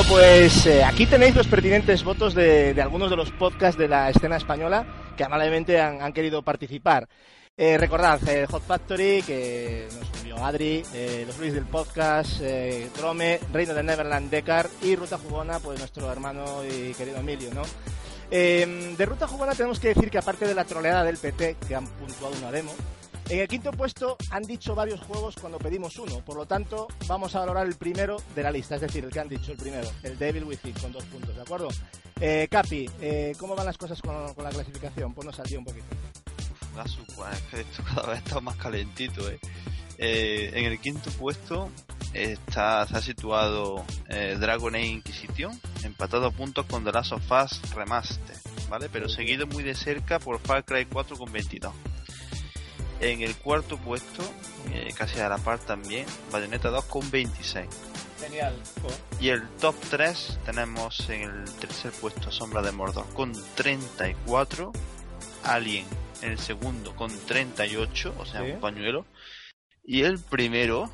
pues aquí tenéis los pertinentes votos de algunos de los podcasts de la escena española que amablemente han querido participar. Recordad, Hot Factory, que nos envió Adri, los Luis del podcast, Drome, Reino de Neverland, Decar y Ruta Jugona, pues nuestro hermano y querido Emilio, ¿no? De Ruta Jugona tenemos que decir que aparte de la troleada del PT, que han puntuado una demo, en el quinto puesto han dicho varios juegos cuando pedimos uno, por lo tanto vamos a valorar el primero de la lista, es decir, el que han dicho el primero, el Devil Within, con 2 puntos, ¿de acuerdo? Capi, ¿cómo van las cosas con la clasificación? Ponnos al día un poquito. Es que esto cada vez está más calentito, En el quinto puesto se ha situado Dragon Age Inquisition, empatado a puntos con The Last of Us Remaster, ¿vale? Pero seguido muy de cerca por Far Cry 4 con 22. En el cuarto puesto, casi a la par también, Bayonetta 2 con 26. Genial. Y el top 3 tenemos en el tercer puesto Sombra de Mordor con 34, Alien en el segundo con 38, o sea, ¿sí? Un pañuelo. Y el primero,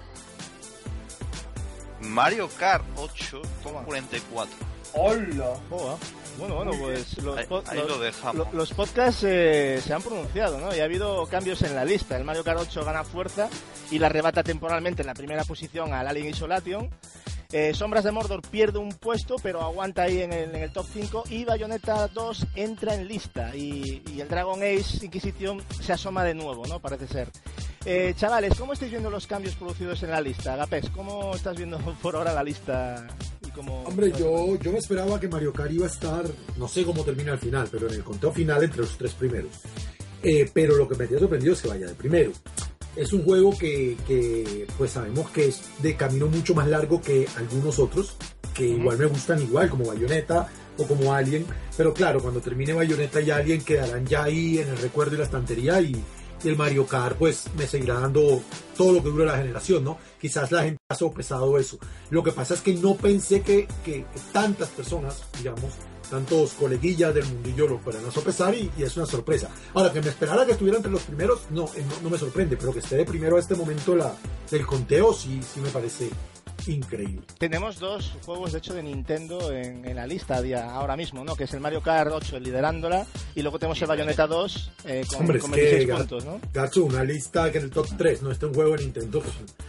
Mario Kart 8 con 44. ¡Hola! Bueno, pues ahí lo dejamos. Los podcasts se han pronunciado, ¿no? Y ha habido cambios en la lista. El Mario Kart 8 gana fuerza y la arrebata temporalmente en la primera posición al Alien Isolation. Sombras de Mordor pierde un puesto, pero aguanta ahí en el top 5. Y Bayonetta 2 entra en lista. Y el Dragon Age Inquisition se asoma de nuevo, ¿no? Parece ser. Chavales, ¿cómo estáis viendo los cambios producidos en la lista? Agapés, ¿cómo estás viendo por ahora la lista? Hombre, yo me esperaba que Mario Kart iba a estar, no sé cómo termina al final, pero en el conteo final entre los 3 primeros. Pero lo que me ha sorprendido es que vaya de primero. Es un juego que pues sabemos que es de camino mucho más largo que algunos otros, que igual me gustan igual, como Bayonetta o como Alien. Pero claro, cuando termine Bayonetta y Alien quedarán ya ahí en el recuerdo y la estantería, y el Mario Kart pues me seguirá dando todo lo que dure la generación, ¿no? Quizás la gente ha sopesado eso. Lo que pasa es que no pensé que tantas personas, digamos, tantos coleguillas del mundillo lo fueran a sopesar, y es una sorpresa. Ahora, que me esperara que estuviera entre los primeros, no me sorprende, pero que esté de primero a este momento del conteo, sí me parece increíble. Tenemos 2 juegos, de hecho, de Nintendo en la lista ahora mismo, ¿no? Que es el Mario Kart 8 liderándola, y luego tenemos el Bayonetta 2 con 26 puntos, ¿no? Gacho, una lista que en el top 3 no esté un juego de Nintendo,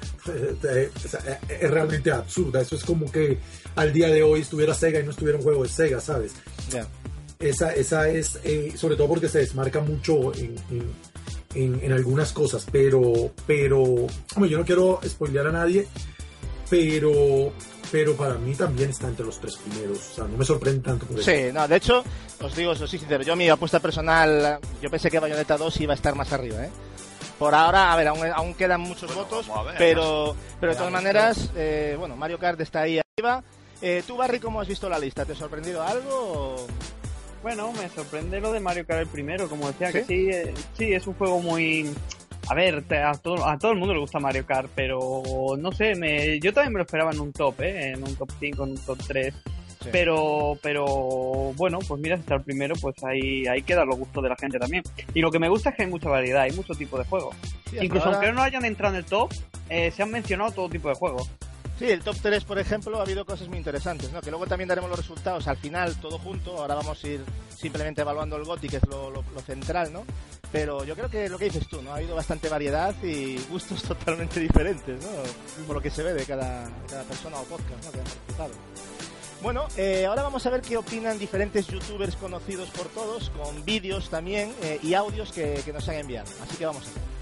es realmente absurda. Eso es como que al día de hoy estuviera Sega y no estuviera un juego de Sega, ¿sabes? Yeah. Esa es, sobre todo porque se desmarca mucho en algunas cosas, pero hombre, yo no quiero spoilear a nadie, pero para mí también está entre los 3 primeros. O sea, no me sorprende tanto por eso. Sí, no, de hecho, os digo, soy sincero, yo mi apuesta personal, yo pensé que Bayonetta 2 iba a estar más arriba, Por ahora, a ver, aún quedan muchos votos, pero de todas maneras, Mario Kart está ahí arriba. Tú, Barry, ¿cómo has visto la lista? ¿Te ha sorprendido algo? Bueno, me sorprende lo de Mario Kart el primero, como decía, ¿sí? Que sí, es un juego muy... A ver, a todo el mundo le gusta Mario Kart, pero no sé, yo también me lo esperaba en un top, en un top 5, en un top 3. Sí. Pero bueno, pues mira, si está el primero, pues ahí queda los gustos de la gente también. Y lo que me gusta es que hay mucha variedad, hay mucho tipo de juegos. Sí, incluso ahora, aunque no hayan entrado en el top, se han mencionado todo tipo de juegos. Sí, el top 3, por ejemplo, ha habido cosas muy interesantes, ¿no? Que luego también daremos los resultados al final, todo junto. Ahora vamos a ir simplemente evaluando el GOTY, que es lo central, ¿no? Pero yo creo que lo que dices tú, ¿no? Ha habido bastante variedad y gustos totalmente diferentes, ¿no? Por lo que se ve de cada persona o podcast, ¿no? Que han participado. Bueno, ahora vamos a ver qué opinan diferentes youtubers conocidos por todos, con vídeos también y audios que nos han enviado. Así que vamos a ver.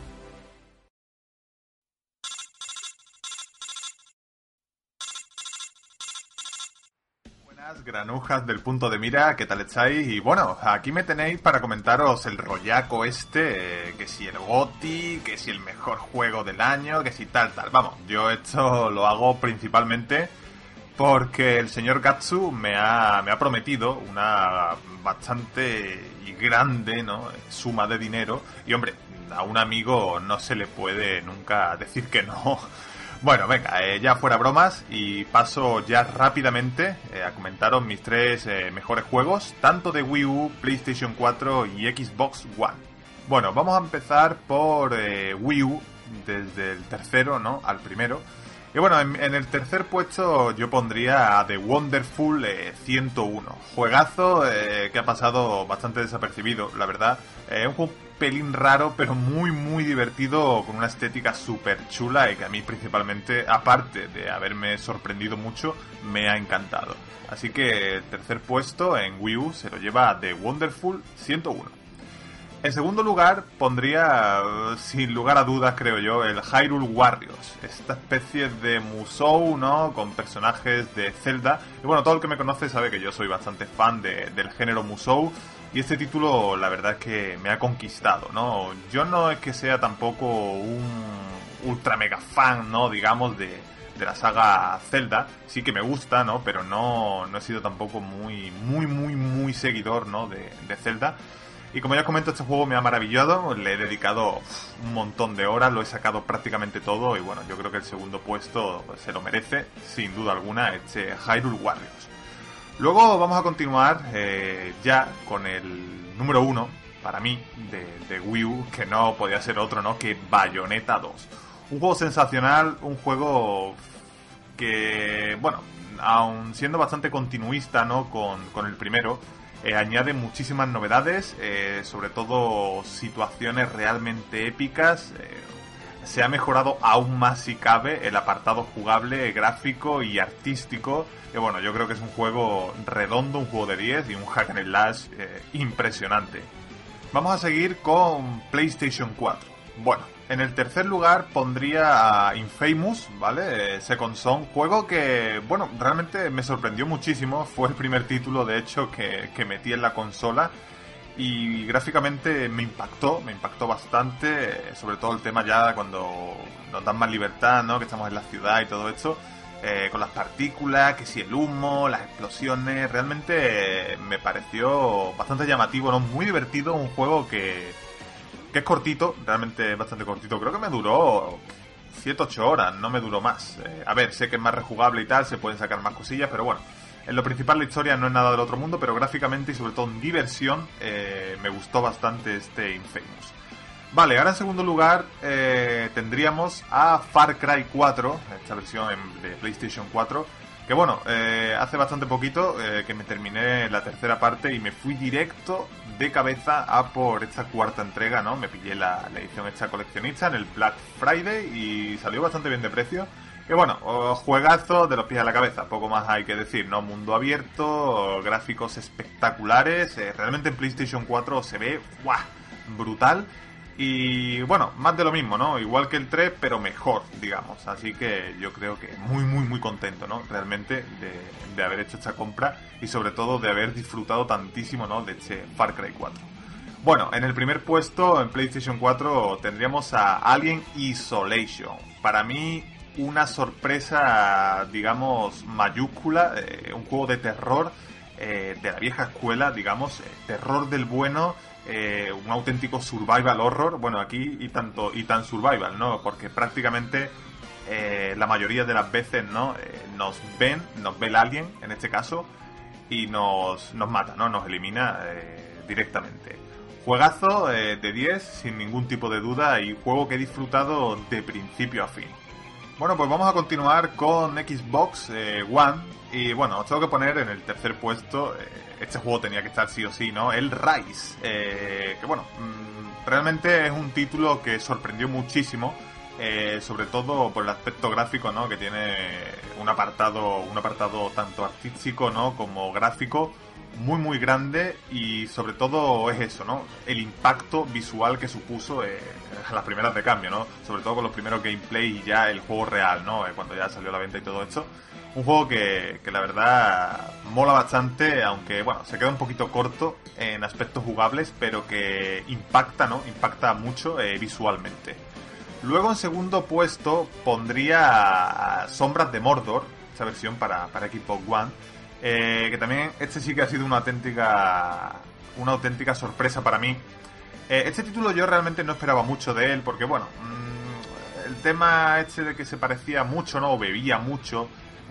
Granujas del punto de mira, ¿qué tal estáis? Y bueno, aquí me tenéis para comentaros el rollaco que si el GOTY, que si el mejor juego del año, que si tal. Vamos, yo esto lo hago principalmente porque el señor Gatsu me ha prometido una bastante y grande, ¿no?, suma de dinero, y hombre, a un amigo no se le puede nunca decir que no. Bueno, venga, ya fuera bromas, y paso ya rápidamente a comentaros mis 3 mejores juegos, tanto de Wii U, PlayStation 4 y Xbox One. Bueno, vamos a empezar por Wii U, desde el tercero, ¿no?, al primero. Y bueno, en el tercer puesto yo pondría a The Wonderful 101. Juegazo que ha pasado bastante desapercibido, la verdad. Un juego pelín raro, pero muy muy divertido, con una estética súper chula y que a mí principalmente, aparte de haberme sorprendido mucho, me ha encantado. Así que el tercer puesto en Wii U se lo lleva The Wonderful 101. En segundo lugar pondría, sin lugar a dudas creo yo, el Hyrule Warriors, esta especie de Musou, ¿no?, con personajes de Zelda. Y bueno, todo el que me conoce sabe que yo soy bastante fan del género Musou, y este título la verdad es que me ha conquistado, ¿no? Yo no es que sea tampoco un ultra mega fan, ¿no?, digamos, de la saga Zelda. Sí que me gusta, ¿no?, pero no he sido tampoco muy seguidor, ¿no?, de Zelda. Y como ya os comento, este juego me ha maravillado, le he dedicado un montón de horas, lo he sacado prácticamente todo y bueno, yo creo que el segundo puesto se lo merece, sin duda alguna, este Hyrule Warriors. Luego vamos a continuar ya con el número 1, para mí, de Wii U, que no podía ser otro, ¿no?, que Bayonetta 2. Un juego sensacional, un juego que, bueno, aun siendo bastante continuista, ¿no?, con el primero, añade muchísimas novedades, sobre todo situaciones realmente épicas. Se ha mejorado aún más, si cabe, el apartado jugable, gráfico y artístico. Y bueno, yo creo que es un juego redondo, un juego de 10 y un hack and slash impresionante. Vamos a seguir con PlayStation 4. Bueno, en el tercer lugar pondría a Infamous, ¿vale? Second Son, juego que, bueno, realmente me sorprendió muchísimo. Fue el primer título, de hecho, que metí en la consola. Y gráficamente me impactó bastante, sobre todo el tema ya cuando nos dan más libertad, ¿no?, que estamos en la ciudad y todo esto, con las partículas, que si el humo, las explosiones, realmente me pareció bastante llamativo, ¿no?, muy divertido, un juego que es cortito, realmente bastante cortito, creo que me duró 7-8 horas, no me duró más. A ver, sé que es más rejugable y tal, se pueden sacar más cosillas, pero bueno, en lo principal la historia no es nada del otro mundo, pero gráficamente y sobre todo en diversión me gustó bastante este Infamous. Vale, ahora en segundo lugar tendríamos a Far Cry 4, esta versión de PlayStation 4, que bueno, hace bastante poquito que me terminé la tercera parte y me fui directo de cabeza a por esta cuarta entrega, ¿no? Me pillé la edición esta coleccionista en el Black Friday y salió bastante bien de precio. Y bueno, juegazo de los pies a la cabeza, poco más hay que decir, ¿no? Mundo abierto, gráficos espectaculares, realmente en PlayStation 4 se ve ¡buah!, brutal. Y bueno, más de lo mismo, ¿no? Igual que el 3, pero mejor, digamos. Así que yo creo que muy contento, ¿no?, realmente de haber hecho esta compra y sobre todo de haber disfrutado tantísimo, ¿no?, de este Far Cry 4. Bueno, en el primer puesto en PlayStation 4 tendríamos a Alien Isolation. Para mí, una sorpresa, digamos, mayúscula, un juego de terror de la vieja escuela, digamos, terror del bueno. Un auténtico survival horror, bueno, aquí y tan survival, ¿no? Porque prácticamente la mayoría de las veces, ¿no?, nos ve el alien, en este caso, y nos mata, ¿no?, nos elimina directamente. Juegazo de 10, sin ningún tipo de duda, y juego que he disfrutado de principio a fin. Bueno, pues vamos a continuar con Xbox One, y bueno, os tengo que poner en el tercer puesto, este juego tenía que estar sí o sí, ¿no?, el Rise, que bueno, realmente es un título que sorprendió muchísimo, sobre todo por el aspecto gráfico, ¿no?, que tiene un apartado tanto artístico, ¿no?, como gráfico muy grande, y sobre todo es eso, ¿no?, el impacto visual que supuso a las primeras de cambio, ¿no?, sobre todo con los primeros gameplay y ya el juego real, ¿no?, cuando ya salió a la venta y todo esto. Un juego que la verdad mola bastante, aunque bueno, se queda un poquito corto en aspectos jugables, pero que impacta, ¿no?, impacta mucho visualmente. Luego en segundo puesto pondría a Sombras de Mordor, esta versión para Xbox One, que también este sí que ha sido una auténtica sorpresa para mí. Este título yo realmente no esperaba mucho de él, porque bueno, el tema este de que se parecía mucho, ¿no?, o bebía mucho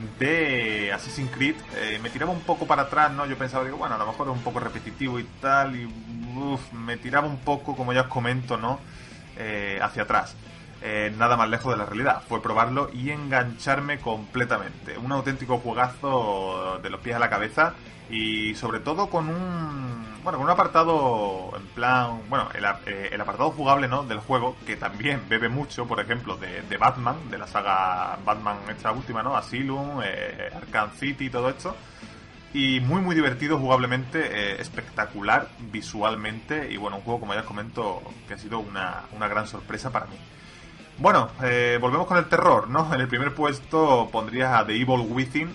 de Assassin's Creed, me tiraba un poco para atrás, ¿no? Yo pensaba, digo, bueno, a lo mejor es un poco repetitivo y tal, y me tiraba un poco, como ya os comento, ¿no?, hacia atrás. nada más lejos de la realidad. Fue probarlo y engancharme completamente. Un auténtico juegazo de los pies a la cabeza y sobre todo con un apartado en plan, el apartado jugable, ¿no?, del juego, que también bebe mucho, por ejemplo, de Batman, de la saga Batman esta última, ¿no?, Asylum, Arkham City y todo esto. Y muy muy divertido jugablemente, espectacular visualmente y bueno, un juego, como ya os comento, que ha sido una gran sorpresa para mí. Bueno, volvemos con el terror, ¿no? En el primer puesto pondría a The Evil Within,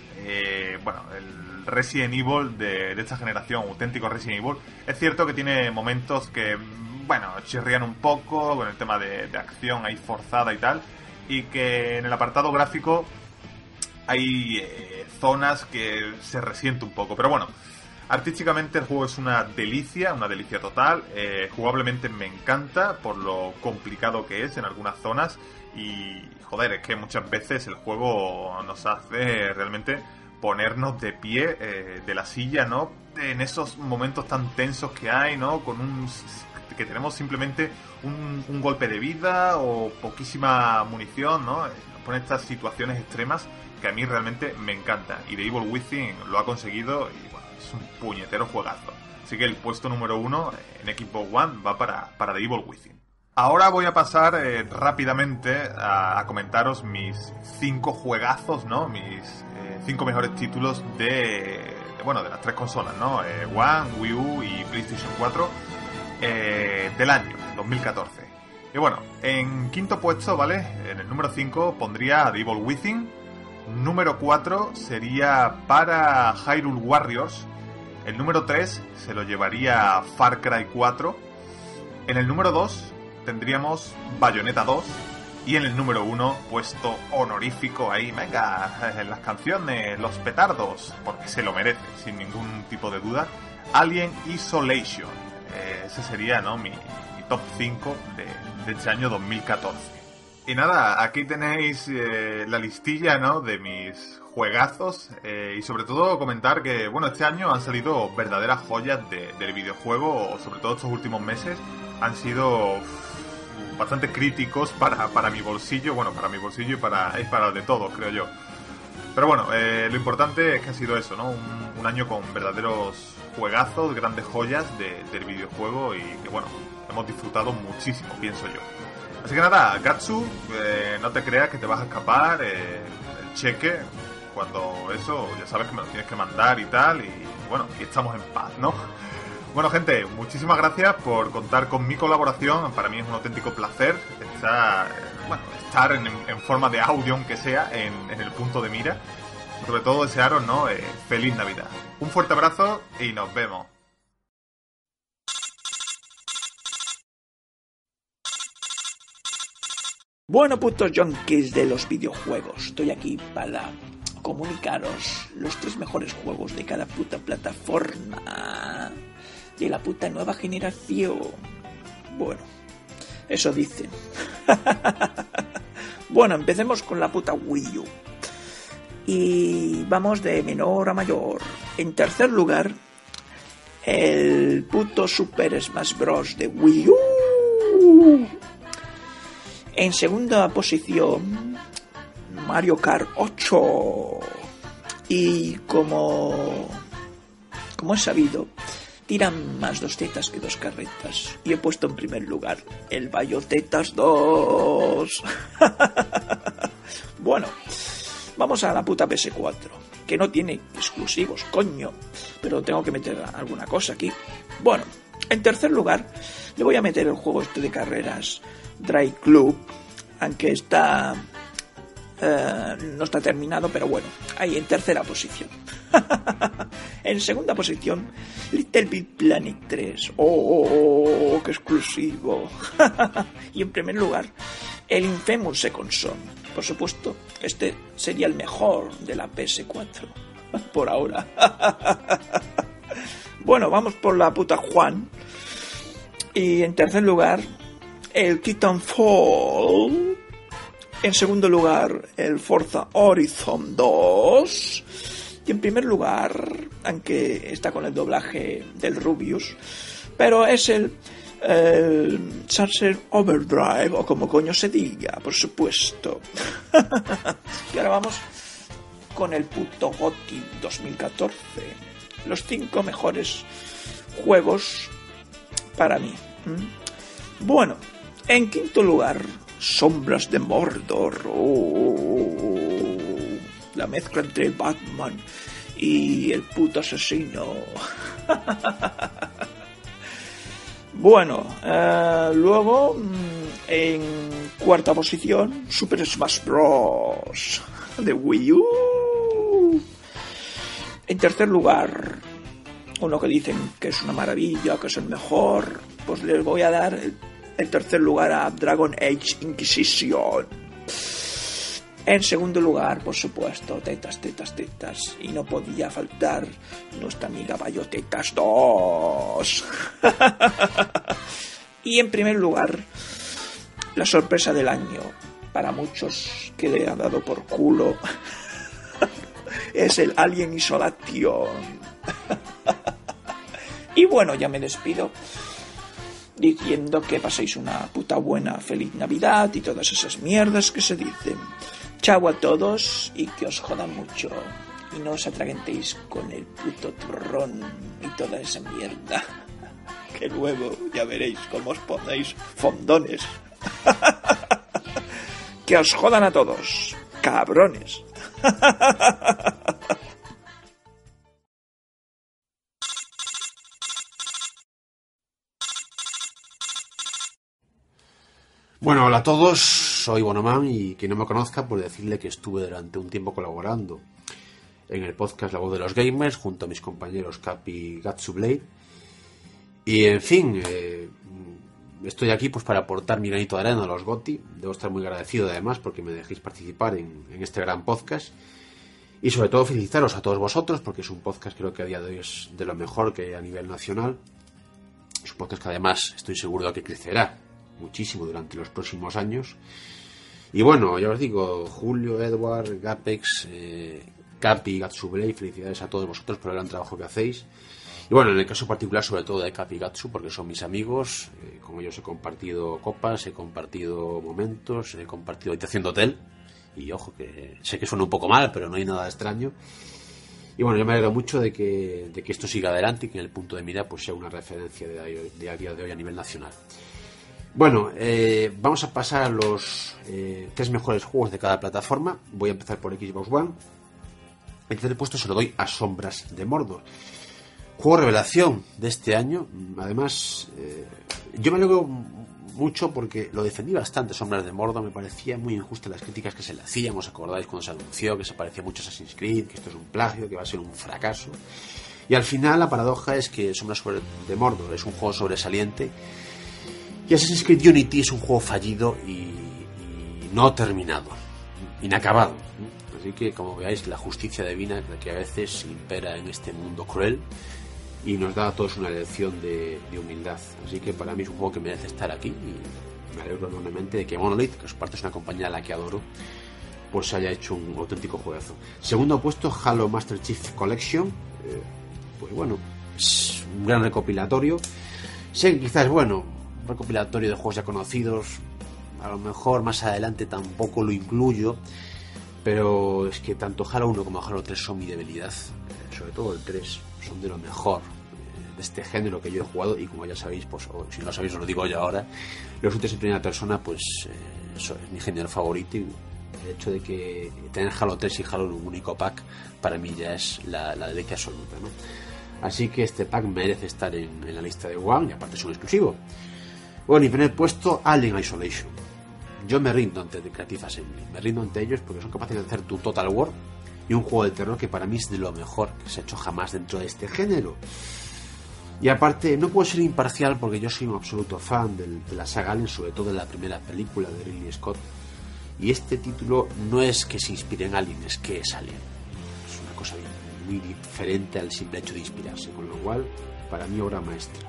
el Resident Evil de esta generación, auténtico Resident Evil. Es cierto que tiene momentos que, chirrían un poco con el tema de acción ahí forzada y tal, y que en el apartado gráfico hay zonas que se resiente un poco, pero bueno, artísticamente el juego es una delicia total. Jugablemente me encanta por lo complicado que es en algunas zonas y joder, es que muchas veces el juego nos hace realmente ponernos de pie de la silla, ¿no? En esos momentos tan tensos que hay, ¿no? Que tenemos simplemente un golpe de vida o poquísima munición, ¿no? Nos pone estas situaciones extremas que a mí realmente me encanta. Y The Evil Within lo ha conseguido y bueno, es un puñetero juegazo. Así que el puesto número 1 en Xbox One va para The Evil Within. Ahora voy a pasar rápidamente a comentaros mis 5 juegazos, ¿no? Mis 5 mejores títulos de las 3 consolas, ¿no? One, Wii U y PlayStation 4 del año 2014. Y bueno, en quinto puesto, ¿vale? En el número 5 pondría a The Evil Within. Número 4 sería para Hyrule Warriors. El número 3 se lo llevaría Far Cry 4. En el número 2 tendríamos Bayonetta 2. Y en el número 1, puesto honorífico ahí, venga, en las canciones, los petardos, porque se lo merece, sin ningún tipo de duda, Alien Isolation. Ese sería, ¿no?, mi top 5 de este año 2014. Y nada, aquí tenéis la listilla, ¿no?, de mis juegazos y sobre todo comentar que, bueno, este año han salido verdaderas joyas del videojuego, sobre todo estos últimos meses han sido bastante críticos para mi bolsillo, y para el de todos, creo yo. Pero bueno, lo importante es que ha sido eso, ¿no?, un año con verdaderos juegazos, grandes joyas del videojuego y que, bueno, hemos disfrutado muchísimo, pienso yo. Así que nada, Gatsu, no te creas que te vas a escapar, el cheque, cuando eso, ya sabes que me lo tienes que mandar y tal, y bueno, y estamos en paz, ¿no? Bueno, gente, muchísimas gracias por contar con mi colaboración, para mí es un auténtico placer estar en forma de audio, aunque sea, en el punto de mira. Sobre todo desearos, ¿no?, feliz Navidad. Un fuerte abrazo y nos vemos. Bueno, putos junkies de los videojuegos, estoy aquí para comunicaros los 3 mejores juegos de cada puta plataforma de la puta nueva generación. Bueno, eso dicen. Bueno, empecemos con la puta Wii U. Y vamos de menor a mayor. En tercer lugar, el puto Super Smash Bros. De Wii U. En segunda posición, Mario Kart 8. Y como es sabido, tiran más 2 tetas que 2 carretas. Y he puesto en primer lugar el Bayotetas 2. Bueno, vamos a la puta PS4, que no tiene exclusivos, coño. Pero tengo que meter alguna cosa aquí. Bueno, en tercer lugar, le voy a meter el juego este de carreras Drive Club, aunque está no está terminado, pero bueno, ahí en tercera posición. En segunda posición, Little Big Planet 3. ¡Oh, qué exclusivo! Y en primer lugar, el Infamous Second Son. Por supuesto, este sería el mejor de la PS4 por ahora. Bueno, vamos por la puta Juan. Y en tercer lugar, el Titanfall. En segundo lugar, el Forza Horizon 2. Y en primer lugar, aunque está con el doblaje del Rubius, pero es el Sunset Overdrive, o como coño se diga, por supuesto. Y ahora vamos con el puto GOTY 2014. Los 5 mejores juegos para mí. Bueno, en quinto lugar, Sombras de Mordor. La mezcla entre Batman y el puto asesino. Bueno, luego en cuarta posición, Super Smash Bros. De Wii U. En tercer lugar, uno que dicen que es una maravilla, que es el mejor, pues les voy a dar el tercer lugar a Dragon Age Inquisition. En segundo lugar, por supuesto, Tetas. Y no podía faltar nuestra amiga Bayotetas 2. Y en primer lugar, la sorpresa del año, para muchos que le ha dado por culo, es el Alien Isolation. Y bueno, ya me despido diciendo que paséis una puta buena feliz Navidad y todas esas mierdas que se dicen. Chao a todos y que os jodan mucho. Y no os atragantéis con el puto turrón y toda esa mierda. Que luego ya veréis cómo os ponéis fondones. Que os jodan a todos, cabrones. Bueno, hola a todos, soy Bonoman y quien no me conozca, pues decirle que estuve durante un tiempo colaborando en el podcast La Voz de los Gamers junto a mis compañeros Capi y Gatsublade. Y en fin, estoy aquí pues para aportar mi granito de arena a los GOTY. Debo estar muy agradecido además porque me dejéis participar en este gran podcast. Y sobre todo felicitaros a todos vosotros porque es un podcast creo que a día de hoy es de lo mejor que hay a nivel nacional. Es un podcast que además estoy seguro de que crecerá muchísimo durante los próximos años. Y bueno, ya os digo, Julio, Edward, Gapex, Capi, Gatsublade, felicidades a todos vosotros por el gran trabajo que hacéis. Y bueno, en el caso particular sobre todo de Capi y Gatsu, porque son mis amigos, con ellos he compartido copas, he compartido momentos, he compartido habitación de hotel, y ojo que sé que suena un poco mal, pero no hay nada extraño. Y bueno, yo me alegro mucho de que esto siga adelante y que en el punto de mira pues sea una referencia de a día de hoy a nivel nacional. Bueno, vamos a pasar a los 3 mejores juegos de cada plataforma. Voy a empezar por Xbox One. El tercer puesto se lo doy a Sombras de Mordor. Juego revelación de este año. Además, yo me alegro mucho porque lo defendí bastante. Sombras de Mordor me parecía muy injusta las críticas que se le hacían. ¿Os acordáis cuando se anunció que se parecía mucho a Assassin's Creed, que esto es un plagio, que va a ser un fracaso? Y al final la paradoja es que Sombras de Mordor es un juego sobresaliente y Assassin's Creed Unity es un juego fallido y no terminado, inacabado. Así que, como veáis, la justicia divina que a veces impera en este mundo cruel y nos da a todos una lección de humildad. Así que para mí es un juego que merece estar aquí y me alegro enormemente de que Monolith, que es parte de una compañía a la que adoro, pues haya hecho un auténtico juegazo. Segundo puesto, Halo Master Chief Collection. Pues bueno, es un gran recopilatorio. Sé que quizás, bueno, un recopilatorio de juegos ya conocidos, a lo mejor más adelante tampoco lo incluyo, pero es que tanto Halo 1 como Halo 3 son mi debilidad, sobre todo el 3, son de lo mejor de este género que yo he jugado y como ya sabéis, pues o si no lo sabéis os lo digo yo ahora, los shooters en primera persona pues eso es mi género favorito y el hecho de que tener Halo 3 y Halo en un único pack para mí ya es la delicia absoluta, ¿no? Así que este pack merece estar en la lista de One y aparte es un exclusivo. Bueno, y primer puesto, Alien Isolation. Yo me rindo ante Creative Assembly, me rindo ante ellos porque son capaces de hacer tu Total War y un juego de terror que para mí es de lo mejor que se ha hecho jamás dentro de este género. Y aparte, no puedo ser imparcial porque yo soy un absoluto fan de la saga Alien, sobre todo de la primera película de Ridley Scott. Y este título no es que se inspire en Alien, es que es Alien. Es una cosa muy diferente al simple hecho de inspirarse, con lo cual, para mí, obra maestra.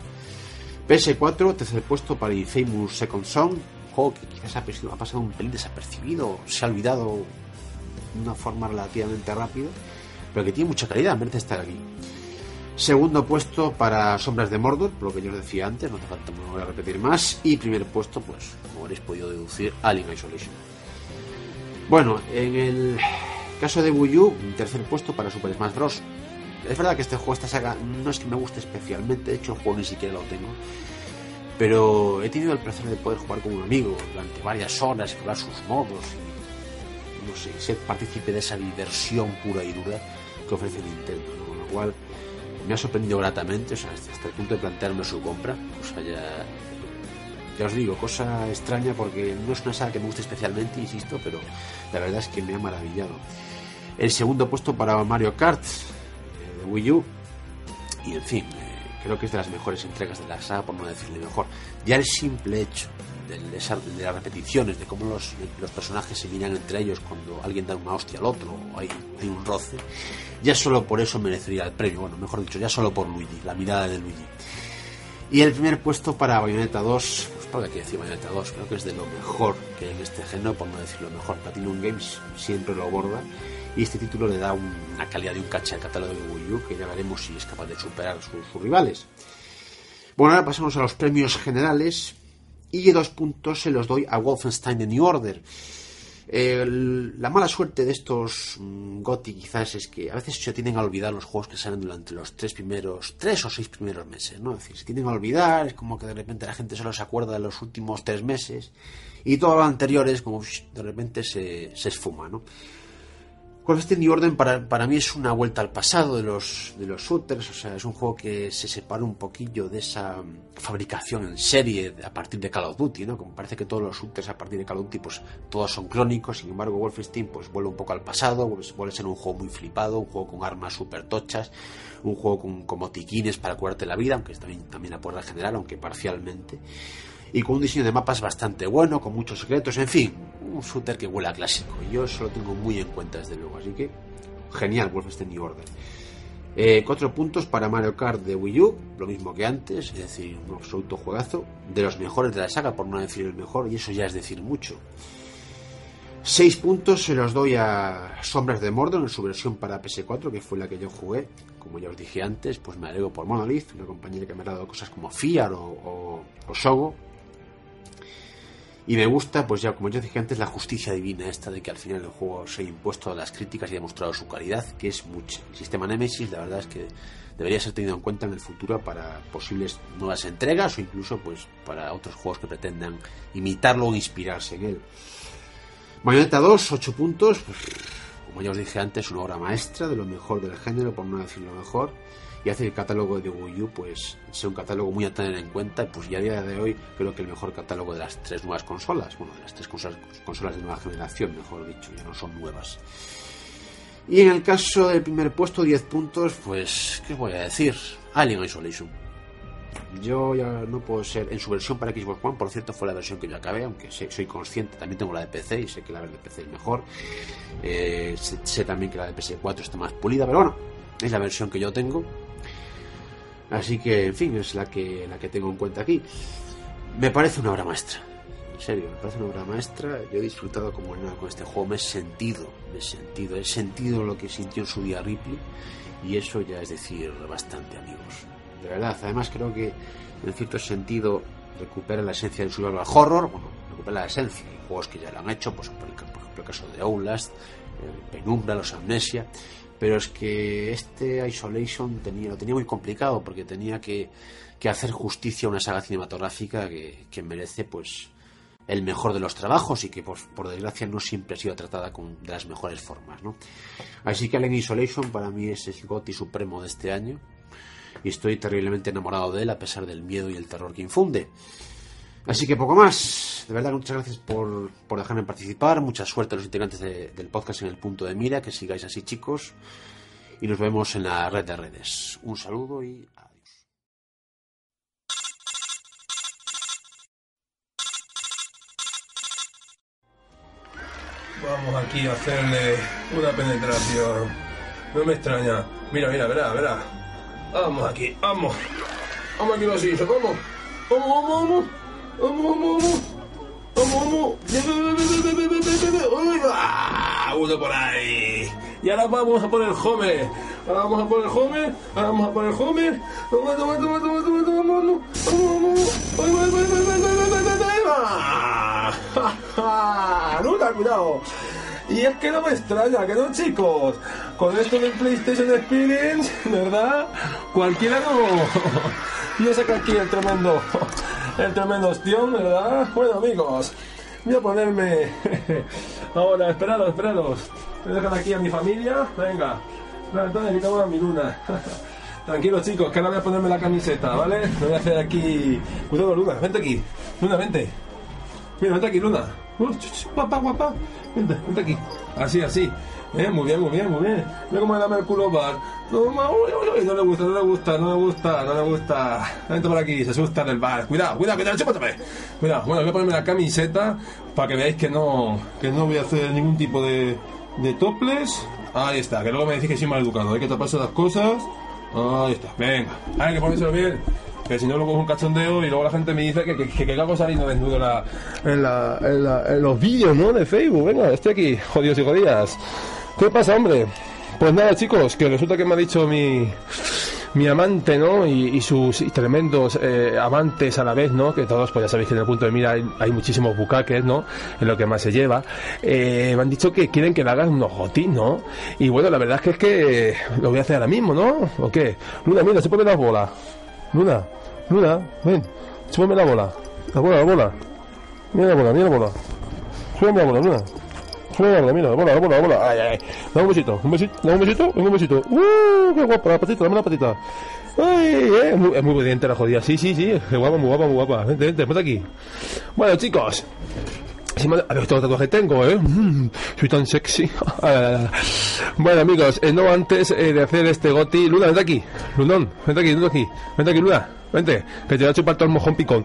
PS4, tercer puesto para Infamous Second Son, un juego que quizás ha pasado un pelín desapercibido, se ha olvidado de una forma relativamente rápida, pero que tiene mucha calidad, merece estar aquí. Segundo puesto para Sombras de Mordor, por lo que yo os decía antes, no hace falta, me voy a repetir más. Y primer puesto, pues, como habréis podido deducir, Alien Isolation. Bueno, en el caso de Wii U, tercer puesto para Super Smash Bros. Es verdad que este juego, esta saga, no es que me guste especialmente, de hecho el juego ni siquiera lo tengo. Pero he tenido el placer de poder jugar con un amigo durante varias horas, explorar sus modos y, no sé, ser partícipe de esa diversión pura y dura que ofrece Nintendo, ¿no? Con lo cual me ha sorprendido gratamente, o sea, hasta el punto de plantearme su compra. O sea, ya os digo, cosa extraña porque no es una saga que me guste especialmente, insisto, pero la verdad es que me ha maravillado. El segundo puesto para Mario Kart de Wii U, y en fin, creo que es de las mejores entregas de la saga, por no decirle mejor. Ya el simple hecho de las repeticiones, de cómo los personajes se miran entre ellos cuando alguien da una hostia al otro o hay un roce, ya solo por eso merecería el premio. Bueno, mejor dicho, ya solo por Luigi, la mirada de Luigi. Y el primer puesto para Bayonetta 2, pues porque hay que decir Bayonetta 2, creo que es de lo mejor que hay en este género, por no decir lo mejor. Platinum Games siempre lo aborda y este título le da una calidad de un caché al catálogo de Wii U que ya veremos si es capaz de superar sus rivales. Bueno, ahora pasamos a los premios generales y 2 puntos se los doy a Wolfenstein The New Order. La mala suerte de estos GOTY quizás es que a veces se tienden a olvidar los juegos que salen durante los 3 o 6 primeros meses, ¿no? Es decir, se tienden a olvidar, es como que de repente la gente solo se acuerda de los últimos 3 meses y todo lo anterior es como de repente se esfuma, ¿no? Wolfenstein New Order para mí es una vuelta al pasado de los shooters, o sea, es un juego que se separa un poquillo de esa fabricación en serie a partir de Call of Duty, ¿no? Como parece que todos los shooters a partir de Call of Duty pues todos son clónicos, sin embargo Wolfenstein pues vuelve un poco al pasado, vuelve a ser un juego muy flipado, un juego con armas súper tochas, un juego con botiquines para curarte la vida, aunque también la puedes regenerar, aunque parcialmente, y con un diseño de mapas bastante bueno, con muchos secretos, en fin, un shooter que huele a clásico. Y yo eso lo tengo muy en cuenta desde luego, así que genial Wolfenstein New Order. 4 puntos para Mario Kart de Wii U, lo mismo que antes, es decir, un absoluto juegazo, de los mejores de la saga, por no decir el mejor, y eso ya es decir mucho. 6 puntos se los doy a Sombras de Mordor en su versión para PS4, que fue la que yo jugué. Como ya os dije antes, pues me alegro por Monolith, una compañía que me ha dado cosas como Fiar o Shogo. Y me gusta, pues ya como yo dije antes, la justicia divina esta de que al final el juego se ha impuesto a las críticas y ha demostrado su calidad, que es mucha. El sistema Nemesis, la verdad es que debería ser tenido en cuenta en el futuro para posibles nuevas entregas o incluso pues para otros juegos que pretendan imitarlo o inspirarse en él. Bayonetta 2, 8 puntos, pues, como ya os dije antes, una obra maestra de lo mejor del género, por no decir lo mejor, y hace el catálogo de Wii U pues sea un catálogo muy a tener en cuenta, pues y a día de hoy creo que el mejor catálogo de las 3 nuevas consolas, bueno, de las 3 consolas de nueva generación, mejor dicho, ya no son nuevas. Y en el caso del primer puesto, 10 puntos, pues, ¿qué os voy a decir? Alien Isolation. Yo ya no puedo ser, en su versión para Xbox One, por cierto, fue la versión que yo acabé, aunque soy consciente, también tengo la de PC y sé que la de PC es mejor, sé también que la de PS4 está más pulida, pero bueno, es la versión que yo tengo. Así que, en fin, es la que tengo en cuenta aquí. Me parece una obra maestra. En serio, me parece una obra maestra. Yo he disfrutado como nada con este juego. He sentido lo que sintió en su día Ripley. Y eso ya es decir bastante, amigos. De verdad, además creo que en cierto sentido recupera la esencia del survival horror. Bueno, recupera la esencia. Hay juegos que ya lo han hecho, pues por ejemplo el caso de Outlast, Penumbra, los Amnesia. Pero es que este Isolation lo tenía muy complicado porque tenía que hacer justicia a una saga cinematográfica que merece pues el mejor de los trabajos y que por desgracia no siempre ha sido tratada de las mejores formas, ¿no? Así que Alien Isolation para mí es el GOTY supremo de este año y estoy terriblemente enamorado de él a pesar del miedo y el terror que infunde. Así que poco más. De verdad, muchas gracias por dejarme participar. Mucha suerte a los integrantes del podcast en el punto de mira. Que sigáis así, chicos. Y nos vemos en la red de redes. Un saludo y adiós. Vamos aquí a hacerle una penetración. No me extraña. Mira, verá. Vamos aquí, vamos. Vamos aquí, Basilio, vamos. Vamos. Uno por ahí. Y ahora vamos a por el Homer. Ahora vamos a por el Homer. Ahora vamos a por el Homer. Toma. Nunca, cuidado. Y es que no me extraña, que no, chicos. Con esto del PlayStation Experience, ¿verdad? Cualquiera no saca aquí el tremendo ostión, ¿verdad? Bueno, amigos, voy a ponerme... Ahora, esperaros. Voy a dejar aquí a mi familia. Venga, entonces quitamos a mi Luna. Tranquilos, chicos, que ahora voy a ponerme la camiseta, ¿vale? Me voy a hacer aquí... Cuidado, Luna, vente aquí. Luna, vente. Mira, vente aquí, Luna. Guapa. Vente aquí. Así. Muy bien. Mira cómo le dame el culo bar. Toma, uy, no le gusta. Vente por aquí, se asusta en el bar. Cuidado, chúpatame. Cuidado, bueno, voy a ponerme la camiseta para que veáis que no voy a hacer ningún tipo de topless. Ahí está, que luego me decís que soy mal educado. Hay que taparse las cosas. Ahí está, venga. Hay que ponérselo bien. Que si no luego es un cachondeo y luego la gente me dice que hago saliendo desnudo en los vídeos, ¿no? De Facebook. Venga, estoy aquí, jodidos y jodidas. ¿Qué pasa, hombre? Pues nada, chicos, que resulta que me ha dicho mi amante, ¿no? Y sus tremendos amantes a la vez, ¿no? Que todos, pues ya sabéis que en el punto de mira hay muchísimos bucaques, ¿no? En lo que más se lleva. Me han dicho que quieren que le hagan unos gotis, ¿no? Y bueno, la verdad es que lo voy a hacer ahora mismo, ¿no? ¿O qué? Luna, mira, se pone las bolas. Luna, ven, súbeme la bola. La bola. Mira la bola. Súbeme la bola, Luna. Mira, la bola. Ay. Dame un besito. Venga, un besito. Qué guapa, dame la patita. Ay, es muy obediente la jodida. Sí. Qué guapa, muy guapa. Vente, ponte aquí. Bueno, chicos. A ver, todo tatuaje tengo, soy tan sexy. Bueno, amigos, no antes de hacer este goti. Luna, vente aquí. Lunón, vente aquí, Luna. Vente, que te voy a chupar todo el mojón picón.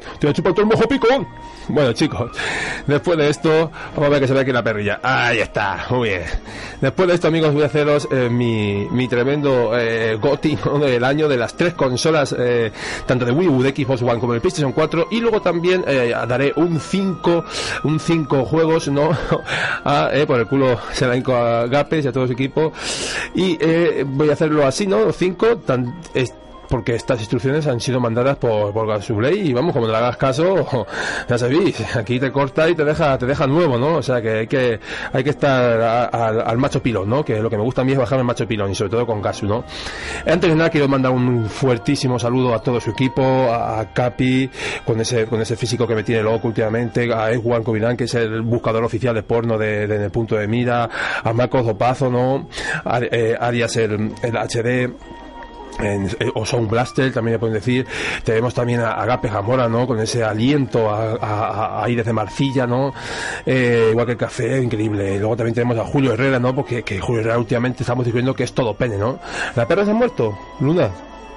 Bueno, chicos, después de esto, vamos a ver que se ve aquí la perrilla. Ahí está, muy bien. Después de esto, amigos, voy a haceros mi tremendo goti, ¿no? Del año de las 3 consolas, tanto de Wii U, de Xbox One como de PlayStation 4. Y luego también daré un 5 juegos, ¿no? Por el culo se la hinco a Gapes y a todo su equipo. Y voy a hacerlo así, ¿no? 5, porque estas instrucciones han sido mandadas por Gatsublade y vamos, como no le hagas caso, ya sabéis, aquí te corta y te deja nuevo, ¿no? O sea que hay que estar al macho pilón, ¿no? Que lo que me gusta a mí es bajar al macho pilón y sobre todo con Gatsu, ¿no? Antes de nada quiero mandar un fuertísimo saludo a todo su equipo, a Capi, con ese físico que me tiene loco últimamente, a Juan Covirán, que es el buscador oficial de porno de el punto de mira, a Marcos Dopazo, ¿no? Arias el HD, o Sound Blaster también le pueden decir. Tenemos también a Agape Gamora, ¿no? Con ese aliento a aires de marcilla, ¿no? Igual que el café, increíble. Luego también tenemos a Julio Herrera, ¿no? Porque Julio Herrera últimamente estamos diciendo que es todo pene, ¿no? ¿La perra se ha muerto? Luna,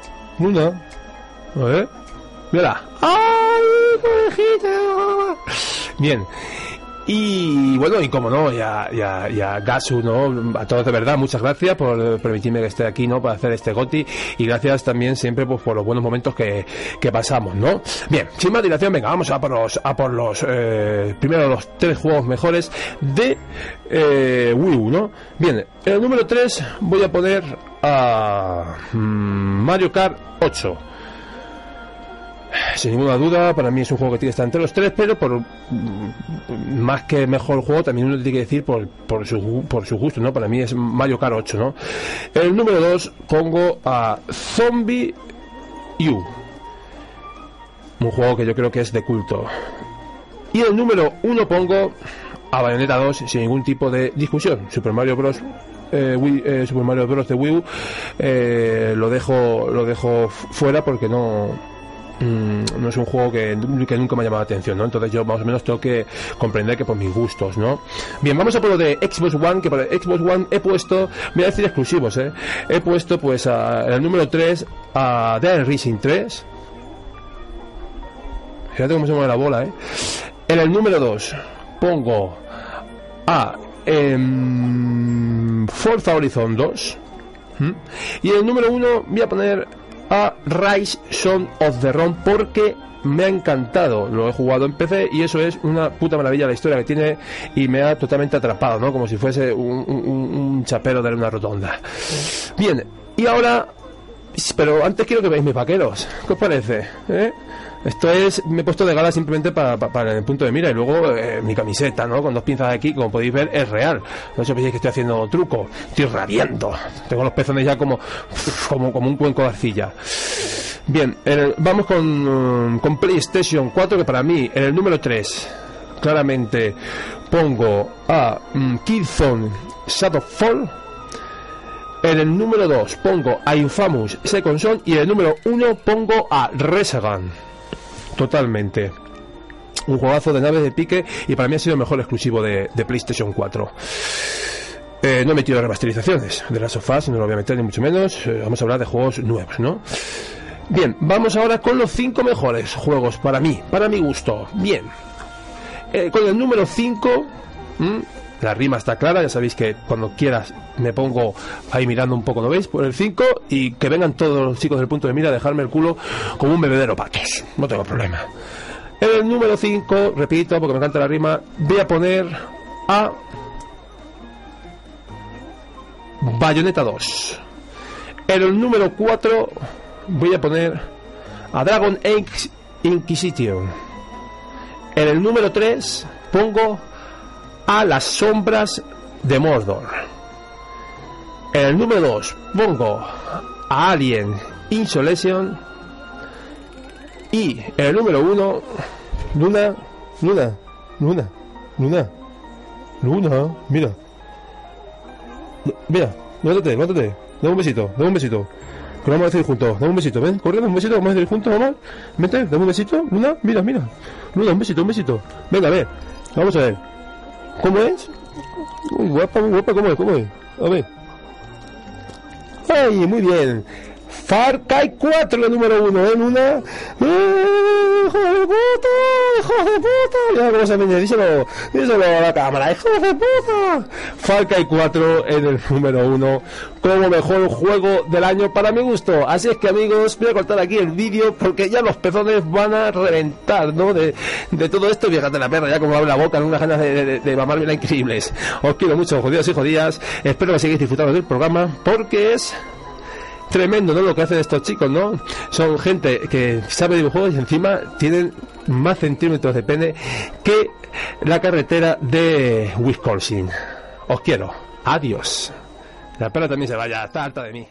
a ver, mira. ¡Ay, conejita! Bien. Y bueno, y como no, y a Gatsu, ¿no? A todos de verdad, muchas gracias por permitirme que esté aquí, ¿no? Para hacer este goti, y gracias también siempre pues por los buenos momentos que pasamos, ¿no? Bien, sin más dilación, venga, vamos a por los primero los 3 juegos mejores de Wii U, ¿no? Bien, en el número 3 voy a poner a Mario Kart 8. Sin ninguna duda, para mí es un juego que tiene que estar entre los 3, pero por más que mejor juego, también uno tiene que decir por su gusto, ¿no? Para mí es Mario Kart 8, ¿no? En el número 2 pongo a Zombie U, un juego que yo creo que es de culto. Y en el número 1 pongo a Bayonetta 2, sin ningún tipo de discusión. Super Mario Bros. Super Mario Bros. De Wii U lo dejo fuera porque no es un juego que nunca me ha llamado la atención, ¿no? Entonces yo más o menos tengo que comprender que por mis gustos, ¿no? Bien, vamos a por lo de Xbox One, que para Xbox One he puesto, voy a decir exclusivos, he puesto pues en el número 3 a Dead Rising 3. Fíjate cómo se mueve la bola, En el número 2 pongo a Forza Horizon 2. Y en el número 1 voy a poner a Rise Son of the Rome, porque me ha encantado. Lo he jugado en PC y eso es una puta maravilla la historia que tiene y me ha totalmente atrapado, ¿no? Como si fuese un chapero de una rotonda. Bien, y ahora... Pero antes quiero que veáis mis vaqueros. ¿Qué os parece? Esto es... Me he puesto de gala simplemente para el punto de mira. Y luego mi camiseta, ¿no? Con 2 pinzas aquí, como podéis ver, es real. No os penséis que estoy haciendo truco. Estoy rabiando. Tengo los pezones ya como un cuenco de arcilla. Bien, vamos con PlayStation 4, que para mí, en el número 3, claramente pongo a Killzone Shadowfall. En el número 2 pongo a Infamous Second Son. Y en el número 1 pongo a Resogun. Totalmente. Un juegazo de naves de pique. Y para mí ha sido el mejor exclusivo de PlayStation 4. No he metido remasterizaciones de las sofás, no lo voy a meter ni mucho menos. Vamos a hablar de juegos nuevos, ¿no? Bien, vamos ahora con los 5 mejores juegos para mí, para mi gusto. Bien. Con el número 5... La rima está clara, ya sabéis que cuando quieras me pongo ahí mirando un poco, ¿no veis? Por el 5 y que vengan todos los chicos del punto de mira a dejarme el culo como un bebedero patos. No tengo problema. En el número 5, repito, porque me encanta la rima, voy a poner a Bayonetta 2. En el número 4 voy a poner a Dragon Age Inquisition. En el número 3 pongo a Las Sombras de Mordor. En el número 2 pongo a Alien Isolation. Y en el número 1 Luna, mira, levántate, dame un besito, que vamos a decir juntos, dame un besito, ven, corre, dame un besito, vamos a decir juntos, vamos, vente, dame un besito, Luna, mira, Luna, un besito, venga, a ver, vamos a ver, ¿cómo es? Muy guapa, ¿cómo es? A ver. ¡Ay, muy bien! Far Cry 4, el número 1, ¿eh? Luna. ¡Hijo de puta! Mira cómo se me díselo a la cámara, ¡hijo de puta! Far Cry 4 en el número 1 como mejor juego del año para mi gusto. Así es que, amigos, voy a cortar aquí el vídeo porque ya los pezones van a reventar, ¿no? De todo esto. Fíjate la perra ya como abre la boca, en unas ganas de mamármela increíbles. Os quiero mucho, jodidos y jodidas. Espero que sigáis disfrutando del programa porque es tremendo, ¿no? Lo que hacen estos chicos, ¿no? Son gente que sabe de videojuegos y encima tienen más centímetros de pene que la carretera de Wisconsin. Os quiero. Adiós. La perra también se vaya. Está harta de mí.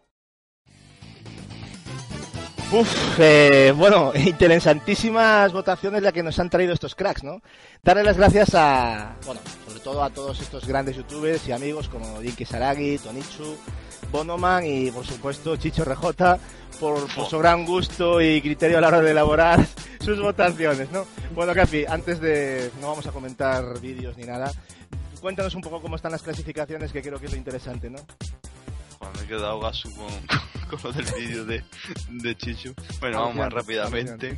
Bueno, interesantísimas votaciones las que nos han traído estos cracks, ¿no? Darle las gracias sobre todo a todos estos grandes youtubers y amigos como Jinky Saragi, Tonichu, Bonoman y por supuesto Chicho RJ por su gran gusto y criterio a la hora de elaborar sus votaciones, ¿no? Bueno, Capi, antes de... no vamos a comentar vídeos ni nada, cuéntanos un poco cómo están las clasificaciones, que creo que es lo interesante, ¿no? Me he quedado gaso con lo del vídeo de Chicho. Bueno, vamos más rápidamente.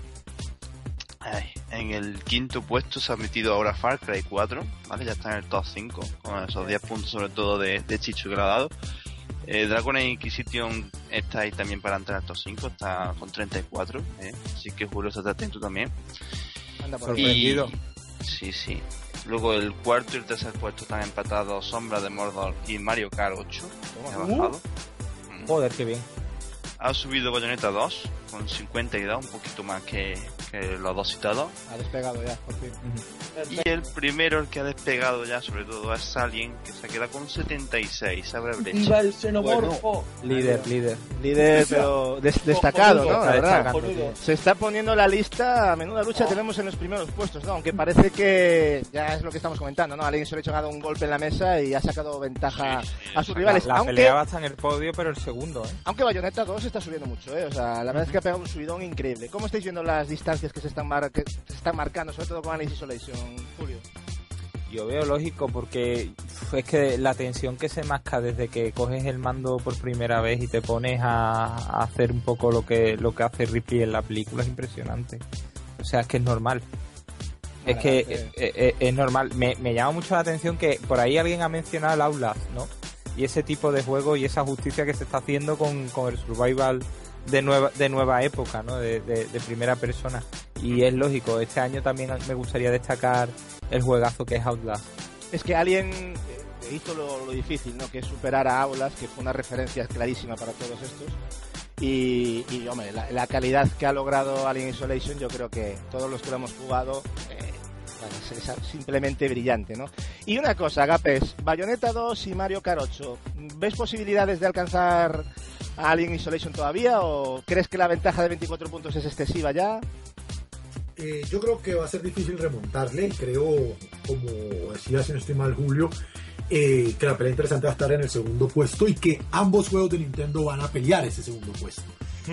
En el quinto puesto se ha metido ahora Far Cry 4, ¿vale? Ya está en el top 5 con esos 10 puntos sobre todo de Chicho que le ha dado. Dragon Age Inquisition está ahí también para entrar al top 5, está con 34, así que Julio, estate atento también. Anda por sorprendido. Sí. Luego el cuarto y el tercer puesto están empatados Sombra de Mordor y Mario Kart 8. Ha bajado. Joder, qué bien. Ha subido Bayonetta 2 con 52, un poquito más que los dos citados. Ha despegado ya, por fin. Y el primero, el que ha despegado ya, sobre todo, es Alien, que se queda con 76. Abre brecha. ¡Viva el xenomorfo! Líder, pero destacado, ¿no? La verdad. Destacando, se está poniendo la lista, a menuda lucha tenemos en los primeros puestos, ¿no? Aunque parece que ya es lo que estamos comentando, ¿no? Alien se le ha dado un golpe en la mesa y ha sacado ventaja a sus rivales. La pelea va a estar en el podio, pero el segundo, Aunque Bayonetta 2 está subiendo mucho, O sea, la verdad es que ha pegado un subidón increíble. ¿Cómo estáis viendo las distancias que se están marcando, sobre todo con Alien Isolation, Julio? Yo veo lógico porque es que la tensión que se masca desde que coges el mando por primera vez y te pones a hacer un poco lo que hace Ripley en la película es impresionante. O sea, es que es normal. Es que es normal. Me llama mucho la atención que por ahí alguien ha mencionado el Outlast, ¿no? Y ese tipo de juego y esa justicia que se está haciendo con el survival de nueva época, ¿no? De primera persona. Y es lógico, este año también me gustaría destacar el juegazo que es Outlast. Es que Alien hizo lo difícil, ¿no? Que es superar a Outlast, que fue una referencia clarísima para todos estos. Y hombre, la calidad que ha logrado Alien Isolation, yo creo que todos los que lo hemos jugado, es simplemente brillante, ¿no? Y una cosa, Agapes, Bayonetta 2 y Mario Kart 8, ¿ves posibilidades de alcanzar a Alien Isolation todavía o crees que la ventaja de 24 puntos es excesiva ya? Yo creo que va a ser difícil remontarle. Creo, como decía, si no estoy mal, Julio, que la pelea interesante va a estar en el segundo puesto y que ambos juegos de Nintendo van a pelear ese segundo puesto.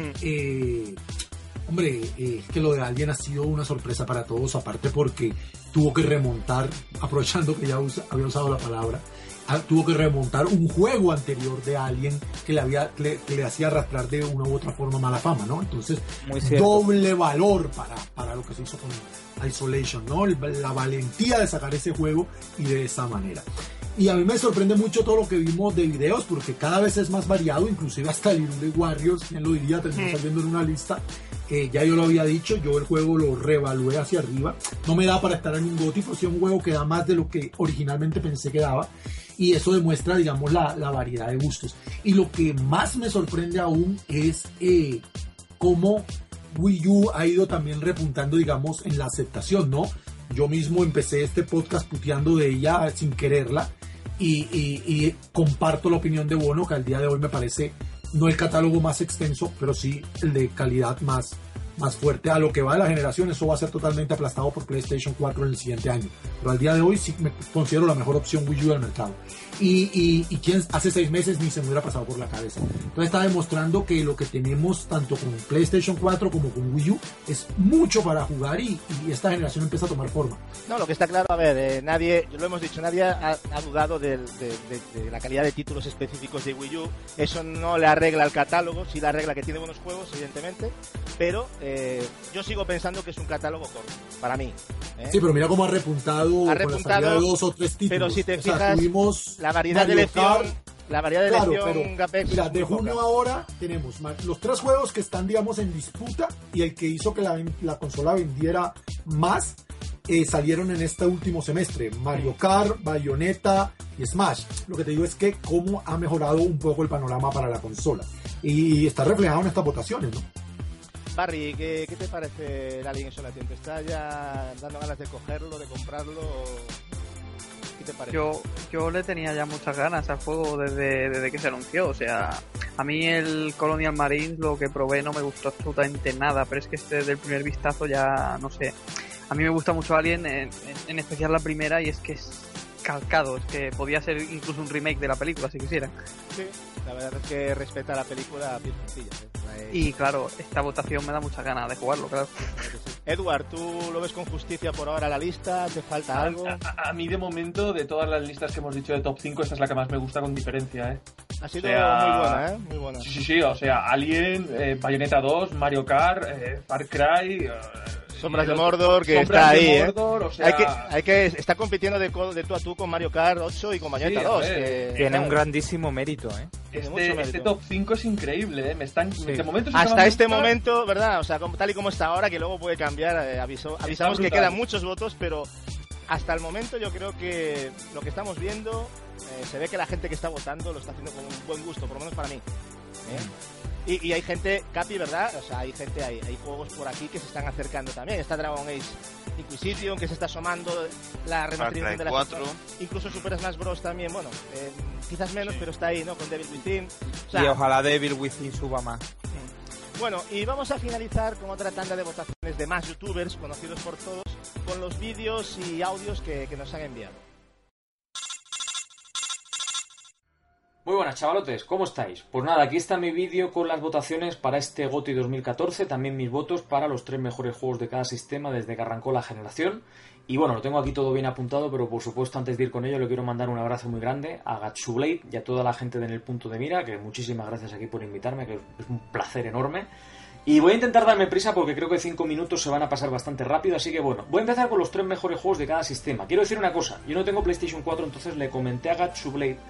Hombre, es que lo de Alien ha sido una sorpresa para todos, aparte porque tuvo que remontar, aprovechando que ya había usado la palabra, tuvo que remontar un juego anterior de Alien que le hacía arrastrar de una u otra forma mala fama, ¿no? Entonces, doble valor para lo que se hizo con Isolation, ¿no? La valentía de sacar ese juego y de esa manera. Y a mí me sorprende mucho todo lo que vimos de videos, porque cada vez es más variado, inclusive hasta el Irule Warriors, ¿quién lo diría? Terminó saliendo en una lista. Ya yo lo había dicho, yo el juego lo reevalué hacia arriba. No me da para estar en un GOTY, pero sí un juego que da más de lo que originalmente pensé que daba. Y eso demuestra, digamos, la variedad de gustos. Y lo que más me sorprende aún es cómo Wii U ha ido también repuntando, digamos, en la aceptación, ¿no? Yo mismo empecé este podcast puteando de ella sin quererla. Y comparto la opinión de Bono, que al día de hoy me parece no el catálogo más extenso, pero sí el de calidad más fuerte. A lo que va de la generación, eso va a ser totalmente aplastado por PlayStation 4 en el siguiente año, pero al día de hoy sí me considero la mejor opción Wii U del mercado. Y quien hace 6 meses ni se me hubiera pasado por la cabeza. Entonces está demostrando que lo que tenemos tanto con PlayStation 4 como con Wii U es mucho para jugar y esta generación empieza a tomar forma. No, lo que está claro, a ver, nadie, lo hemos dicho, nadie ha dudado de la calidad de títulos específicos de Wii U. Eso no le arregla el catálogo, sí le arregla que tiene buenos juegos, evidentemente, pero yo sigo pensando que es un catálogo corto, para mí. Sí, pero mira cómo ha repuntado con la salida de 2 o 3 títulos. Pero si te fijas, tuvimos la variedad de elección, pero Gapex, mira, de junio ahora tenemos los 3 juegos que están, digamos, en disputa y el que hizo que la consola vendiera más, salieron en este último semestre: Mario Kart, Bayonetta y Smash. Lo que te digo es que cómo ha mejorado un poco el panorama para la consola y está reflejado en estas votaciones, ¿no? Barry, ¿qué te parece el Alien Isolation? ¿Te está ya dando ganas de cogerlo, de comprarlo? ¿Qué te parece? Yo le tenía ya muchas ganas al juego desde que se anunció. O sea, a mí el Colonial Marines, lo que probé, no me gustó absolutamente nada, pero es que del primer vistazo ya, no sé. A mí me gusta mucho Alien, en especial la primera, y es que es calcado, es que podía ser incluso un remake de la película si quisieran. Sí, la verdad es que respeta la película a pies juntillas. Y claro, esta votación me da muchas ganas de jugarlo, claro. Edward, ¿tú lo ves con justicia por ahora la lista? ¿Te falta algo? A mí, de momento, de todas las listas que hemos dicho de top 5, esta es la que más me gusta con diferencia, ¿eh? Ha sido muy buena, ¿eh? Muy buena. Sí, o sea, Alien, Bayonetta 2, Mario Kart, Far Cry... Sombras de Mordor, que está ahí, Mordor, o sea... está compitiendo de tú a tú con Mario Kart 8 y con Bayonetta 2. Tiene un grandísimo mérito, ¿eh? Este top 5 es increíble, ¿eh? De momento hasta este momento, ¿verdad? O sea, tal y como está ahora, que luego puede cambiar. Avisamos que quedan muchos votos, pero hasta el momento yo creo que lo que estamos viendo, se ve que la gente que está votando lo está haciendo con un buen gusto, por lo menos para mí. Y hay gente, Capi, ¿verdad? O sea, hay juegos por aquí que se están acercando también. Está Dragon Age Inquisition, que se está asomando, la remasterización de la 4. Incluso Super Smash Bros. También, bueno, quizás menos, pero está ahí, ¿no? Con Devil Within. O sea, y ojalá Devil Within suba más. Bueno, y vamos a finalizar con otra tanda de votaciones de más youtubers conocidos por todos, con los vídeos y audios que nos han enviado. Muy buenas, chavalotes, ¿cómo estáis? Pues nada, aquí está mi vídeo con las votaciones para este GOTY 2014, también mis votos para los 3 mejores juegos de cada sistema desde que arrancó la generación. Y bueno, lo tengo aquí todo bien apuntado, pero por supuesto antes de ir con ello le quiero mandar un abrazo muy grande a Gatsublade y a toda la gente de En el Punto de Mira, que muchísimas gracias aquí por invitarme, que es un placer enorme. Y voy a intentar darme prisa porque creo que 5 minutos se van a pasar bastante rápido, así que bueno, voy a empezar con los 3 mejores juegos de cada sistema. Quiero decir una cosa, yo no tengo PlayStation 4, entonces le comenté a Gatsublade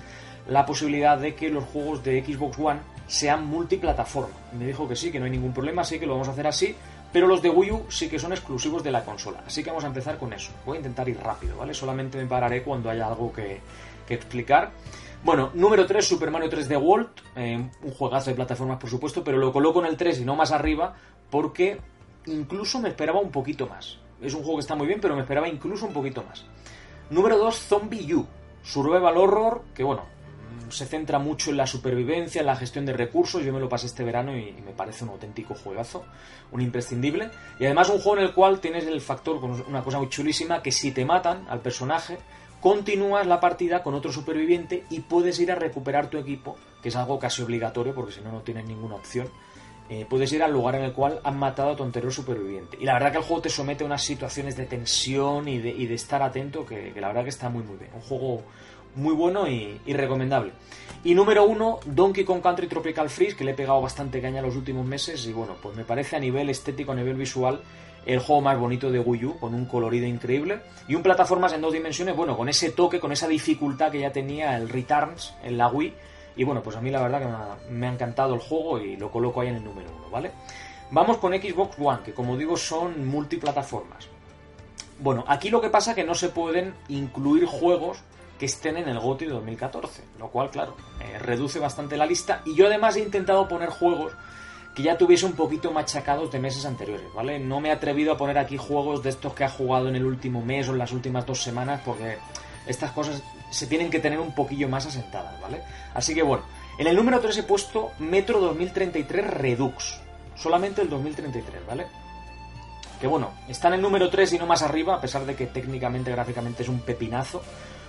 la posibilidad de que los juegos de Xbox One sean multiplataforma. Me dijo que sí, que no hay ningún problema, así que lo vamos a hacer así, pero los de Wii U sí que son exclusivos de la consola. Así que vamos a empezar con eso. Voy a intentar ir rápido, ¿vale? Solamente me pararé cuando haya algo que explicar. Bueno, número 3, Super Mario 3D World, un juegazo de plataformas por supuesto, pero lo coloco en el 3 y no más arriba porque incluso me esperaba un poquito más. Es un juego que está muy bien, pero me esperaba incluso un poquito más. Número 2, Zombie U, Survival Horror, que bueno, se centra mucho en la supervivencia, en la gestión de recursos. Yo me lo pasé este verano y me parece un auténtico juegazo, un imprescindible. Y además un juego en el cual tienes el factor, una cosa muy chulísima, que si te matan al personaje, continúas la partida con otro superviviente y puedes ir a recuperar tu equipo, que es algo casi obligatorio porque si no, no tienes ninguna opción. Puedes ir al lugar en el cual han matado a tu anterior superviviente. Y la verdad que el juego te somete a unas situaciones de tensión y de estar atento que la verdad que está muy muy bien. Un juego muy bueno y recomendable. Y número 1, Donkey Kong Country Tropical Freeze, que le he pegado bastante caña los últimos meses y bueno, pues me parece a nivel estético, a nivel visual, el juego más bonito de Wii U, con un colorido increíble y un plataformas en 2 dimensiones, bueno, con ese toque, con esa dificultad que ya tenía el Returns en la Wii. Y bueno, pues a mí la verdad que me ha encantado el juego y lo coloco ahí en el número 1, ¿vale? Vamos con Xbox One, que como digo son multiplataformas. Bueno, aquí lo que pasa es que no se pueden incluir juegos que estén en el GOTY de 2014, lo cual, claro, reduce bastante la lista. Y yo además he intentado poner juegos que ya tuviese un poquito machacados de meses anteriores, ¿vale? No me he atrevido a poner aquí juegos de estos que ha jugado en el último mes o en las últimas 2 semanas, porque estas cosas se tienen que tener un poquillo más asentadas, ¿vale? Así que bueno, en el número 3 he puesto Metro 2033 Redux, solamente el 2033, ¿vale? Que bueno, está en el número 3 y no más arriba, a pesar de que técnicamente, gráficamente es un pepinazo,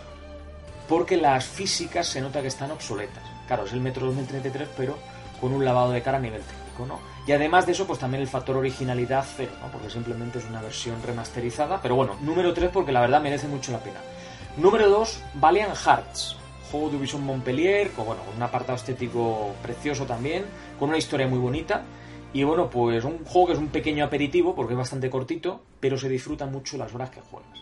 porque las físicas se nota que están obsoletas. Claro, es el Metro 2033, pero con un lavado de cara a nivel técnico, ¿no? Y además de eso, pues también el factor originalidad cero, ¿no? Porque simplemente es una versión remasterizada, pero bueno, número 3 porque la verdad merece mucho la pena. Número 2, Valiant Hearts, juego de Ubisoft Montpellier, con un apartado estético precioso también, con una historia muy bonita, y bueno, pues un juego que es un pequeño aperitivo, porque es bastante cortito, pero se disfruta mucho las horas que juegas.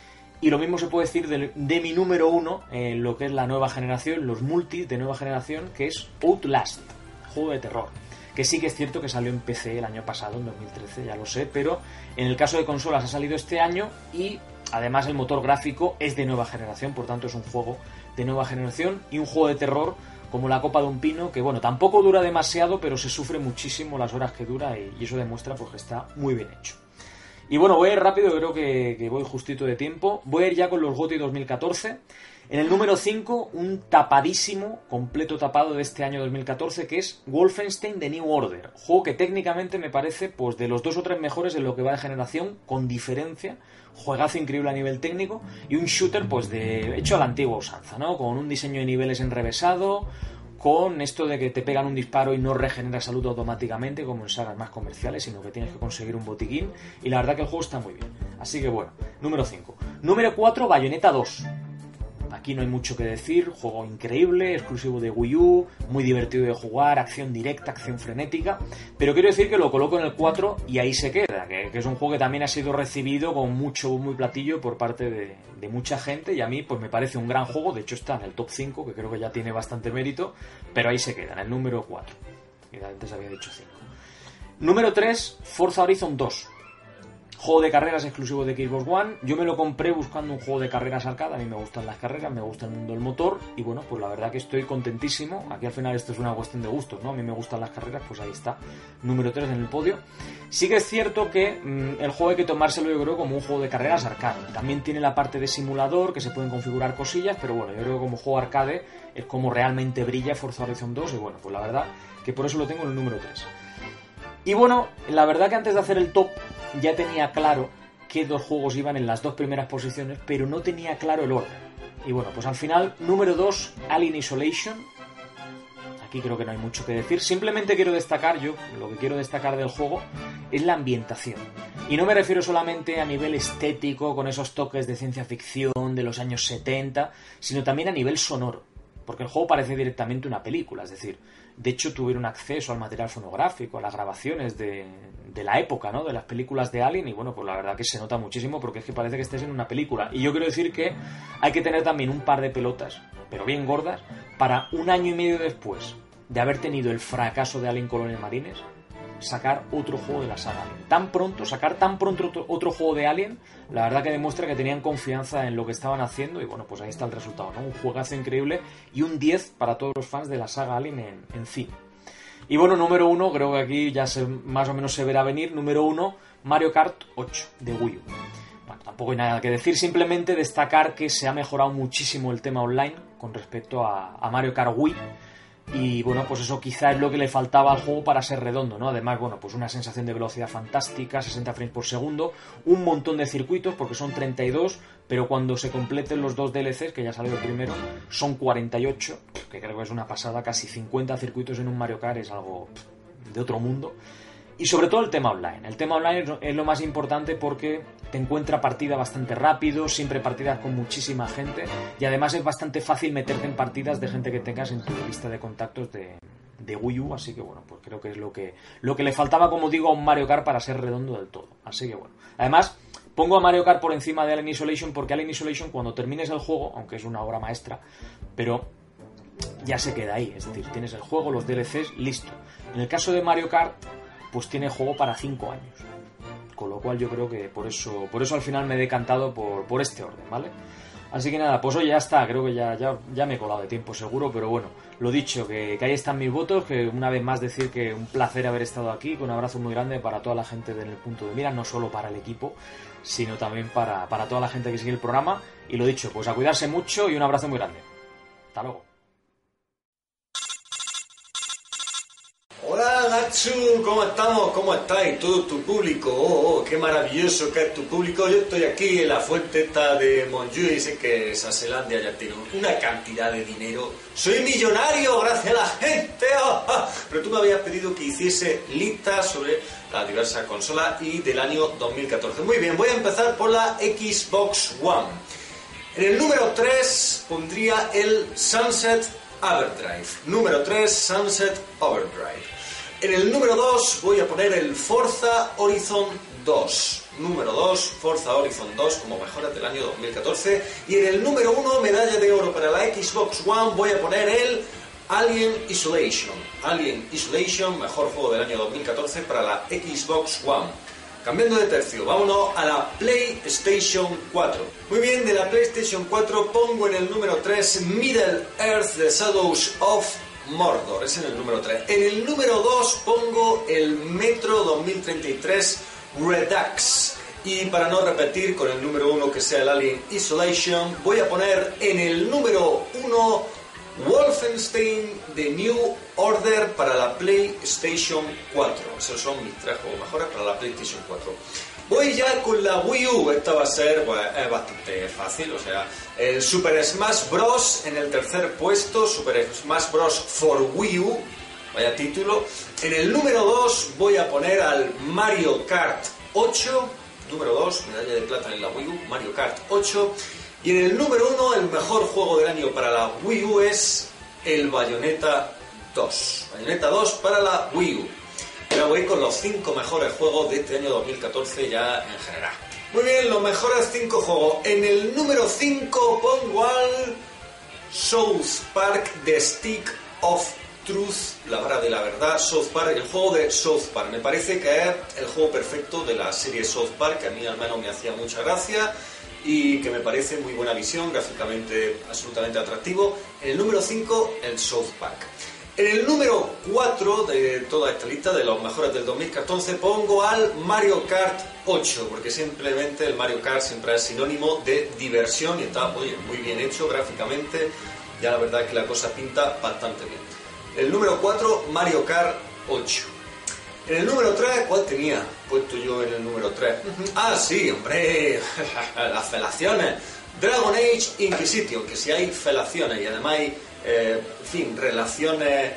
Y lo mismo se puede decir de mi número 1, lo que es la nueva generación, los multis de nueva generación, que es Outlast, juego de terror. Que sí que es cierto que salió en PC el año pasado, en 2013, ya lo sé, pero en el caso de consolas ha salido este año y además el motor gráfico es de nueva generación, por tanto es un juego de nueva generación y un juego de terror como la copa de un pino, que bueno, tampoco dura demasiado, pero se sufre muchísimo las horas que dura y eso demuestra pues que está muy bien hecho. Y bueno, voy a ir rápido, creo que voy justito de tiempo. Voy a ir ya con los GOTY 2014. En el número 5, un tapadísimo, completo tapado de este año 2014, que es Wolfenstein The New Order. Juego que técnicamente me parece pues de los 2 o 3 mejores en lo que va de generación, con diferencia. Juegazo increíble a nivel técnico y un shooter pues hecho a la antigua usanza, ¿no? Con un diseño de niveles enrevesado, con esto de que te pegan un disparo y no regenera salud automáticamente como en sagas más comerciales, sino que tienes que conseguir un botiquín, y la verdad que el juego está muy bien. Así que bueno, número 5. Número 4, Bayonetta 2. Aquí no hay mucho que decir, juego increíble, exclusivo de Wii U, muy divertido de jugar, acción directa, acción frenética, pero quiero decir que lo coloco en el 4 y ahí se queda, que es un juego que también ha sido recibido con mucho bombo y platillo por parte de mucha gente, y a mí pues me parece un gran juego. De hecho está en el top 5, que creo que ya tiene bastante mérito, pero ahí se queda, en el número 4, y antes había dicho 5. Número 3, Forza Horizon 2. Juego de carreras exclusivo de Xbox One. Yo me lo compré buscando un juego de carreras arcade. A mí me gustan las carreras, me gusta el mundo del motor. Y bueno, pues la verdad que estoy contentísimo. Aquí al final esto es una cuestión de gustos, ¿no? A mí me gustan las carreras, pues ahí está. Número 3 en el podio. Sí que es cierto que el juego hay que tomárselo, yo creo, como un juego de carreras arcade. También tiene la parte de simulador, que se pueden configurar cosillas, pero bueno, yo creo que como juego arcade es como realmente brilla Forza Horizon 2. Y bueno, pues la verdad que por eso lo tengo en el número 3. Y bueno, la verdad que antes de hacer el top ya tenía claro que 2 juegos iban en las 2 primeras posiciones, pero no tenía claro el orden. Y bueno, pues al final, número 2, Alien Isolation. Aquí creo que no hay mucho que decir. Simplemente quiero destacar, lo que quiero destacar del juego es la ambientación. Y no me refiero solamente a nivel estético, con esos toques de ciencia ficción de los años 70, sino también a nivel sonoro. Porque el juego parece directamente una película, es decir, de hecho tuvieron acceso al material fonográfico, a las grabaciones de la época, ¿no? De las películas de Alien, y bueno, pues la verdad que se nota muchísimo porque es que parece que estés en una película. Y yo quiero decir que hay que tener también un par de pelotas pero bien gordas, para un año y medio después de haber tenido el fracaso de Alien Colonial Marines, sacar otro juego de la saga Alien. Sacar tan pronto otro juego de Alien, la verdad que demuestra que tenían confianza en lo que estaban haciendo y bueno, pues ahí está el resultado, ¿no? Un juegazo increíble y un 10 para todos los fans de la saga Alien en cine. Y bueno, número 1, creo que aquí ya más o menos se verá venir, número 1, Mario Kart 8 de Wii U. Bueno, tampoco hay nada que decir, simplemente destacar que se ha mejorado muchísimo el tema online con respecto a Mario Kart Wii. Y bueno, pues eso quizá es lo que le faltaba al juego para ser redondo, ¿no? Además, bueno, pues una sensación de velocidad fantástica, 60 frames por segundo, un montón de circuitos, porque son 32, pero cuando se completen los 2 DLCs, que ya salió el primero, son 48, que creo que es una pasada, casi 50 circuitos en un Mario Kart, es algo de otro mundo. Y sobre todo el tema online. El tema online es lo más importante porque te encuentra partida bastante rápido, siempre partidas con muchísima gente y además es bastante fácil meterte en partidas de gente que tengas en tu lista de contactos de Wii U, así que bueno, pues creo que es lo que le faltaba, como digo, a un Mario Kart para ser redondo del todo. Así que bueno, además pongo a Mario Kart por encima de Alien Isolation porque Alien Isolation, cuando termines el juego, aunque es una obra maestra, pero ya se queda ahí, es decir, tienes el juego, los DLCs, listo. En el caso de Mario Kart, pues tiene juego para 5 años. Con lo cual yo creo que por eso al final me he decantado por este orden, ¿vale? Así que nada, pues hoy ya está, creo que ya me he colado de tiempo seguro, pero bueno, lo dicho, que ahí están mis votos, que una vez más decir que un placer haber estado aquí, con un abrazo muy grande para toda la gente del punto de mira, no solo para el equipo, sino también para toda la gente que sigue el programa, y lo dicho, pues a cuidarse mucho y un abrazo muy grande. Hasta luego. Hola Gatsu, ¿cómo estamos? ¿Cómo estáis? Todo tu público, qué maravilloso que es tu público. Yo estoy aquí en la fuente esta de Montjuïc, sé que Saselandia ya tiene una cantidad de dinero. Soy millonario gracias a la gente, pero tú me habías pedido que hiciese listas sobre las diversas consolas y del año 2014. Muy bien, voy a empezar por la Xbox One. En el número 3 pondría el Sunset Overdrive. Número 3, Sunset Overdrive. En el número 2 voy a poner el Forza Horizon 2. Número 2, Forza Horizon 2 como mejoras del año 2014. Y en el número 1, medalla de oro para la Xbox One, voy a poner el Alien Isolation. Alien Isolation, mejor juego del año 2014 para la Xbox One. Cambiando de tercio, vámonos a la PlayStation 4. Muy bien, de la PlayStation 4 pongo en el número 3 Middle Earth The Shadows of Mordor. Es en el número 3. En el número 2 pongo el Metro 2033 Redux. Y para no repetir con el número 1 que sea el Alien Isolation, voy a poner en el número 1 Wolfenstein The New Order para la PlayStation 4. Esos son mis 3 juegos mejores para la PlayStation 4. Voy ya con la Wii U. Esta va a ser es bastante fácil. O sea, el Super Smash Bros. En el tercer puesto. Super Smash Bros. For Wii U. Vaya título. En el número 2 voy a poner al Mario Kart 8. Número 2, medalla de plata en la Wii U. Mario Kart 8. Y en el número 1, el mejor juego del año para la Wii U es el Bayonetta 2. Bayonetta 2 para la Wii U. Ya voy con los 5 mejores juegos de este año 2014 ya en general. Muy bien, los mejores 5 juegos. En el número 5 pongo al South Park The Stick of Truth, la vara de la verdad. South Park, el juego de South Park. Me parece que es el juego perfecto de la serie South Park, que a mí al menos me hacía mucha gracia y que me parece muy buena visión, gráficamente absolutamente atractivo. En el número 5, el South Park. En el número 4 de toda esta lista de los mejores del 2014 pongo al Mario Kart 8, porque simplemente el Mario Kart siempre es sinónimo de diversión y está muy bien hecho gráficamente. Ya la verdad es que la cosa pinta bastante bien. El número 4, Mario Kart 8. En el número 3, ¿cuál tenía puesto yo en el número 3? Ah, sí, hombre, las felaciones. Dragon Age Inquisition, que si hay felaciones y además hay, en fin, relaciones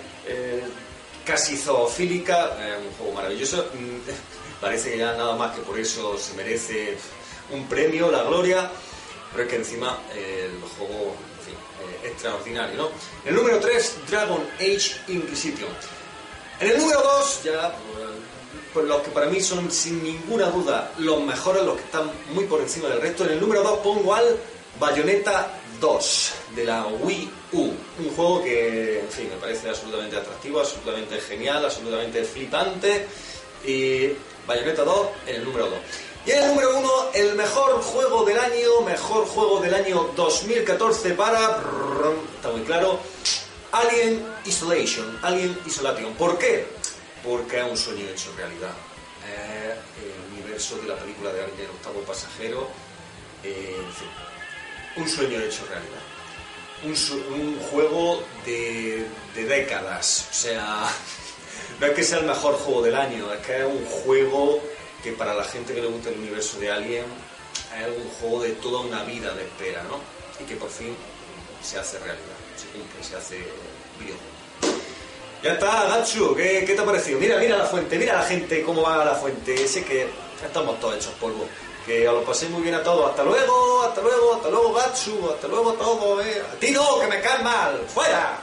casi zoofílicas, un juego maravilloso. Parece que ya nada más que por eso se merece un premio, la gloria, pero es que encima el juego, en fin, extraordinario, ¿no? En el número 3, Dragon Age Inquisition. En el número 2, ya, pues los que para mí son sin ninguna duda los mejores, los que están muy por encima del resto. En el número 2 pongo al Bayonetta 2 de la Wii U. Un juego que, en fin, me parece absolutamente atractivo, absolutamente genial, absolutamente flipante. Y Bayonetta 2 en el número 2. Y en el número 1, el mejor juego del año 2014 para... Está muy claro. Alien Isolation. ¿Por qué? Porque es un sueño hecho realidad. El universo de la película de Alien, el octavo pasajero. En fin, un sueño hecho realidad. Un juego de décadas. O sea, no es que sea el mejor juego del año, es que es un juego que para la gente que le gusta el universo de Alien es un juego de toda una vida de espera, ¿no? Y que por fin se hace realidad, se cumple, se hace videojuego. Ya está, Gatsu, ¿qué te ha parecido? Mira la fuente, mira la gente cómo va a la fuente. Sé que estamos todos hechos polvo. Que os lo paséis muy bien a todos. Hasta luego, Gatsu, hasta luego a todos, A ti no, que me caes mal, ¡fuera!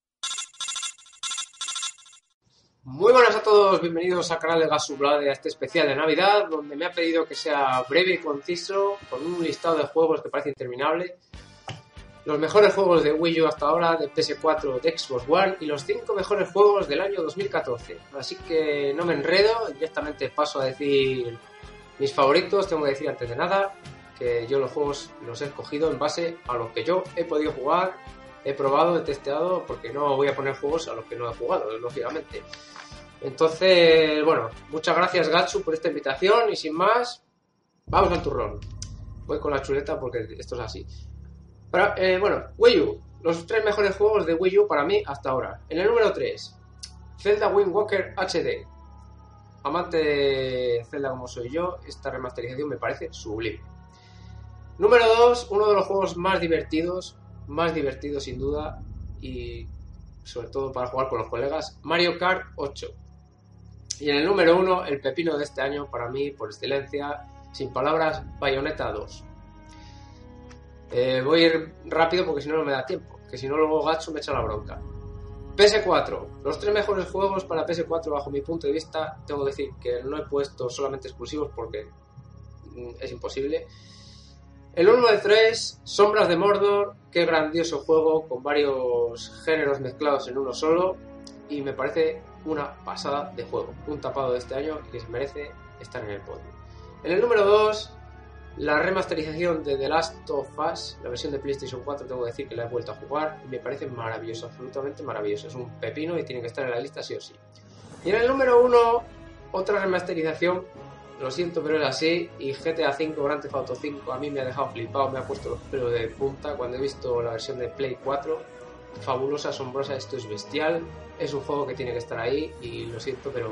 Muy buenas a todos, bienvenidos al canal de Gatsublade, a este especial de Navidad, donde me ha pedido que sea breve y conciso, con un listado de juegos que parece interminable. Los mejores juegos de Wii U hasta ahora, de PS4, de Xbox One y los 5 mejores juegos del año 2014. Así que no me enredo, directamente paso a decir mis favoritos. Tengo que decir antes de nada que yo los juegos los he escogido en base a lo que yo he podido jugar, he probado, he testeado, porque no voy a poner juegos a los que no he jugado, lógicamente. Entonces, bueno, muchas gracias Gatsu por esta invitación y sin más, vamos al turrón. Voy con la chuleta porque esto es así. Pero, bueno, Wii U. Los 3 mejores juegos de Wii U para mí hasta ahora. En el número 3, Zelda Wind Waker HD. Amante de Zelda como soy yo, esta remasterización me parece sublime. Número 2, uno de los juegos más divertidos sin duda, y sobre todo para jugar con los colegas, Mario Kart 8. Y en el número 1, el pepino de este año, para mí, por excelencia, sin palabras, Bayonetta 2. Voy a ir rápido porque si no me da tiempo, que si no luego Gatsu me echa la bronca. PS4, los 3 mejores juegos para PS4 bajo mi punto de vista. Tengo que decir que no he puesto solamente exclusivos porque es imposible. El 1 de 3, Sombras de Mordor, qué grandioso juego con varios géneros mezclados en uno solo y me parece una pasada de juego, un tapado de este año y que se merece estar en el podio. En el número 2, la remasterización de The Last of Us, la versión de PlayStation 4, tengo que decir que la he vuelto a jugar y me parece maravilloso, absolutamente maravilloso. Es un pepino y tiene que estar en la lista sí o sí. Y en el número 1, otra remasterización, lo siento pero es así, y GTA V, Grand Theft Auto 5 a mí me ha dejado flipado, me ha puesto los pelos de punta cuando he visto la versión de Play 4. Fabulosa, asombrosa, esto es bestial, es un juego que tiene que estar ahí y lo siento pero...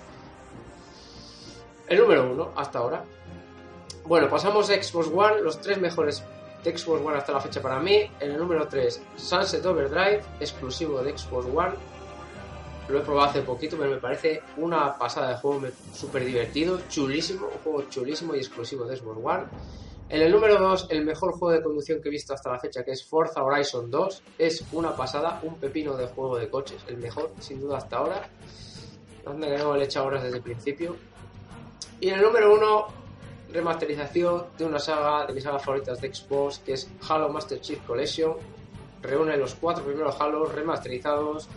El número 1 hasta ahora. Bueno, pasamos a Xbox One, los 3 mejores de Xbox One hasta la fecha para mí. En el número 3, Sunset Overdrive, exclusivo de Xbox One. Lo he probado hace poquito, pero me parece una pasada de juego, súper divertido, chulísimo, un juego chulísimo y exclusivo de Xbox One. En el número 2, el mejor juego de conducción que he visto hasta la fecha, que es Forza Horizon 2. Es una pasada, un pepino de juego de coches, el mejor, sin duda, hasta ahora. Anda que no le he echado horas desde el principio. Y en el número 1, remasterización de una saga, de mis sagas favoritas de Xbox, que es Halo Master Chief Collection. Reúne los 4 primeros Halo remasterizados.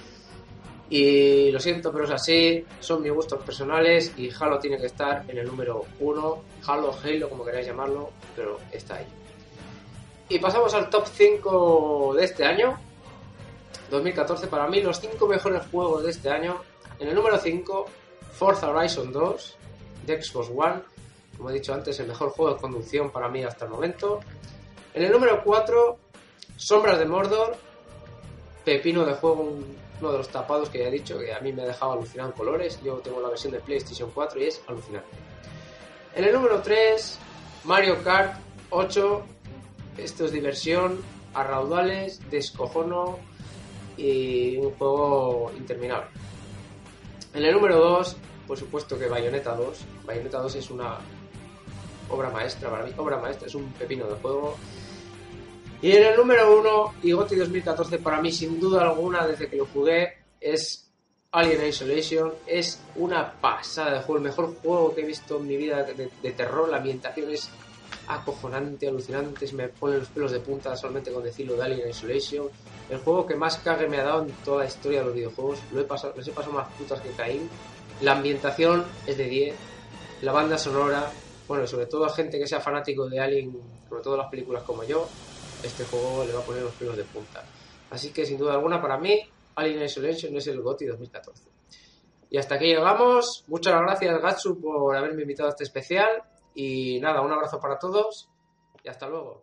Y lo siento, pero es así, son mis gustos personales y Halo tiene que estar en el número 1, Halo, como queráis llamarlo, pero está ahí. Y pasamos al top 5 de este año, 2014, para mí los 5 mejores juegos de este año. En el número 5, Forza Horizon 2, de Xbox One, como he dicho antes, el mejor juego de conducción para mí hasta el momento. En el número 4, Sombras de Mordor, pepino de juego, uno de los tapados que ya he dicho, que a mí me ha dejado alucinado en colores. Yo tengo la versión de PlayStation 4 y es alucinante. En el número 3, Mario Kart 8. Esto es diversión a raudales, descojono y un juego interminable. En el número 2, por supuesto que Bayonetta 2. Bayonetta 2 es una obra maestra para mí, obra maestra, es un pepino de juego. Y en el número 1, y GOTY 2014 para mí sin duda alguna desde que lo jugué, es Alien Isolation. Es una pasada de juego, el mejor juego que he visto en mi vida de terror. La ambientación es acojonante, alucinante, se me ponen los pelos de punta solamente con decirlo de Alien Isolation. El juego que más cague me ha dado en toda la historia de los videojuegos. Les he pasado más putas que Caín. La ambientación es de 10. La banda sonora, bueno, y sobre todo a gente que sea fanático de Alien, sobre todo las películas como yo, este juego le va a poner los pelos de punta. Así que sin duda alguna para mí Alien Isolation es el GOTY 2014. Y hasta aquí llegamos. Muchas gracias, Gatsu, por haberme invitado a este especial. Y nada, un abrazo para todos y hasta luego.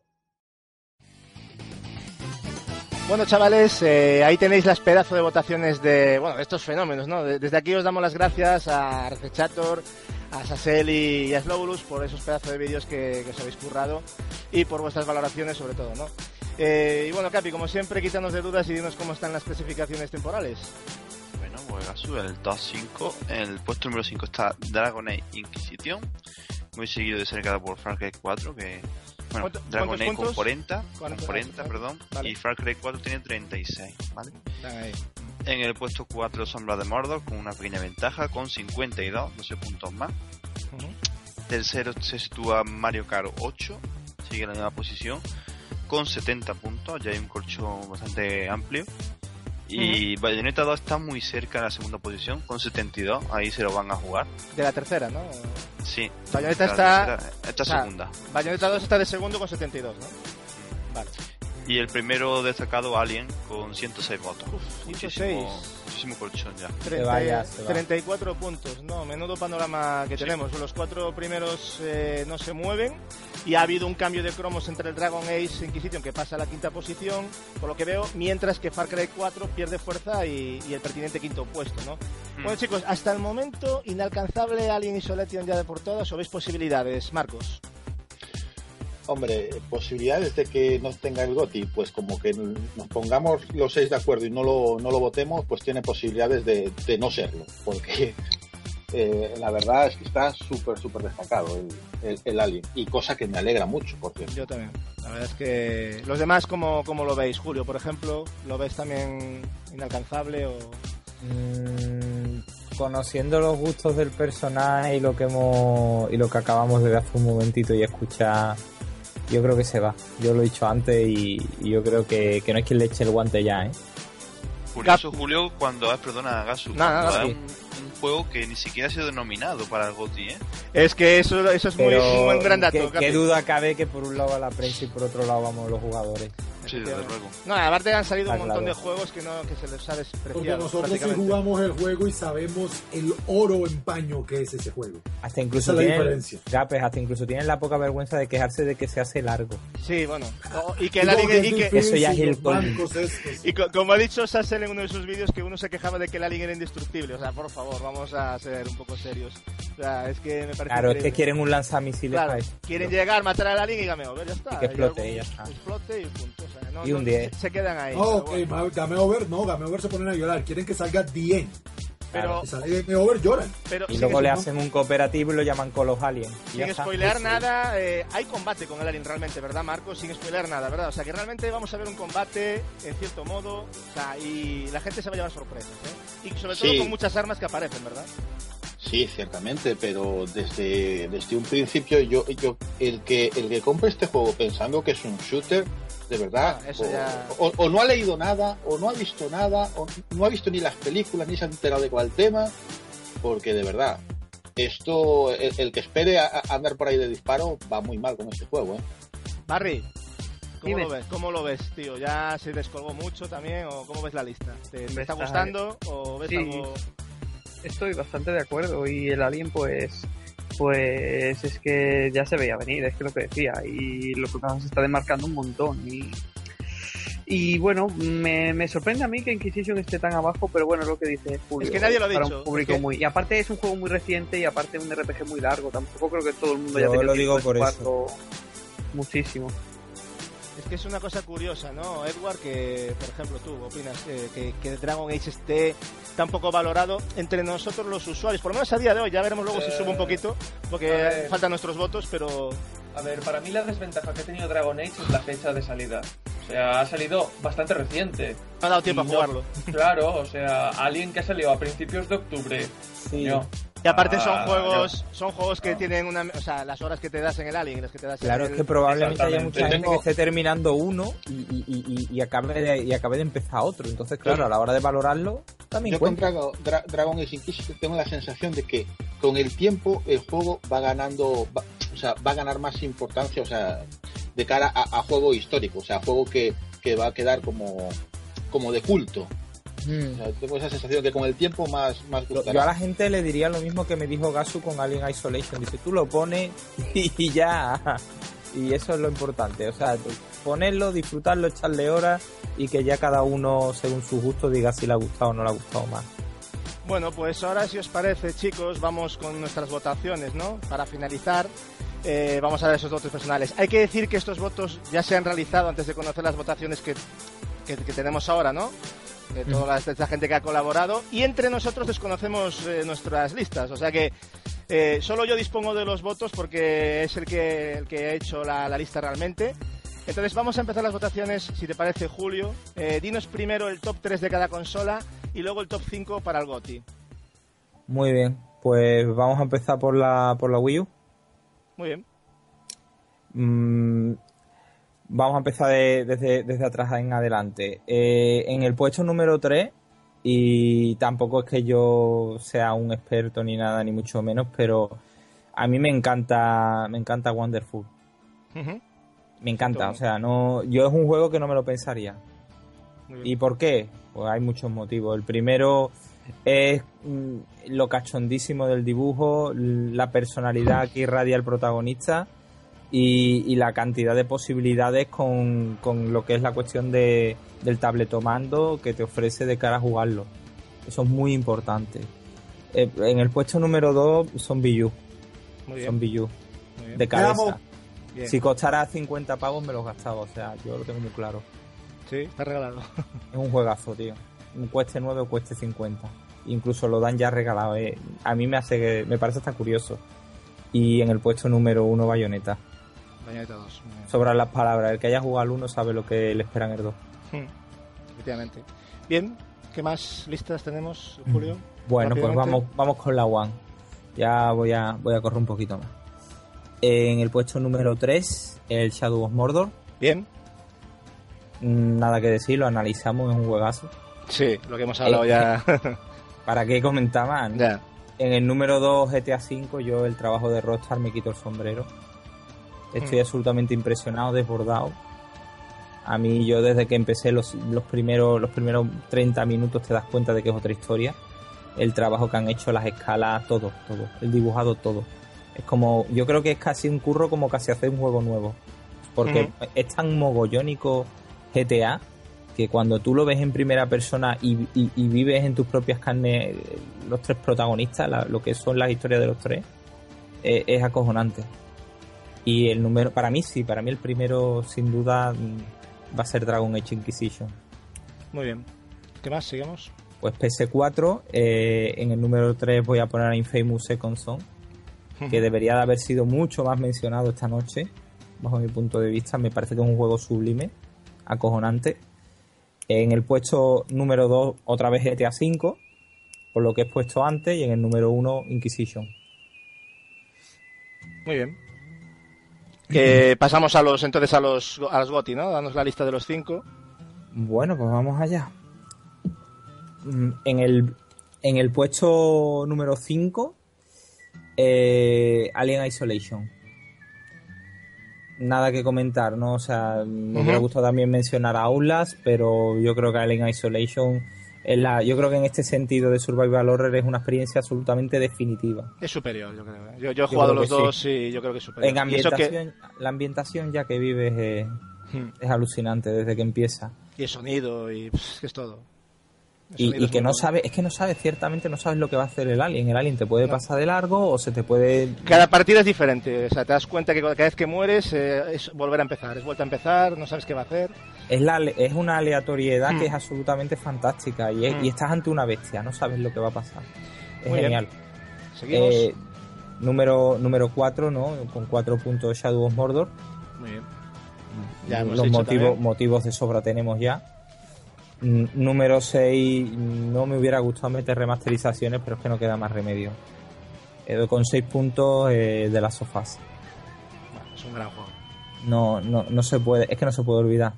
Bueno, chavales, ahí tenéis las pedazos de votaciones de estos fenómenos, ¿no? Desde aquí os damos las gracias a Arcechator, a Sassel y a Slowulus por esos pedazos de vídeos que os habéis currado y por vuestras valoraciones sobre todo, ¿no? Y bueno, Capi, como siempre, quítanos de dudas y dinos cómo están las clasificaciones temporales. Bueno, pues Gasu, el top 5, en el puesto número 5 está Dragon Age Inquisition, muy seguido de cerca por Far Cry 4, que... Bueno, Dragon Age con 40, perdón, vale. Y Far Cry 4 tiene 36, ¿vale? En el puesto 4 Sombra de Mordor con una pequeña ventaja, con 52, 12 puntos más. Tercero se sitúa Mario Kart 8, sigue en la misma posición, con 70 puntos, ya hay un colchón bastante amplio. Y Bayonetta 2 está muy cerca en la segunda posición, con 72, ahí se lo van a jugar. De la tercera, ¿no? Sí. Bayonetta está... Esta segunda. Bayonetta 2 está de segundo con 72, ¿no? Vale. Y el primero destacado, Alien, con 106 votos. Muchísimo colchón ya. 34 puntos, no, menudo panorama que tenemos. Los 4 primeros no se mueven y ha habido un cambio de cromos entre el Dragon Age Inquisition, que pasa a la quinta posición, por lo que veo, mientras que Far Cry 4 pierde fuerza y el pertinente quinto puesto, ¿no? Bueno, chicos, hasta el momento, inalcanzable Alien Isolation ya de por todas, ¿o veis posibilidades, Marcos? Hombre, posibilidades de que no tenga el GOTY, pues como que nos pongamos los 6 de acuerdo y no lo votemos, pues tiene posibilidades de no serlo, porque la verdad es que está súper destacado el Alien, y cosa que me alegra mucho, por cierto. Yo también, la verdad es que... ¿Los demás cómo lo veis? Julio, por ejemplo, ¿lo ves también inalcanzable o...? Conociendo los gustos del personaje y lo que acabamos de ver hace un momentito y escuchar, yo creo que se va. Yo lo he dicho antes y yo creo que no es quien le eche el guante ya, ¿eh? Curioso, Julio, cuando perdona, Gasu, nada, un juego que ni siquiera ha sido denominado para el GOTY, ¿eh? Es que eso es muy buen gran dato. ¿Qué duda cabe que por un lado va la prensa y por otro lado vamos los jugadores? Sí, desde luego. No, aparte han salido un montón de juegos que se les ha despreciado. Porque nosotros sí jugamos el juego y sabemos el oro en paño que es ese juego. Hasta incluso tienen la poca vergüenza de quejarse de que se hace largo. Sí, bueno. Y que el Alien... Eso ya es el colmo. Y como ha dicho Sassel en uno de sus vídeos, que uno se quejaba de que el Alien era indestructible. O sea, por favor, vamos a ser un poco serios. O sea, es que me parece claro, increíble. Es que quieren un lanzamisiles. Claro, quieren llegar, matar al Alien y Game Over, ya está. Y que explote, y ya está. Explote y punto. O sea, y un 10. Se quedan ahí. Game Over se ponen a llorar. Quieren que salga The End. Pero si sale Game Over lloran. Y luego le hacen un cooperativo y lo llaman Call of Alien. Sin spoilear nada, hay combate con el Alien realmente, ¿verdad, Marcos? Sin spoilear nada, ¿verdad? O sea, que realmente vamos a ver un combate en cierto modo, o sea, y la gente se va a llevar sorpresas, ¿eh? Y sobre todo con muchas armas que aparecen, ¿verdad? Sí, ciertamente, pero desde un principio yo el que compre este juego pensando que es un shooter, de verdad, o no ha leído nada, o no ha visto nada, o no ha visto ni las películas, ni se ha enterado de cuál tema, porque de verdad, esto, el que espere a andar por ahí de disparo va muy mal con este juego, ¿eh? Barry, ¿cómo lo ves, tío? ¿Ya se descolgó mucho también, o cómo ves la lista? ¿Te está gustando, o ves algo...? Estoy bastante de acuerdo, y el Alien pues es que ya se veía venir, es que lo que decía, y lo que se está demarcando un montón, y bueno, me sorprende a mí que Inquisition esté tan abajo, pero bueno, es lo que dice Julio. Es que nadie lo ha para dicho. Un público y aparte es un juego muy reciente, y aparte un RPG muy largo, tampoco creo que todo el mundo haya tenido lo digo por eso. Muchísimo. Es que es una cosa curiosa, ¿no, Edward? Que, por ejemplo, tú opinas que Dragon Age esté tan poco valorado entre nosotros los usuarios, por lo menos a día de hoy. Ya veremos luego si sube un poquito, porque faltan nuestros votos, pero... A ver, para mí la desventaja que ha tenido Dragon Age es la fecha de salida. O sea, ha salido bastante reciente. Ha dado tiempo a jugarlo. Claro, o sea, Alien que ha salido a principios de octubre. Sí. Y aparte son juegos que tienen o sea, las horas que te das en el Alien y las que te das claro, en el... es que probablemente haya mucha gente que esté terminando uno y acabe de empezar otro. Entonces, claro, a la hora de valorarlo, también cuenta. Yo con Dragon Age Inquisition tengo la sensación de que con el tiempo el juego va ganando, va a ganar más importancia, o sea, de cara a juego histórico, o sea, juego que va a quedar como de culto. O sea, tengo esa sensación que con el tiempo más gustará. Yo a la gente le diría lo mismo que me dijo Gasu con Alien Isolation. Dice, tú lo pones y ya. Y eso es lo importante. O sea, ponerlo, disfrutarlo, echarle horas y que ya cada uno, según su gusto, diga si le ha gustado o no le ha gustado más. Bueno, pues ahora, si os parece, chicos, vamos con nuestras votaciones, ¿no? Para finalizar, vamos a ver esos votos personales. Hay que decir que estos votos ya se han realizado antes de conocer las votaciones que tenemos ahora, ¿no? De toda esta gente que ha colaborado, y entre nosotros desconocemos nuestras listas, o sea que solo yo dispongo de los votos porque es el que ha hecho la lista realmente. Entonces vamos a empezar las votaciones, si te parece, Julio. Dinos primero el top 3 de cada consola y luego el top 5 para el GOTY. Muy bien, pues vamos a empezar por la Wii U. Muy bien. Vamos a empezar desde atrás en adelante. En el puesto número 3, y tampoco es que yo sea un experto ni nada, ni mucho menos, pero a mí me encanta Wonderful. Me encanta, o sea, yo es un juego que no me lo pensaría. ¿Y por qué? Pues hay muchos motivos. El primero es lo cachondísimo del dibujo, la personalidad que irradia el protagonista y la cantidad de posibilidades con lo que es la cuestión del tabletomando que te ofrece de cara a jugarlo. Eso es muy importante. En el puesto número 2 son Wii U. Son Wii U. De cabeza. Si costara 50 pavos me los gastaba, o sea, yo lo tengo muy claro. Sí, está regalado. Es un juegazo, tío. Cueste 9 o cueste 50. Incluso lo dan ya regalado. A mí me parece hasta curioso. Y en el puesto número 1, Bayonetta. Bayonetta 2. Sobran las palabras. El que haya jugado al 1 sabe lo que le espera en el 2. Efectivamente. Bien, ¿qué más listas tenemos, Julio? Bueno, pues vamos con la One. Ya voy a correr un poquito más. En el puesto número 3, el Shadow of Mordor. Bien. Nada que decir, lo analizamos, es un juegazo. Sí, lo que hemos hablado ya. ¿Para qué comentar más? Ya. En el número 2, GTA V, yo el trabajo de Rockstar me quito el sombrero. Estoy absolutamente impresionado, desbordado. A mí, yo desde que empecé los primeros 30 minutos te das cuenta de que es otra historia. El trabajo que han hecho, las escalas, todo. El dibujado, todo. Es como, yo creo que es casi un curro como casi hacer un juego nuevo. Porque es tan mogollónico GTA que cuando tú lo ves en primera persona y vives en tus propias carnes los tres protagonistas, lo que son las historias de los tres, es acojonante. Y el número, para mí el primero sin duda va a ser Dragon Age Inquisition. Muy bien. ¿Qué más? ¿Sigamos? Pues PS4, en el número 3 voy a poner a Infamous Second Son, que debería de haber sido mucho más mencionado esta noche, bajo mi punto de vista. Me parece que es un juego sublime, acojonante. En el puesto número 2, otra vez GTA V, por lo que he puesto antes, y en el número 1, Inquisition. Muy bien. Pasamos a los GOTY, ¿no? Danos la lista de los 5. Bueno, pues vamos allá. En el puesto número 5, Alien Isolation. Nada que comentar, ¿no? O sea, me hubiera gustado también mencionar a Outlast, pero yo creo que Alien Isolation yo creo que en este sentido de Survival Horror es una experiencia absolutamente definitiva. Es superior, yo creo. Yo he jugado los dos y yo creo que es superior. En ambientación, la ambientación ya que vives es alucinante desde que empieza. Y el sonido, y es todo. Y que no sabes, ciertamente no sabes lo que va a hacer el alien. El alien te puede pasar de largo o se te puede... Cada partida es diferente, o sea, te das cuenta que cada vez que mueres es volver a empezar, es vuelta a empezar, no sabes qué va a hacer. Es una aleatoriedad que es absolutamente fantástica y estás ante una bestia, no sabes lo que va a pasar. Es muy genial. Seguimos. Número 4, ¿no? Con 4 puntos Shadow of Mordor. Muy bien. Ya los motivos de sobra tenemos ya. Número 6, no me hubiera gustado meter remasterizaciones, pero es que no queda más remedio. Con 6 puntos de las sofás. Bueno, es un gran juego. No se puede, es que no se puede olvidar.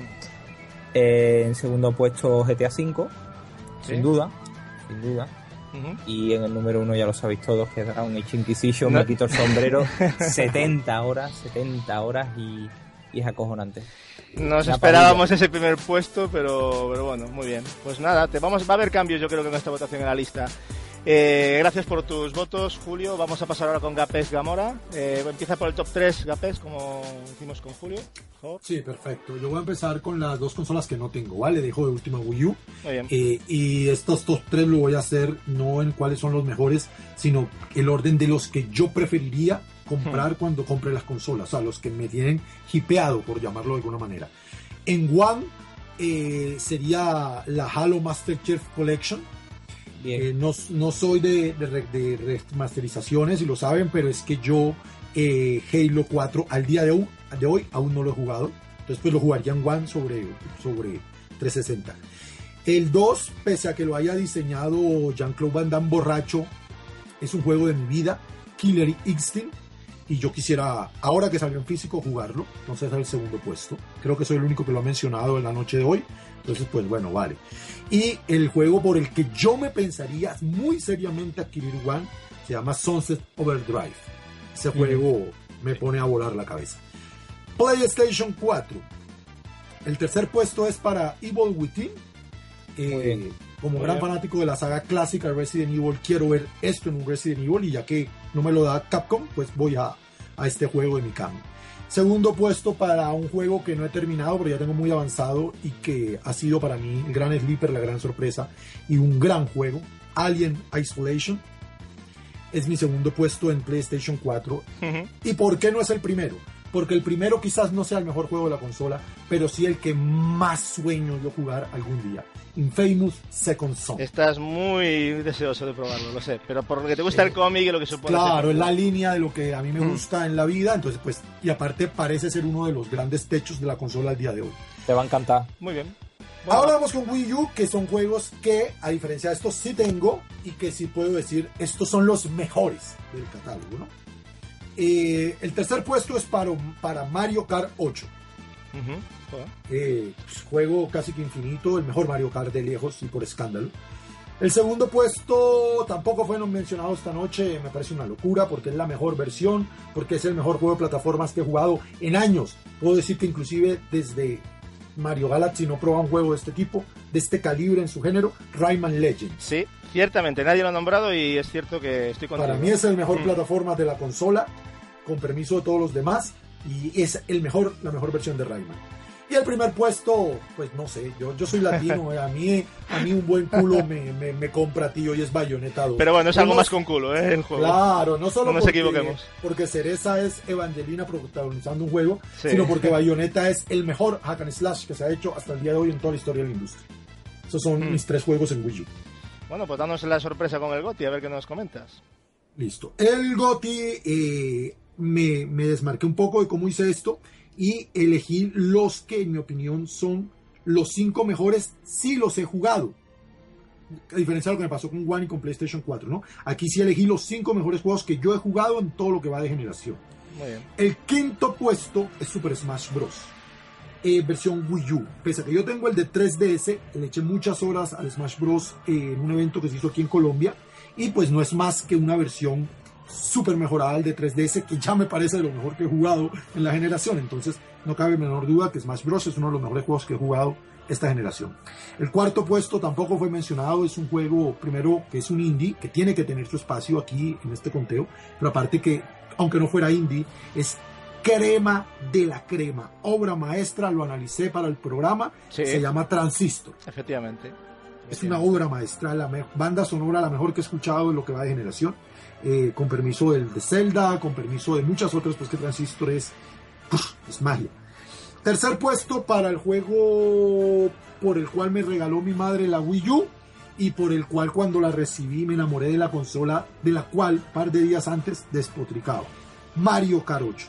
En segundo puesto GTA V, ¿sí? sin duda. Y en el número 1 ya lo sabéis todos, que es Dragon Age Inquisition, me quito el sombrero. 70 horas y es acojonante. Nos esperábamos ese primer puesto, pero bueno, muy bien. Pues nada, va a haber cambios yo creo que en esta votación en la lista. Gracias por tus votos, Julio. Vamos a pasar ahora con Gapés Gamora. Empieza por el top 3, Gapés, como hicimos con Julio. Sí, perfecto. Yo voy a empezar con las 2 consolas que no tengo, ¿vale? Dejo de última Wii U. Muy bien. Y estos top 3 lo voy a hacer no en cuáles son los mejores, sino el orden de los que yo preferiría comprar cuando compre las consolas. O sea, los que me tienen hipeado, por llamarlo de alguna manera. En One sería la Halo Master Chief Collection. No soy de remasterizaciones, y lo saben, pero es que yo Halo 4 al día de hoy aún no lo he jugado. Entonces pues lo jugaría en One sobre 360. El 2, pese a que lo haya diseñado Jean-Claude Van Damme borracho, es un juego de mi vida, Killer Instinct, y yo quisiera, ahora que salió en físico, jugarlo. Entonces es el segundo puesto. Creo que soy el único que lo ha mencionado en la noche de hoy. Entonces pues bueno, vale. Y el juego por el que yo me pensaría muy seriamente adquirir One se llama Sunset Overdrive. Ese juego me pone a volar la cabeza. PlayStation 4. El tercer puesto es para Evil Within. Como gran fanático de la saga clásica de Resident Evil, quiero ver esto en un Resident Evil, y ya que no me lo da Capcom, pues voy a este juego de Mikami. Segundo puesto para un juego que no he terminado, pero ya tengo muy avanzado y que ha sido para mí el gran sleeper, la gran sorpresa y un gran juego, Alien Isolation. Es mi segundo puesto en PlayStation 4. ¿Y por qué no es el primero? Porque el primero quizás no sea el mejor juego de la consola, pero sí el que más sueño yo jugar algún día. Infamous Second Son. Estás muy deseoso de probarlo, lo sé, pero por lo que te gusta el cómic y lo que supone. Claro, es la línea de lo que a mí me gusta en la vida, entonces pues, y aparte parece ser uno de los grandes techos de la consola al día de hoy. Te va a encantar. Muy bien. Bueno. Ahora vamos con Wii U, que son juegos que, a diferencia de estos, sí tengo, y que sí puedo decir, estos son los mejores del catálogo, ¿no? El tercer puesto es para Mario Kart 8. Juego casi que infinito, el mejor Mario Kart de lejos y por escándalo. El segundo puesto tampoco fue mencionado esta noche, me parece una locura porque es la mejor versión, porque es el mejor juego de plataformas que he jugado en años. Puedo decir que inclusive desde Mario Galaxy no probaba un juego de este tipo, de este calibre en su género, Rayman Legends. Sí, ciertamente, nadie lo ha nombrado y es cierto que estoy contigo. Para mí es el mejor plataforma de la consola, con permiso de todos los demás, y es la mejor versión de Rayman. Y el primer puesto, pues no sé, yo soy latino, a mí un buen culo me compra, tío, y es Bayonetta 2. Pero bueno, es algo más con culo, el juego. Claro, no solo no nos equivoquemos. Porque Cereza es Evangelina protagonizando un juego, sino porque Bayonetta es el mejor hack and slash que se ha hecho hasta el día de hoy en toda la historia de la industria. Esos son mis 3 juegos en Wii U. Bueno, pues danos la sorpresa con el GOTY, a ver qué nos comentas. Listo. El GOTY, me desmarqué un poco de cómo hice esto y elegí los que en mi opinión son los 5 mejores si los he jugado, a diferencia de lo que me pasó con One y con PlayStation 4, ¿no? Aquí sí elegí los 5 mejores juegos que yo he jugado en todo lo que va de generación. Muy bien. El quinto puesto es Super Smash Bros. Versión Wii U. Pese a que yo tengo el de 3DS, le eché muchas horas al Smash Bros. En un evento que se hizo aquí en Colombia, y pues no es más que una versión súper mejorada del de 3DS, que ya me parece de lo mejor que he jugado en la generación. Entonces no cabe menor duda que Smash Bros. Es uno de los mejores juegos que he jugado esta generación. El cuarto puesto tampoco fue mencionado, es un juego, primero, que es un indie, que tiene que tener su espacio aquí en este conteo, pero aparte que, aunque no fuera indie, es crema de la crema, obra maestra, lo analicé para el programa, se llama Transistor. Efectivamente. Es una obra maestra, la banda sonora la mejor que he escuchado en lo que va de generación, con permiso de Zelda, con permiso de muchas otras, pues que Transistor es magia. Tercer puesto para el juego por el cual me regaló mi madre la Wii U y por el cual cuando la recibí me enamoré de la consola, de la cual un par de días antes despotricaba. Mario Kart 8.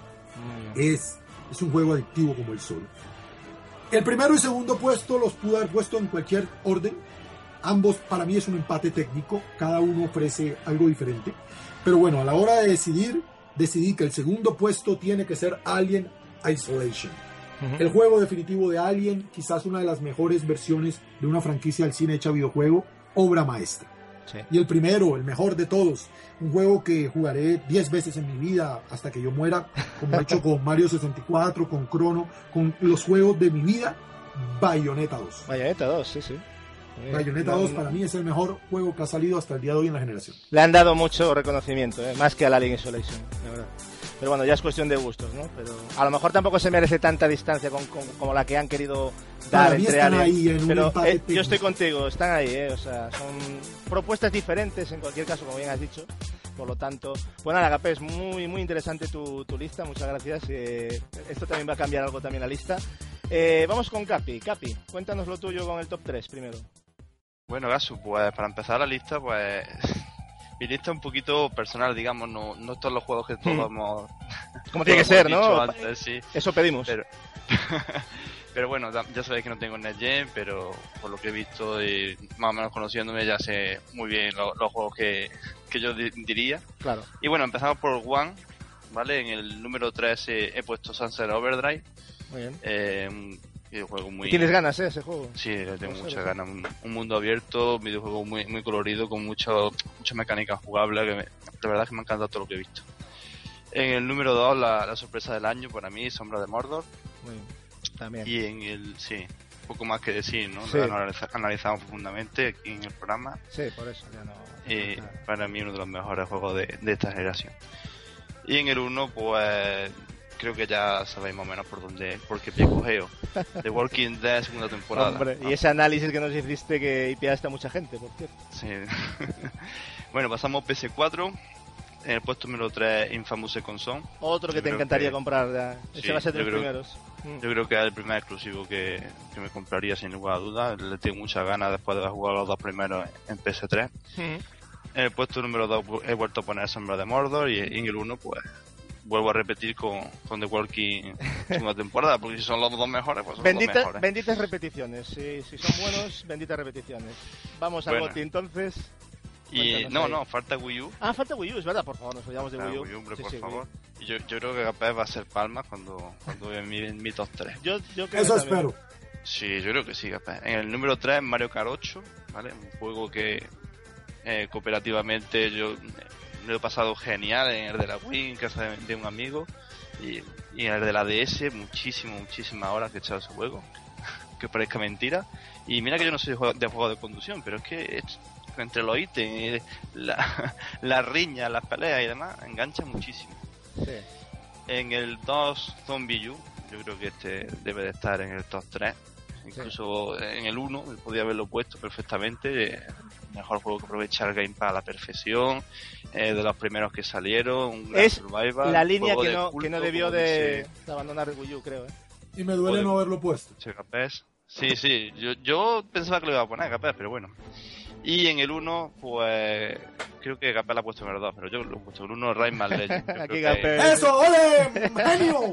Es un juego adictivo como el sol. El primero y segundo puesto los pude haber puesto en cualquier orden. Ambos para mí es un empate técnico, cada uno ofrece algo diferente. Pero bueno, a la hora de decidí que el segundo puesto tiene que ser Alien Isolation. El juego definitivo de Alien, quizás una de las mejores versiones de una franquicia del cine hecha videojuego, obra maestra. Sí. Y el primero, el mejor de todos, un juego que jugaré 10 veces en mi vida hasta que yo muera, como he hecho con Mario 64, con Chrono, con los juegos de mi vida. Bayonetta 2. Bayonetta 2, sí. Bayonetta 2 para mí es el mejor juego que ha salido hasta el día de hoy en la generación. Le han dado mucho reconocimiento, más que al Alien Isolation, la verdad. Pero bueno, ya es cuestión de gustos, ¿no? Pero a lo mejor tampoco se merece tanta distancia como la que han querido dar entre Alien. Pero yo estoy contigo, están ahí, o sea, son propuestas diferentes en cualquier caso, como bien has dicho. Por lo tanto, pues nada, Agapé, es muy interesante tu lista, muchas gracias. Esto también va a cambiar algo también la lista. Vamos con Capi. Capi, cuéntanos lo tuyo con el top 3 primero. Bueno, Gasu, pues para empezar la lista, pues mi lista es un poquito personal, digamos, no todos los juegos que todos hemos... Como tiene que ser, ¿no? Antes, sí. Eso pedimos. Pero bueno, ya sabéis que no tengo NetGen, pero por lo que he visto y más o menos conociéndome ya sé muy bien los juegos que yo diría. Claro. Y bueno, empezamos por One, ¿vale? En el número 3 he puesto Sunset Overdrive. Muy bien. Un videojuego muy... ¿Tienes ganas, ese juego? Sí, le tengo muchas ganas. Un mundo abierto, un videojuego muy colorido, con muchas mecánicas jugables, de verdad que me ha encantado todo lo que he visto. En el número 2, la sorpresa del año para mí, Sombra de Mordor. Muy bien. También. Y en el... Sí, poco más que decir, ¿no? Sí. Lo analizamos profundamente aquí en el programa. Sí, por eso ya no... Para mí uno de los mejores juegos de esta generación. Y en el 1, pues... Creo que ya sabéis más o menos por qué pie cogeo. The Walking Dead, segunda temporada. Hombre, y ese análisis que nos hiciste que hipeaste a mucha gente, por cierto. Sí. Bueno, pasamos PS4. En el puesto número 3, Infamous Second Son. Otro que te encantaría comprar. Ya. Ese Sí, va a ser de los primeros. Yo creo que es el primer exclusivo que me compraría sin lugar a dudas. Le tengo muchas ganas después de haber jugado los dos primeros en PS3. En el puesto número 2 he vuelto a poner Sombra de Mordor. Y en el 1, pues... vuelvo a repetir con The Walking segunda temporada, porque si son los dos mejores, pues son los dos mejores. Benditas repeticiones, si son buenos, benditas repeticiones. Vamos al GOTY entonces. Y no, falta Wii U. Ah, falta Wii U, es verdad, por favor, nos olvidamos de Wii U. Hombre, por favor. Y yo creo que capaz va a ser Palmas cuando en mi top 3. Yo creo eso espero. Sí, yo creo que sí, capaz. En el número 3, Mario Kart 8, ¿vale? Un juego que cooperativamente yo... lo he pasado genial en el de la Wii, en casa de un amigo, y en el de la DS, muchísimas horas que he echado ese juego, que parezca mentira. Y mira que yo no soy de juego de conducción, pero es que entre los ítems, la riña, las peleas y demás, engancha muchísimo. Sí. En el 2, Zombie U, yo creo que este debe de estar en el top 3. Incluso en el 1 podía haberlo puesto perfectamente. Mejor juego que aprovecha el Game Pass a la perfección, de los primeros que salieron, un gran survival, la línea que no debió de abandonar el Wii U, creo. Y me duele no haberlo puesto. Sí, yo pensaba que lo iba a poner, capaz, pero bueno. Y en el 1, pues creo que Gapé la ha puesto en el 2, pero yo lo he puesto en el 1, Rayman Legends. Aquí Gapé. ¡Eso, ole! ¡Genio!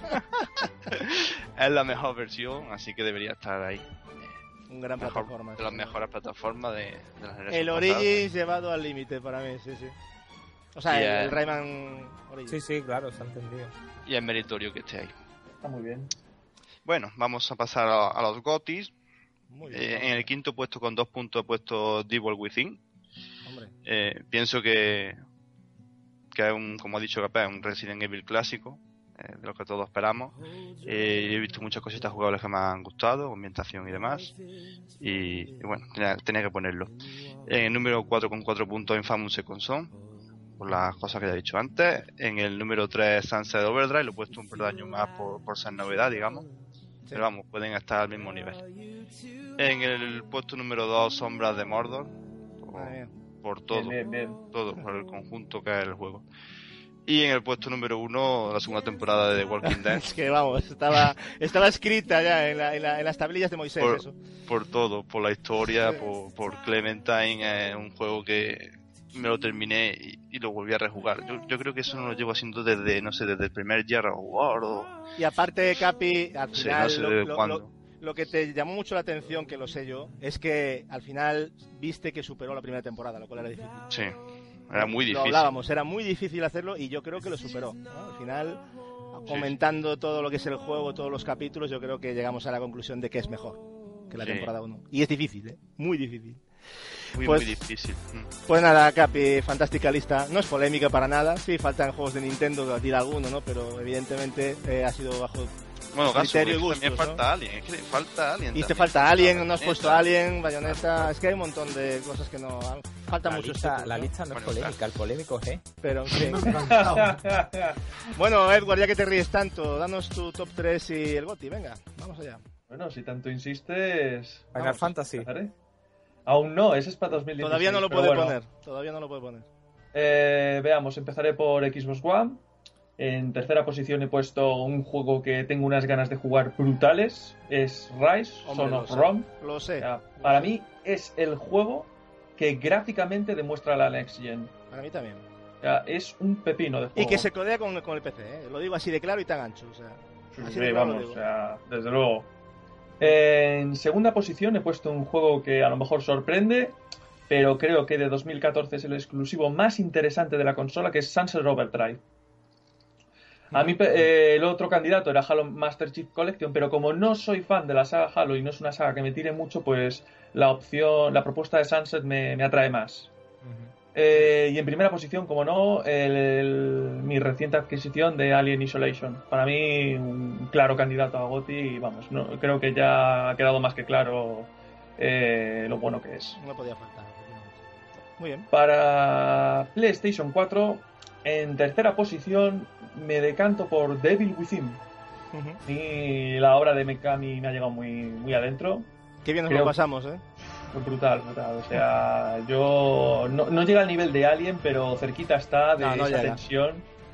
Es la mejor versión, así que debería estar ahí. Un gran plataforma. De las mejores plataformas de la generación. El Origins llevado al límite para mí, sí. O sea, el Rayman Origins. Sí, claro, se ha entendido. Y es meritorio que esté ahí. Está muy bien. Bueno, vamos a pasar a los GOTYs. En el quinto puesto con 2 puntos he puesto Devil Within. Pienso que es como ha dicho Capé, un Resident Evil clásico, de lo que todos esperamos. He visto muchas cositas jugables que me han gustado, ambientación y demás, y bueno, tenía que ponerlo. En el número 4 con 4 puntos Infamous Second Son, por las cosas que ya he dicho antes. En el número 3 Sunset Overdrive, lo he puesto un peldaño más por ser novedad, digamos. Pero vamos, pueden estar al mismo nivel. En el puesto número 2, Sombras de Mordor. Por todo. Bien. Todo, por el conjunto que es el juego. Y en el puesto número 1, la segunda temporada de The Walking Dead. Es que vamos, estaba escrita ya en las tablillas de Moisés. Eso. Por todo, por la historia, por Clementine. Es un juego que me lo terminé y lo volví a rejugar. Yo creo que eso no lo llevo haciendo desde el primer Gears of War. Y aparte, Capi, al final, no sé desde cuándo. Lo que te llamó mucho la atención, que lo sé yo, es que al final viste que superó la primera temporada, lo cual era difícil. Sí. Era muy difícil. Lo hablábamos, era muy difícil hacerlo y yo creo que lo superó, ¿no? Al final, comentando todo lo que es el juego, todos los capítulos, yo creo que llegamos a la conclusión de que es mejor que la temporada 1. Y es difícil, muy difícil. Muy difícil. Pues nada, Capi, fantástica lista. No es polémica para nada. Sí, faltan juegos de Nintendo, que dirá alguno, ¿no? Pero evidentemente ha sido bajo criterio y gustos, también falta ¿no? Alien. Es que falta Alien. Y te falta Alien, no has puesto Alien, Bayonetta. Es que hay un montón de cosas que no. Falta mucho. La lista no es polémica, el polémico es. Pero en fin. Bueno, Edward, ya que te ríes tanto, danos tu top 3 y el GOTY. Venga, vamos allá. Bueno, si tanto insistes. Final Fantasy. Aún no, ese es para 2016. Todavía no lo puede poner. Todavía no lo puede poner. Veamos, empezaré por Xbox One. En tercera posición he puesto un juego que tengo unas ganas de jugar brutales. Es Rise, Son of Rome. Lo sé. Para mí es el juego que gráficamente demuestra la Next Gen. Para mí también. Es un pepino de juego. Y que se codea con el PC, ¿eh? Lo digo así de claro y tan ancho. O sea, sí, vamos, desde luego. En segunda posición he puesto un juego que a lo mejor sorprende, pero creo que de 2014 es el exclusivo más interesante de la consola, que es Sunset Overdrive. A mí el otro candidato era Halo Master Chief Collection, pero como no soy fan de la saga Halo y no es una saga que me tire mucho, pues la propuesta de Sunset me atrae más. Y en primera posición, como no, mi reciente adquisición de Alien Isolation. Para mí, un claro candidato a GOTY y vamos, creo que ya ha quedado más que claro lo bueno que es. No podía faltar. Muy bien. Para PlayStation 4, en tercera posición, me decanto por Devil Within. Y la obra de Mikami me ha llegado muy adentro. Qué bien nos lo pasamos, ¿eh? Brutal. O sea, yo no llega al nivel de Alien, pero cerquita está de esa tensión.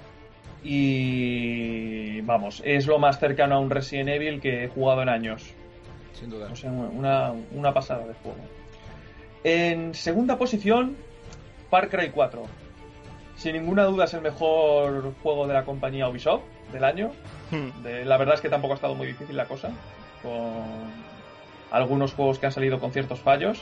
Y vamos, es lo más cercano a un Resident Evil que he jugado en años. Sin duda. O sea, una pasada de juego. En segunda posición, Far Cry 4. Sin ninguna duda es el mejor juego de la compañía Ubisoft del año. La verdad es que tampoco ha estado muy difícil la cosa, con algunos juegos que han salido con ciertos fallos.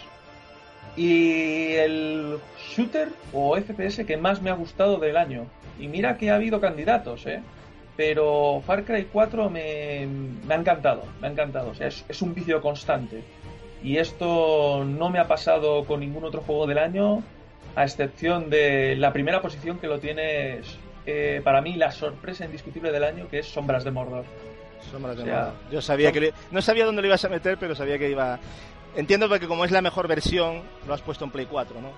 Y el shooter o FPS que más me ha gustado del año. Y mira que ha habido candidatos, pero Far Cry 4 me ha encantado. O sea, es un vicio constante. Y esto no me ha pasado con ningún otro juego del año, a excepción de la primera posición, que lo tiene para mí la sorpresa indiscutible del año, que es Sombras de Mordor. Mordor. Yo sabía que no sabía dónde lo ibas a meter, pero sabía que iba. Entiendo porque como es la mejor versión, lo has puesto en Play 4, ¿no?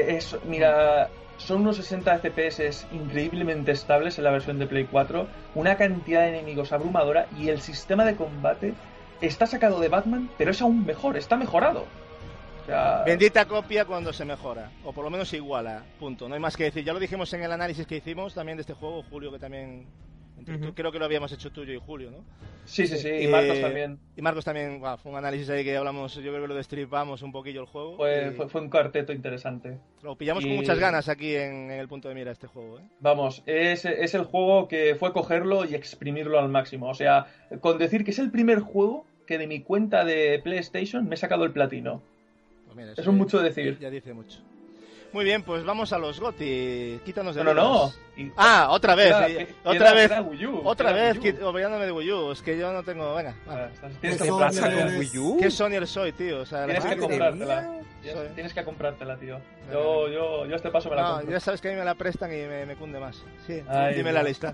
Mira, son unos 60 FPS increíblemente estables en la versión de Play 4, una cantidad de enemigos abrumadora y el sistema de combate está sacado de Batman, pero es aún mejor, está mejorado. O sea, bendita copia cuando se mejora, o por lo menos se iguala, punto. No hay más que decir. Ya lo dijimos en el análisis que hicimos también de este juego, Julio, que también... Creo que lo habíamos hecho tú, yo y Julio, ¿no? Sí, y Marcos también. Y Marcos también, fue un análisis ahí que hablamos, yo creo que lo destripamos un poquillo el juego. Fue un cuarteto interesante. Lo pillamos con muchas ganas aquí en el punto de mira este juego, Vamos, es el juego que fue cogerlo y exprimirlo al máximo. O sea, con decir que es el primer juego que de mi cuenta de PlayStation me he sacado el platino. Pues mira, eso es mucho decir. Ya dice mucho. Muy bien, pues vamos a los GOTY. Quítanos de No. Otra vez. Otra vez, olvidándome de Wii U. Es que yo no tengo... Venga. Tienes que comprártela con Wii U. ¿Qué Sonyer soy, tío? O sea, tienes que comprártela. Tienes que comprártela, tío. Yo este paso me la compro. Ya sabes que a mí me la prestan y me cunde más. Sí, dime la lista.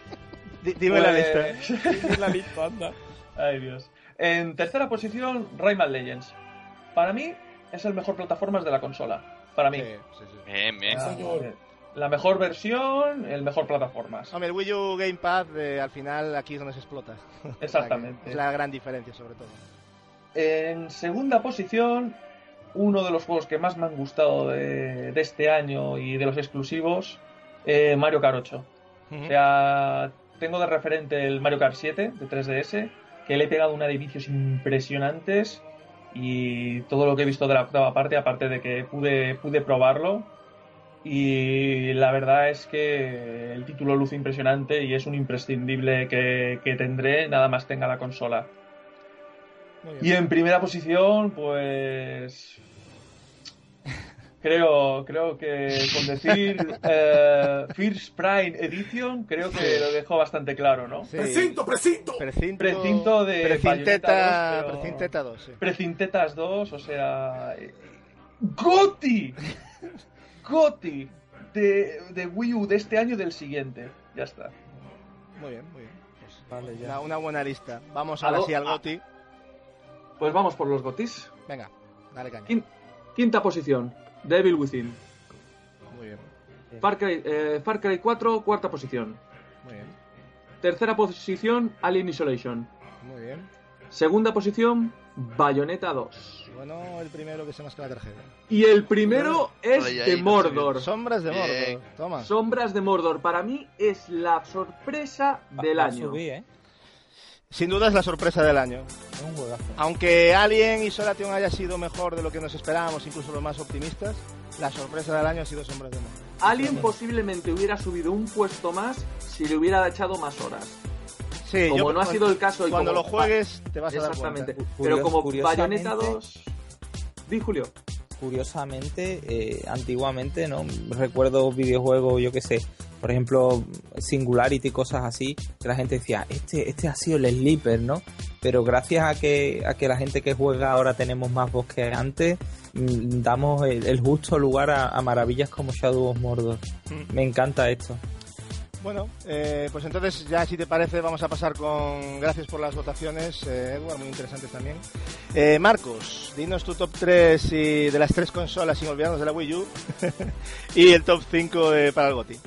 Dime la lista. Dime la lista, anda. Ay, Dios. En tercera posición, Rayman Legends. Para mí, es el mejor plataformas de la consola. Para mí. Sí. Bien. La mejor versión, el mejor plataformas. Hombre, el Wii U Gamepad, al final, aquí es donde se explota. Exactamente. Es la gran diferencia, sobre todo. En segunda posición, uno de los juegos que más me han gustado de este año y de los exclusivos, Mario Kart 8. O sea, tengo de referente el Mario Kart 7 de 3DS, que le he pegado una de vicios impresionantes. Y todo lo que he visto de la octava parte, aparte de que pude probarlo, y la verdad es que el título luce impresionante y es un imprescindible que tendré nada más tenga la consola. Y en primera posición, pues Creo que con decir First Prime Edition, creo que lo dejo bastante claro, ¿no? Sí. Precinto de Precinteta 2, sí. Precintetas 2, o sea... ¡Goti! ¡Goti! De Wii U de este año y del siguiente. Ya está. Muy bien, muy bien. Pues vale, ya. Una buena lista. Vamos ahora sí al GOTY. Pues vamos por los GOTYs. Venga, dale caña. Quinta posición, Devil Within. Muy bien. Far Cry 4, cuarta posición. Muy bien. Tercera posición, Alien Isolation. Muy bien. Segunda posición, Bayonetta 2. Bueno, el primero que se masca la tragedia. Y el primero es de Mordor. Sombras de Mordor. Toma. Sombras de Mordor. Para mí es la sorpresa del año. Sin duda es la sorpresa del año. Un juegazo. Aunque Alien Isolation haya sido mejor de lo que nos esperábamos, incluso los más optimistas, la sorpresa del año ha sido Sombras de Mordor. Alien posiblemente hubiera subido un puesto más si le hubiera echado más horas. Sí, como no ha sido el caso. Y cuando como, lo juegues te vas a dar cuenta. Exactamente. Pero como Bayonetta 2... Di, Julio. Curiosamente, antiguamente, ¿no? Recuerdo videojuegos, yo qué sé, por ejemplo, Singularity, cosas así, que la gente decía, este ha sido el sleeper, ¿no? Pero gracias a que la gente que juega ahora tenemos más voz que antes, damos el justo lugar a maravillas como Shadow of Mordor. Me encanta esto. Bueno, pues entonces ya si te parece vamos a pasar con... Gracias por las votaciones, Edward, muy interesantes también. Marcos, dinos tu top 3 y de las 3 consolas sin olvidarnos de la Wii U y el top 5 para el GOTY.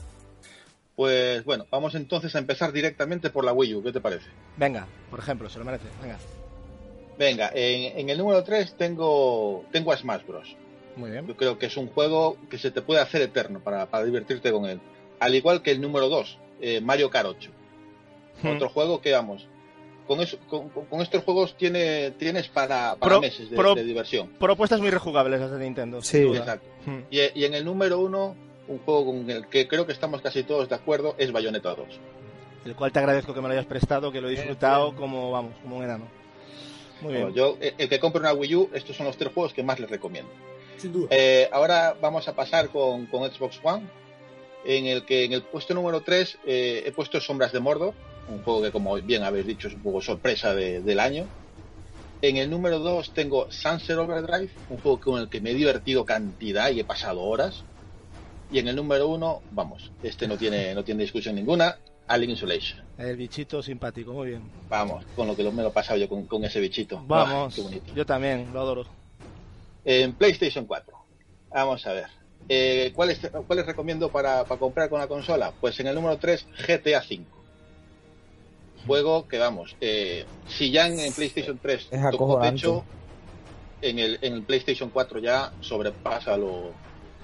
Pues bueno, vamos entonces a empezar directamente por la Wii U, ¿qué te parece? Venga, por ejemplo, se lo merece, Venga, en el número 3 tengo a Smash Bros. Muy bien. Yo creo que es un juego que se te puede hacer eterno para divertirte con él. Al igual que el número 2, Mario Kart 8. Otro juego que, vamos, con estos juegos tienes para meses de diversión. Propuestas muy rejugables las de Nintendo. Sí, exacto. Y en el número 1, un juego con el que creo que estamos casi todos de acuerdo, es Bayonetta 2. El cual te agradezco que me lo hayas prestado, que lo he disfrutado como un enano. Muy bien. Yo, el que compre una Wii U, estos son los 3 juegos que más les recomiendo. Sin duda. Ahora vamos a pasar con Xbox One. En el puesto número 3 he puesto Sombras de Mordor, un juego que, como bien habéis dicho, es un poco sorpresa del año. En el número 2 tengo Sunset Overdrive, un juego con el que me he divertido cantidad y he pasado horas. Y en el número 1, vamos, no tiene discusión ninguna, Alien Isolation. El bichito simpático, muy bien. Vamos, con lo que me lo he pasado yo con ese bichito. Vamos, qué bonito. Yo también, lo adoro. En PlayStation 4, vamos a ver. ¿Cuáles recomiendo para comprar con la consola? Pues en el número 3, GTA V. Juego que, vamos, si ya en PlayStation 3 tocó techo, en el PlayStation 4 ya sobrepasa lo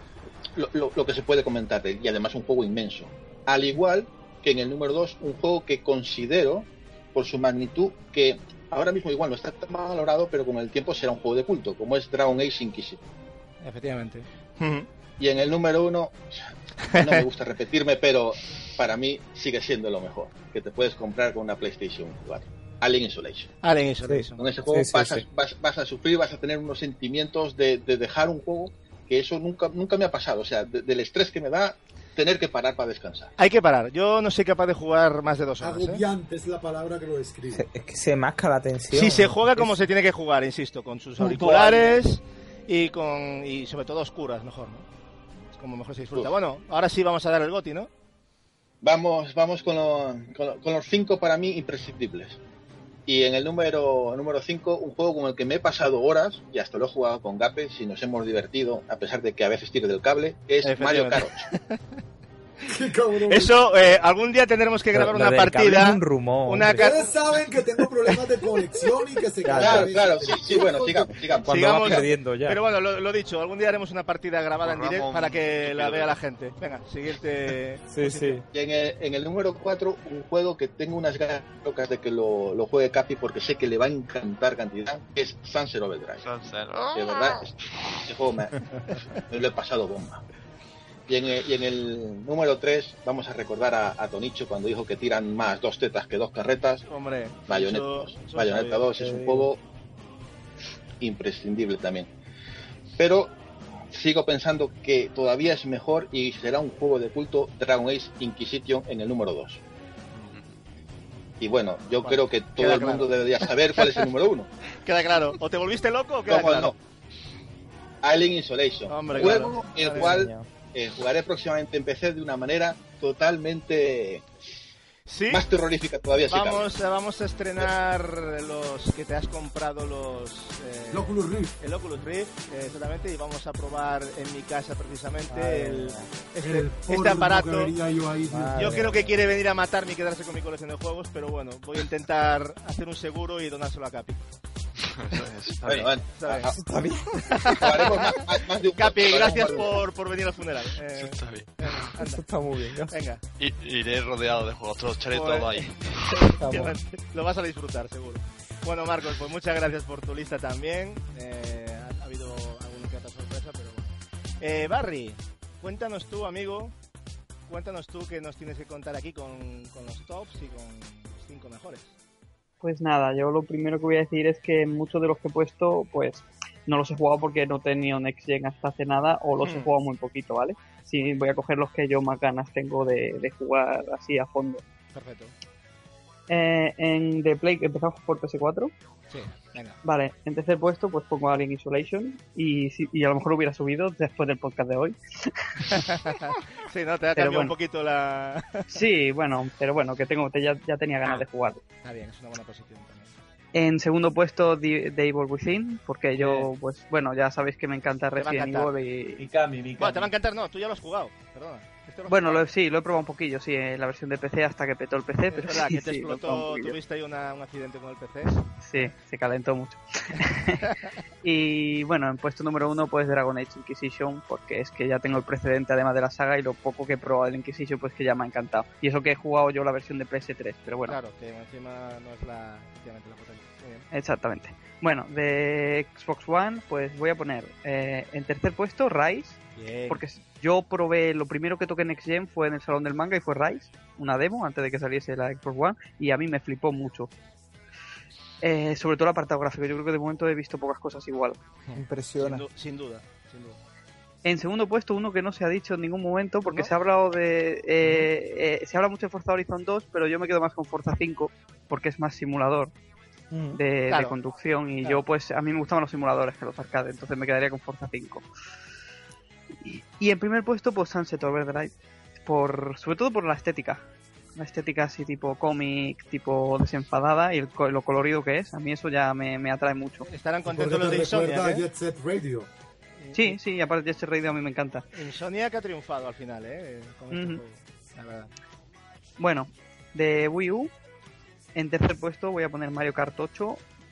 que se puede comentar de él, y además un juego inmenso. Al igual que en el número 2, un juego que considero, por su magnitud, que ahora mismo igual no está tan valorado, pero con el tiempo será un juego de culto, como es Dragon Age Inquisition. Efectivamente. Y en el número 1, no me gusta repetirme, pero para mí sigue siendo lo mejor que te puedes comprar con una PlayStation 4. Alien Isolation. Alien Isolation. Con ese juego vas a sufrir, vas a tener unos sentimientos de dejar un juego, que eso nunca me ha pasado. O sea, del estrés que me da tener que parar para descansar. Hay que parar. Yo no soy capaz de jugar más de 2 horas. Agobiante es la palabra que lo describe. Es que se masca la tensión. Si se juega como se tiene que jugar, insisto, con sus auriculares y sobre todo oscuras, mejor, ¿no? Como mejor se disfruta. Bueno, ahora sí vamos a dar el GOTY, ¿no? Vamos con los 5 para mí imprescindibles. Y en el número 5, un juego con el que me he pasado horas, y hasta lo he jugado con Gape, si nos hemos divertido, a pesar de que a veces tire del cable, es Mario Kart 8. Eso, algún día tendremos que grabar una partida. Es un rumor. Ustedes saben que tengo problemas de conexión y que se cae. Claro, sí, bueno, sigamos. Cuando vamos perdiendo ya. Pero bueno, lo dicho, algún día haremos una partida grabada en directo para que la vea la gente. Venga, siguiente. Sí. Y en el número 4, un juego que tengo unas ganas locas de que lo juegue Capi, porque sé que le va a encantar cantidad, es Sunset Overdrive. De verdad, este juego me lo he pasado bomba. Y en el número 3 vamos a recordar a Tonicho cuando dijo que tiran más 2 tetas que 2 carretas. Hombre, Bayonetta 2 es un juego imprescindible también. Pero sigo pensando que todavía es mejor y será un juego de culto Dragon Age Inquisition en el número 2. Y bueno, yo creo que todo el mundo debería saber cuál es el número 1. Queda claro. ¿O te volviste loco o queda claro? No. Alien Isolation. Hombre, juego claro. el cual jugaré próximamente en PC de una manera totalmente más terrorífica todavía. Vamos a estrenar los que te has comprado el Oculus Rift. El Oculus Rift, exactamente, y vamos a probar en mi casa precisamente este aparato. Yo creo que quiere venir a matarme y quedarse con mi colección de juegos, pero bueno, voy a intentar hacer un seguro y donárselo a Capi. Está bien. Capi, gracias por venir al funeral. Está bien. Eso está muy bien. Venga. Iré rodeado de juegos, los echaré todo ahí. Lo vas a disfrutar, seguro. Bueno, Marcos, pues muchas gracias por tu lista también. Ha habido alguna que otra sorpresa, pero bueno. Barry, cuéntanos tú, amigo. Cuéntanos tú qué nos tienes que contar aquí con los tops y con los 5 mejores. Pues nada, yo lo primero que voy a decir es que muchos de los que he puesto, pues no los he jugado porque no he tenido Next Gen hasta hace nada o los he jugado muy poquito, ¿vale? Sí, voy a coger los que yo más ganas tengo de jugar así a fondo. Perfecto. En The Play, empezamos por PS4. Sí, venga. Vale, en tercer puesto pues pongo Alien Isolation y a lo mejor lo hubiera subido después del podcast de hoy. Sí, no, te ha cambiado un poquito la... Sí, bueno, pero bueno, que ya tenía ganas de jugarlo. Está bien, es una buena posición también. En segundo puesto, The Evil Within, porque yo, pues bueno, ya sabéis que me encanta Resident Evil y... Mikami. Bueno, te va a encantar, no, tú ya lo has jugado, perdona. Bueno, lo he probado un poquillo, sí, en la versión de PC hasta que petó el PC. Pero es verdad, sí, que te explotó, tuviste ahí un accidente con el PC. Sí, se calentó mucho. Y bueno, en puesto número 1, pues Dragon Age Inquisition, porque es que ya tengo el precedente además de la saga y lo poco que he probado del Inquisition, pues que ya me ha encantado. Y eso que he jugado yo la versión de PS3, pero bueno. Claro, que encima no es la potencia. Exactamente. Bueno, de Xbox One, pues voy a poner en tercer puesto Rise. Bien. Porque yo probé, lo primero que toqué en Next Gen fue en el Salón del Manga y fue Rise, una demo antes de que saliese la Xbox One, y a mí me flipó mucho. Sobre todo el apartado gráfico, yo creo que de momento he visto pocas cosas igual. Impresiona. Sin duda. En segundo puesto, uno que no se ha dicho en ningún momento, porque se ha hablado se habla mucho de Forza Horizon 2, pero yo me quedo más con Forza 5, porque es más simulador de conducción, y yo pues a mí me gustaban los simuladores que los arcades, entonces me quedaría con Forza 5. Y en primer puesto, pues Sunset Overdrive, sobre todo por la estética. La estética así tipo cómic, tipo desenfadada y lo colorido que es. A mí eso ya me atrae mucho. Estarán contentos los de Insomniac, Jet Set Radio. Sí, aparte Jet Set Radio a mí me encanta. Insomniac ha triunfado al final, con este juego, la verdad. Bueno, de Wii U, en tercer puesto voy a poner Mario Kart 8.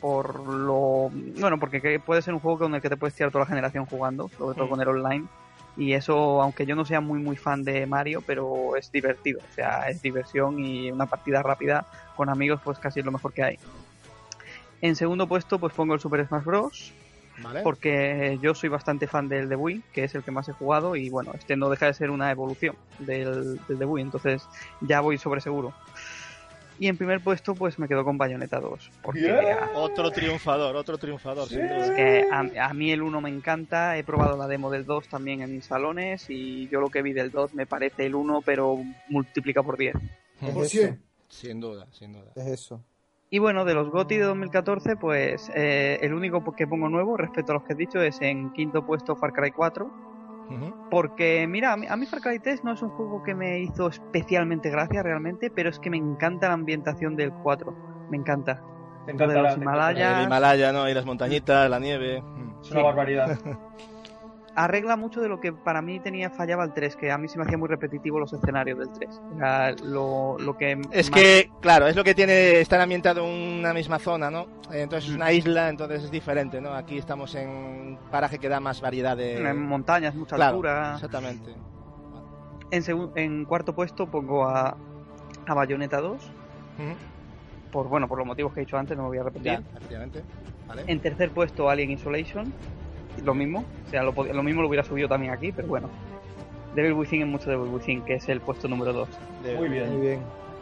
Porque puede ser un juego con el que te puedes tirar toda la generación jugando, sobre todo con el online. Y eso, aunque yo no sea muy fan de Mario, pero es divertido. O sea, es diversión y una partida rápida con amigos, pues casi es lo mejor que hay. En segundo puesto, pues pongo el Super Smash Bros. ¿Vale? Porque yo soy bastante fan del de Wii, que es el que más he jugado. Y bueno, este no deja de ser una evolución del de Wii, entonces ya voy sobre seguro. Y en primer puesto, pues me quedo con Bayonetta 2. Porque Otro triunfador, sin duda. Es que a mí el 1 me encanta. He probado la demo del 2 también en mis salones. Y yo lo que vi del 2 me parece el 1, pero multiplica por 10. ¿Por 100? Sin duda. Es eso. Y bueno, de los GOTY de 2014, pues el único que pongo nuevo respecto a los que he dicho es en quinto puesto Far Cry 4. Porque, mira, a mí Far Cry 3 no es un juego que me hizo especialmente gracia realmente, pero es que me encanta la ambientación del 4. Me encanta. Te encanta los Himalayas. El Himalaya, ¿no? Y las montañitas, la nieve. Es una barbaridad. Arregla mucho de lo que para mí fallaba el 3, que a mí se me hacía muy repetitivo los escenarios del 3. Lo que es que, claro, es lo que tiene estar ambientado en una misma zona, ¿no? Entonces es una isla, entonces es diferente, ¿no? Aquí estamos en un paraje que da más variedad de... En montañas, mucha altura. Exactamente. En cuarto puesto pongo a Bayonetta 2. Por los motivos que he dicho antes, no me voy a repetir. Ya, efectivamente. Vale. En tercer puesto, Alien Isolation. Lo mismo, o sea, lo mismo lo hubiera subido también aquí, pero bueno. Devil Within es mucho Devil Within, que es el puesto número 2. Muy bien.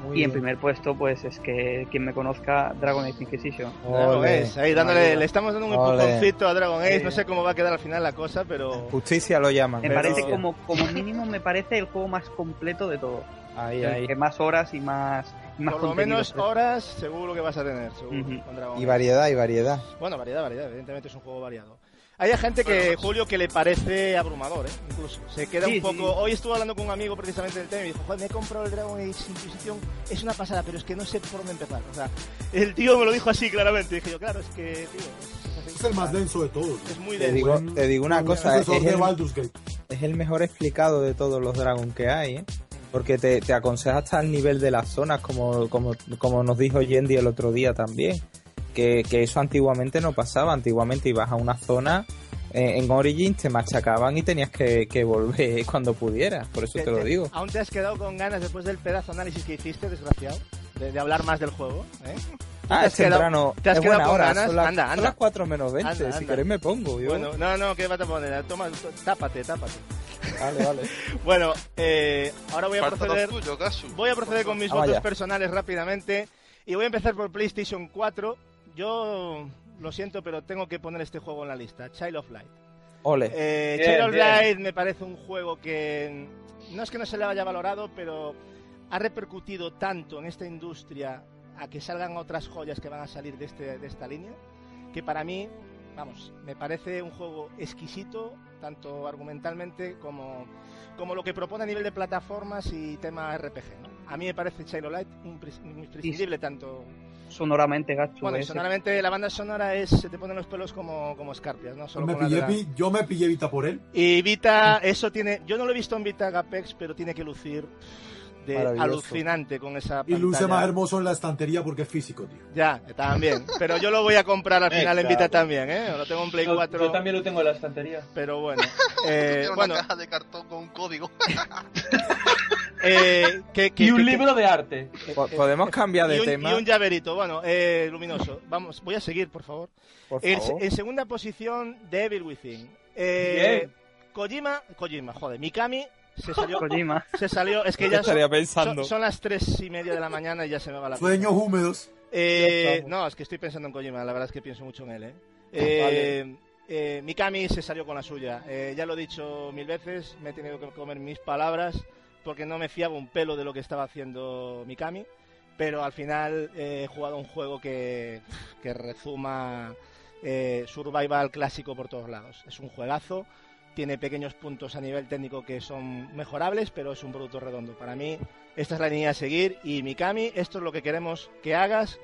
Y en primer puesto, pues es que quien me conozca, Dragon Age Inquisition. Dragon Age, ahí le estamos dando un empujoncito a Dragon Age, no sé cómo va a quedar al final la cosa, pero... Justicia lo llaman. Me parece como mínimo, me parece el juego más completo de todo. Ahí. Que más horas y más por lo menos horas seguro que vas a tener, seguro, con Dragon Age. Y variedad. Bueno, variedad, evidentemente es un juego variado. Hay gente que, Julio, que le parece abrumador, incluso. Se queda un poco... Sí. Hoy estuve hablando con un amigo precisamente del tema y me dijo, joder, me he comprado el Dragon Age Inquisition, es una pasada, pero es que no sé por dónde empezar. O sea, el tío me lo dijo así claramente. Y dije yo, claro, es que, tío... Es el más denso de todos. Es muy denso. Te digo una cosa, es el mejor explicado de todos los Dragon que hay, ¿eh? Porque te aconseja hasta el nivel de las zonas, como nos dijo Yendi el otro día también. Que eso antiguamente no pasaba. Antiguamente ibas a una zona en Origins, te machacaban y tenías que volver cuando pudieras. Por eso te lo digo. ¿Aún te has quedado con ganas después del pedazo de análisis que hiciste, desgraciado? De hablar más del juego, ¿eh? Es temprano. ¿Te has quedado con ganas? Son las 4 menos 20. Si queréis me pongo. Yo. Bueno, no, ¿qué vas a poner? Toma, tápate. Vale. Bueno, ahora voy a proceder. Voy a proceder con mis votos personales rápidamente. Y voy a empezar por PlayStation 4. Yo lo siento, pero tengo que poner este juego en la lista. Child of Light. Ole. Child of Light me parece un juego que no es que no se le haya valorado, pero ha repercutido tanto en esta industria a que salgan otras joyas que van a salir de esta línea, que para mí, vamos, me parece un juego exquisito, tanto argumentalmente como lo que propone a nivel de plataformas y tema RPG, ¿no? A mí me parece Child of Light imprescindible, tanto... Sonoramente, gacho. Bueno, sonoramente la banda sonora se te ponen los pelos como escarpias, ¿no? Solo yo me pillé Vita por él. Y Vita, eso tiene... Yo no lo he visto en Vita Apex, pero tiene que lucir alucinante con esa pantalla. Y luce más hermoso en la estantería porque es físico, tío. Ya, también. Pero yo lo voy a comprar al final en Vita también, ¿eh? Lo tengo en Play 4. Yo también lo tengo en la estantería. Pero bueno. Una caja de cartón con un código. Y un libro de arte. Podemos cambiar de tema. Y un llaverito, bueno, luminoso. Vamos, voy a seguir, por favor. En segunda posición, The Evil Within. Kojima, joder, Mikami se salió, es que ya son las 3:30 de la mañana y ya se me va la Sueños húmedos. No, es que estoy pensando en Kojima, la verdad es que pienso mucho en él, Mikami se salió con la suya. Ya lo he dicho 1000 veces, me he tenido que comer mis palabras porque no me fiaba un pelo de lo que estaba haciendo Mikami, pero al final he jugado un juego que rezuma survival clásico por todos lados. Es un juegazo, tiene pequeños puntos a nivel técnico que son mejorables, pero es un producto redondo. Para mí esta es la línea a seguir y Mikami, esto es lo que queremos que hagas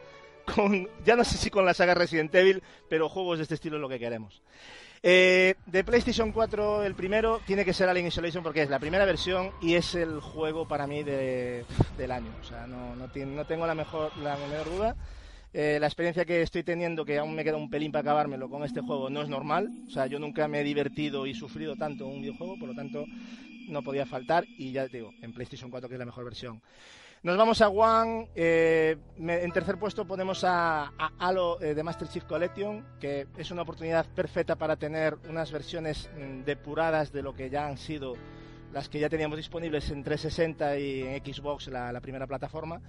ya no sé si con la saga Resident Evil, pero juegos de este estilo es lo que queremos. De PlayStation 4 el primero tiene que ser Alien Isolation porque es la primera versión y es el juego para mí del año. O sea, no tengo la menor duda. La experiencia que estoy teniendo, que aún me queda un pelín para acabármelo con este juego, no es normal. O sea, yo nunca me he divertido y sufrido tanto en un videojuego, por lo tanto no podía faltar. Y ya te digo, en PlayStation 4 que es la mejor versión. Nos vamos a One. En tercer puesto ponemos a Halo de Master Chief Collection, que es una oportunidad perfecta para tener unas versiones depuradas de lo que ya han sido las que ya teníamos disponibles en 360 y en Xbox, la primera plataforma.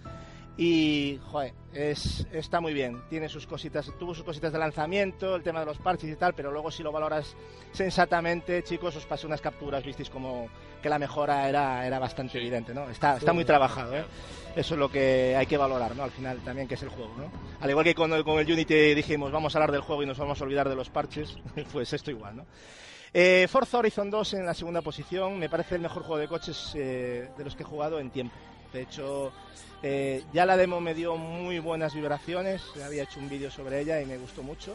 Y, joder, está muy bien. Tuvo sus cositas de lanzamiento, el tema de los parches y tal, pero luego si lo valoras sensatamente, chicos, os pasé unas capturas, visteis como que la mejora era bastante evidente, ¿no? Está muy trabajado, ¿eh? Eso es lo que hay que valorar, ¿no? Al final también, que es el juego, ¿no? Al igual que con el Unity dijimos, vamos a hablar del juego y nos vamos a olvidar de los parches, pues esto igual, ¿no? Forza Horizon 2 en la segunda posición, me parece el mejor juego de coches de los que he jugado en tiempo. De hecho, ya la demo me dio muy buenas vibraciones, había hecho un vídeo sobre ella y me gustó mucho.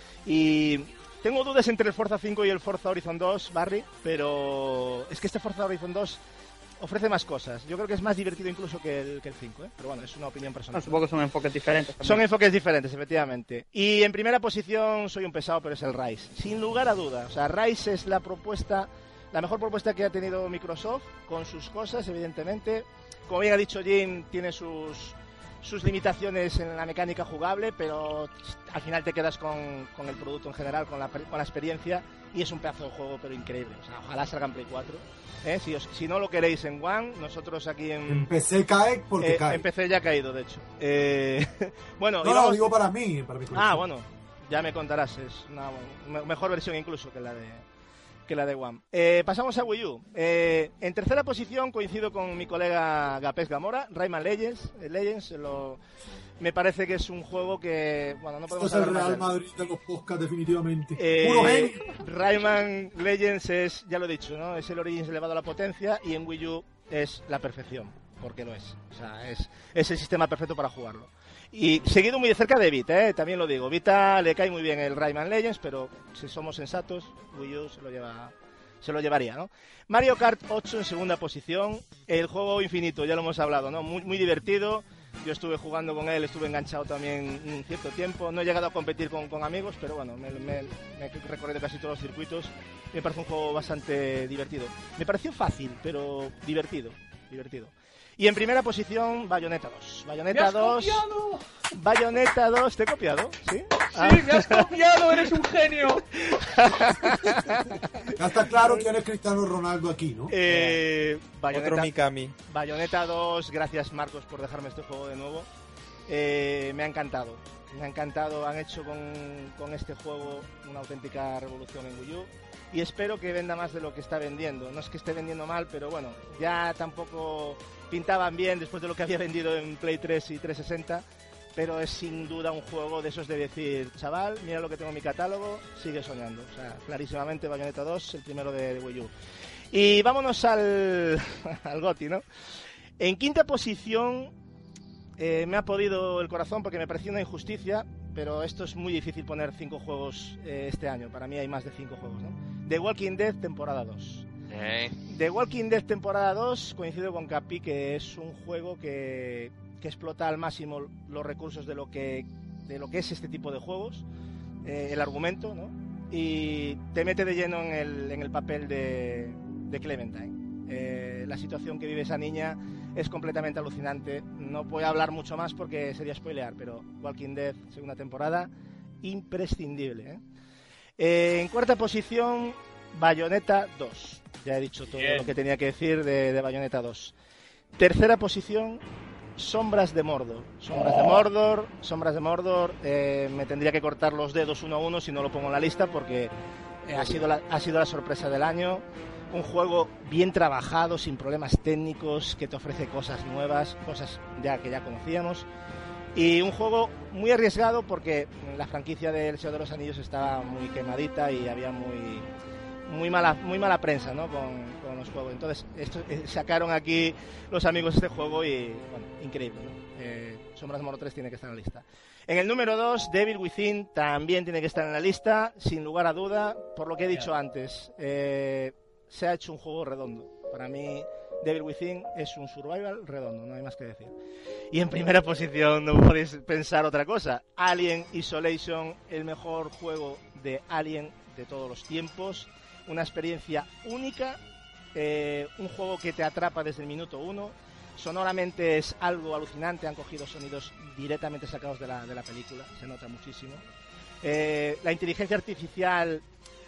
Y tengo dudas entre el Forza 5 y el Forza Horizon 2, Barry, pero es que este Forza Horizon 2 ofrece más cosas. Yo creo que es más divertido incluso que el 5, ¿eh? Pero bueno, es una opinión personal. Supongo que son enfoques diferentes también. Son enfoques diferentes, efectivamente. Y en primera posición, soy un pesado, pero es el Rise. Sin lugar a dudas. O sea, Rise es la mejor propuesta que ha tenido Microsoft, con sus cosas, evidentemente. Como bien ha dicho Jim, tiene sus sus limitaciones en la mecánica jugable, pero al final te quedas con el producto en general, con la experiencia, y es un pedazo de juego pero increíble. O sea, ojalá salga en Play 4. Si no lo queréis en One, nosotros aquí en PC cae porque cae. En PC ya ha caído, de hecho. Bueno, no, lo digo para mí. Bueno, ya me contarás, es una mejor versión incluso que la de One. Pasamos a Wii U. En tercera posición coincido con mi colega Gapés Gamora, Rayman Legends. Me parece que es un juego que, bueno, no podemos hablar. Esto es el Real Madrid de los podcasts, definitivamente. Puro genio. Rayman Legends es, ya lo he dicho, ¿no? Es el Origins elevado a la potencia, y en Wii U es la perfección, porque lo es. O sea, es el sistema perfecto para jugarlo. Y seguido muy de cerca de Vita, también lo digo. Vita le cae muy bien el Rayman Legends, pero si somos sensatos, Wii U se lo llevaría, ¿no? Mario Kart 8 en segunda posición. El juego infinito, ya lo hemos hablado, ¿no? Muy, muy divertido. Yo estuve jugando con él, estuve enganchado también un cierto tiempo. No he llegado a competir con amigos, pero bueno, me he recorrido casi todos los circuitos. Me parece un juego bastante divertido. Me pareció fácil, pero divertido. Y en primera posición, Bayonetta 2. Bayonetta 2. Bayonetta 2, ¿te he copiado? ¿Sí? Sí, me has copiado, eres un genio. Ya está claro quién es Cristiano Ronaldo aquí, ¿no? Otro Mikami. Bayonetta 2, gracias Marcos por dejarme este juego de nuevo. Me ha encantado. Han hecho con este juego una auténtica revolución en Wii U. Y espero que venda más de lo que está vendiendo. No es que esté vendiendo mal, pero bueno, ya tampoco pintaban bien después de lo que había vendido en Play 3 y 360. Pero es sin duda un juego de esos de decir, chaval, mira lo que tengo en mi catálogo, sigue soñando. O sea, clarísimamente Bayonetta 2, el primero de Wii U. Y vámonos al GOTY, ¿no? En quinta posición me ha podido el corazón porque me pareció una injusticia, pero esto es muy difícil poner 5 juegos este año. Para mí hay más de 5 juegos, ¿no? The Walking Dead temporada 2. The Walking Dead temporada 2, coincido con Capi, que es un juego que explota al máximo los recursos de lo que es este tipo de juegos, el argumento, ¿no? Y te mete de lleno en el papel de Clementine. La situación que vive esa niña es completamente alucinante. No voy a hablar mucho más porque sería spoilear, pero Walking Dead segunda temporada, imprescindible, en cuarta posición, Bayonetta 2. Ya he dicho todo lo que tenía que decir de Bayonetta 2. Tercera posición, Sombras de Mordor. Sombras de Mordor. Me tendría que cortar los dedos uno a uno si no lo pongo en la lista, porque ha sido la sorpresa del año. Un juego bien trabajado, sin problemas técnicos, que te ofrece cosas nuevas, cosas que ya conocíamos. Y un juego muy arriesgado porque la franquicia del Señor de los Anillos estaba muy quemadita y había muy mala prensa, ¿no? con los juegos. Entonces sacaron aquí los amigos este juego y, bueno, increíble, ¿no? Sombras de Mordor 3 tiene que estar en la lista. En el número 2, Devil Within también tiene que estar en la lista, sin lugar a duda, por lo que he dicho antes. Se ha hecho un juego redondo. Para mí, Devil Within es un survival redondo, no hay más que decir. Y en primera posición, no podéis pensar otra cosa, Alien Isolation, el mejor juego de Alien de todos los tiempos. Una experiencia única, un juego que te atrapa desde el minuto 1. Sonoramente es algo alucinante, han cogido sonidos directamente sacados de la película, se nota muchísimo. La inteligencia artificial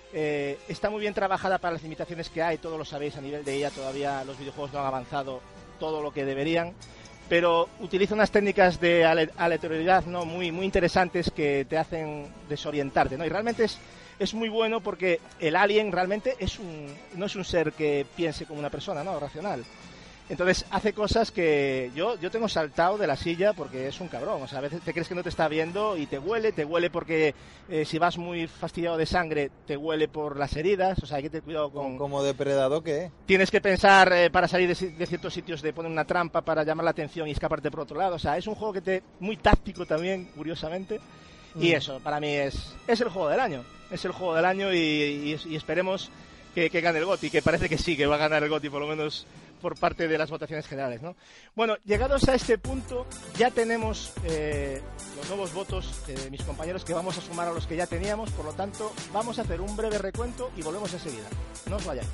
está muy bien trabajada para las limitaciones que hay, todos lo sabéis, a nivel de IA todavía los videojuegos no han avanzado todo lo que deberían, pero utiliza unas técnicas de aleatoriedad, ¿no? muy interesantes que te hacen desorientarte, ¿no? Y realmente es muy bueno porque el alien realmente no es un ser que piense como una persona, ¿no? Racional. Entonces hace cosas que yo tengo saltado de la silla porque es un cabrón. O sea, a veces te crees que no te está viendo y te huele porque si vas muy fastidiado de sangre, te huele por las heridas. O sea, hay que tener cuidado con... ¿Como depredador qué? Tienes que pensar para salir de ciertos sitios, de poner una trampa para llamar la atención y escaparte por otro lado. O sea, es un juego muy táctico también, curiosamente. Y eso, para mí es el juego del año. Es el juego del año y esperemos que gane el GOTY, que parece que sí, que va a ganar el GOTY, por lo menos por parte de las votaciones generales, ¿no? Bueno, llegados a este punto, ya tenemos los nuevos votos de mis compañeros que vamos a sumar a los que ya teníamos, por lo tanto, vamos a hacer un breve recuento y volvemos enseguida. No os vayáis.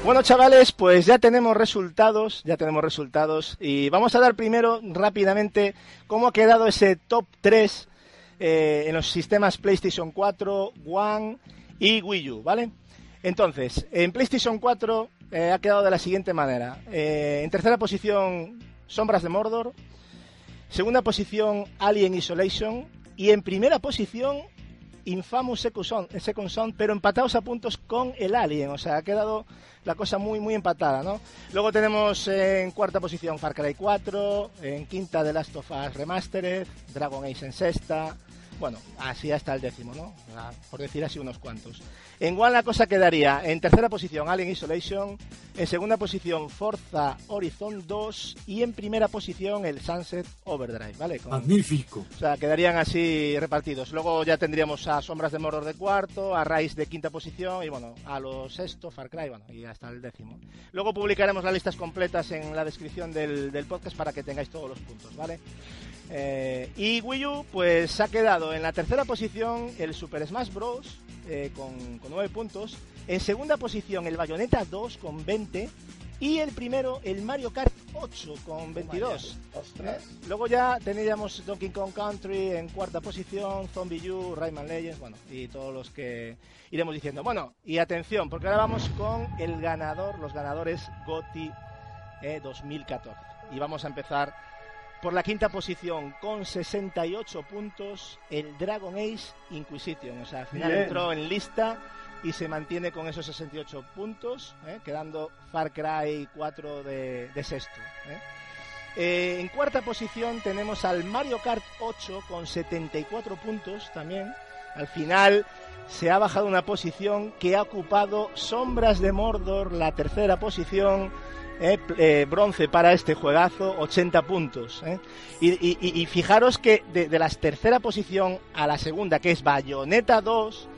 Bueno, chavales, pues ya tenemos resultados y vamos a dar primero rápidamente cómo ha quedado ese top 3 en los sistemas PlayStation 4, One y Wii U, ¿vale? Entonces, en PlayStation 4 ha quedado de la siguiente manera. En tercera posición, Sombras de Mordor. Segunda posición, Alien Isolation. Y en primera posición, Infamous Second Son, pero empatados a puntos con el Alien. O sea, ha quedado la cosa muy, muy empatada, ¿no? Luego tenemos en cuarta posición Far Cry 4, en quinta The Last of Us Remastered, Dragon Age en sexta. Bueno, así hasta el décimo, ¿no? Por decir así unos cuantos. En One la cosa quedaría en tercera posición Alien Isolation, en segunda posición Forza Horizon 2 y en primera posición el Sunset Overdrive, ¿vale? Magnífico. O sea, quedarían así repartidos. Luego ya tendríamos a Sombras de Mordor de cuarto, a Rise de quinta posición y bueno, a los sexto, Far Cry, bueno, y hasta el décimo. Luego publicaremos las listas completas en la descripción del podcast para que tengáis todos los puntos, ¿vale? Y Wii U pues ha quedado en la tercera posición el Super Smash Bros. Con 9 puntos, en segunda posición el Bayonetta 2 con 20 y el primero el Mario Kart 8 con 22. Luego ya teníamos Donkey Kong Country en cuarta posición, Zombie U, Rayman Legends, bueno, y todos los que iremos diciendo. Bueno, y atención, porque ahora vamos con el ganador, los ganadores GOTY 2014 y vamos a empezar por la quinta posición con 68 puntos el Dragon Age Inquisition. O sea, al final entró en lista y se mantiene con esos 68 puntos, quedando Far Cry 4 de sexto. En cuarta posición tenemos al Mario Kart 8 con 74 puntos también. Al final se ha bajado una posición que ha ocupado Sombras de Mordor, la tercera posición. Bronce para este juegazo, 80 puntos. Y fijaros que de la tercera posición a la segunda, que es Bayonetta 2,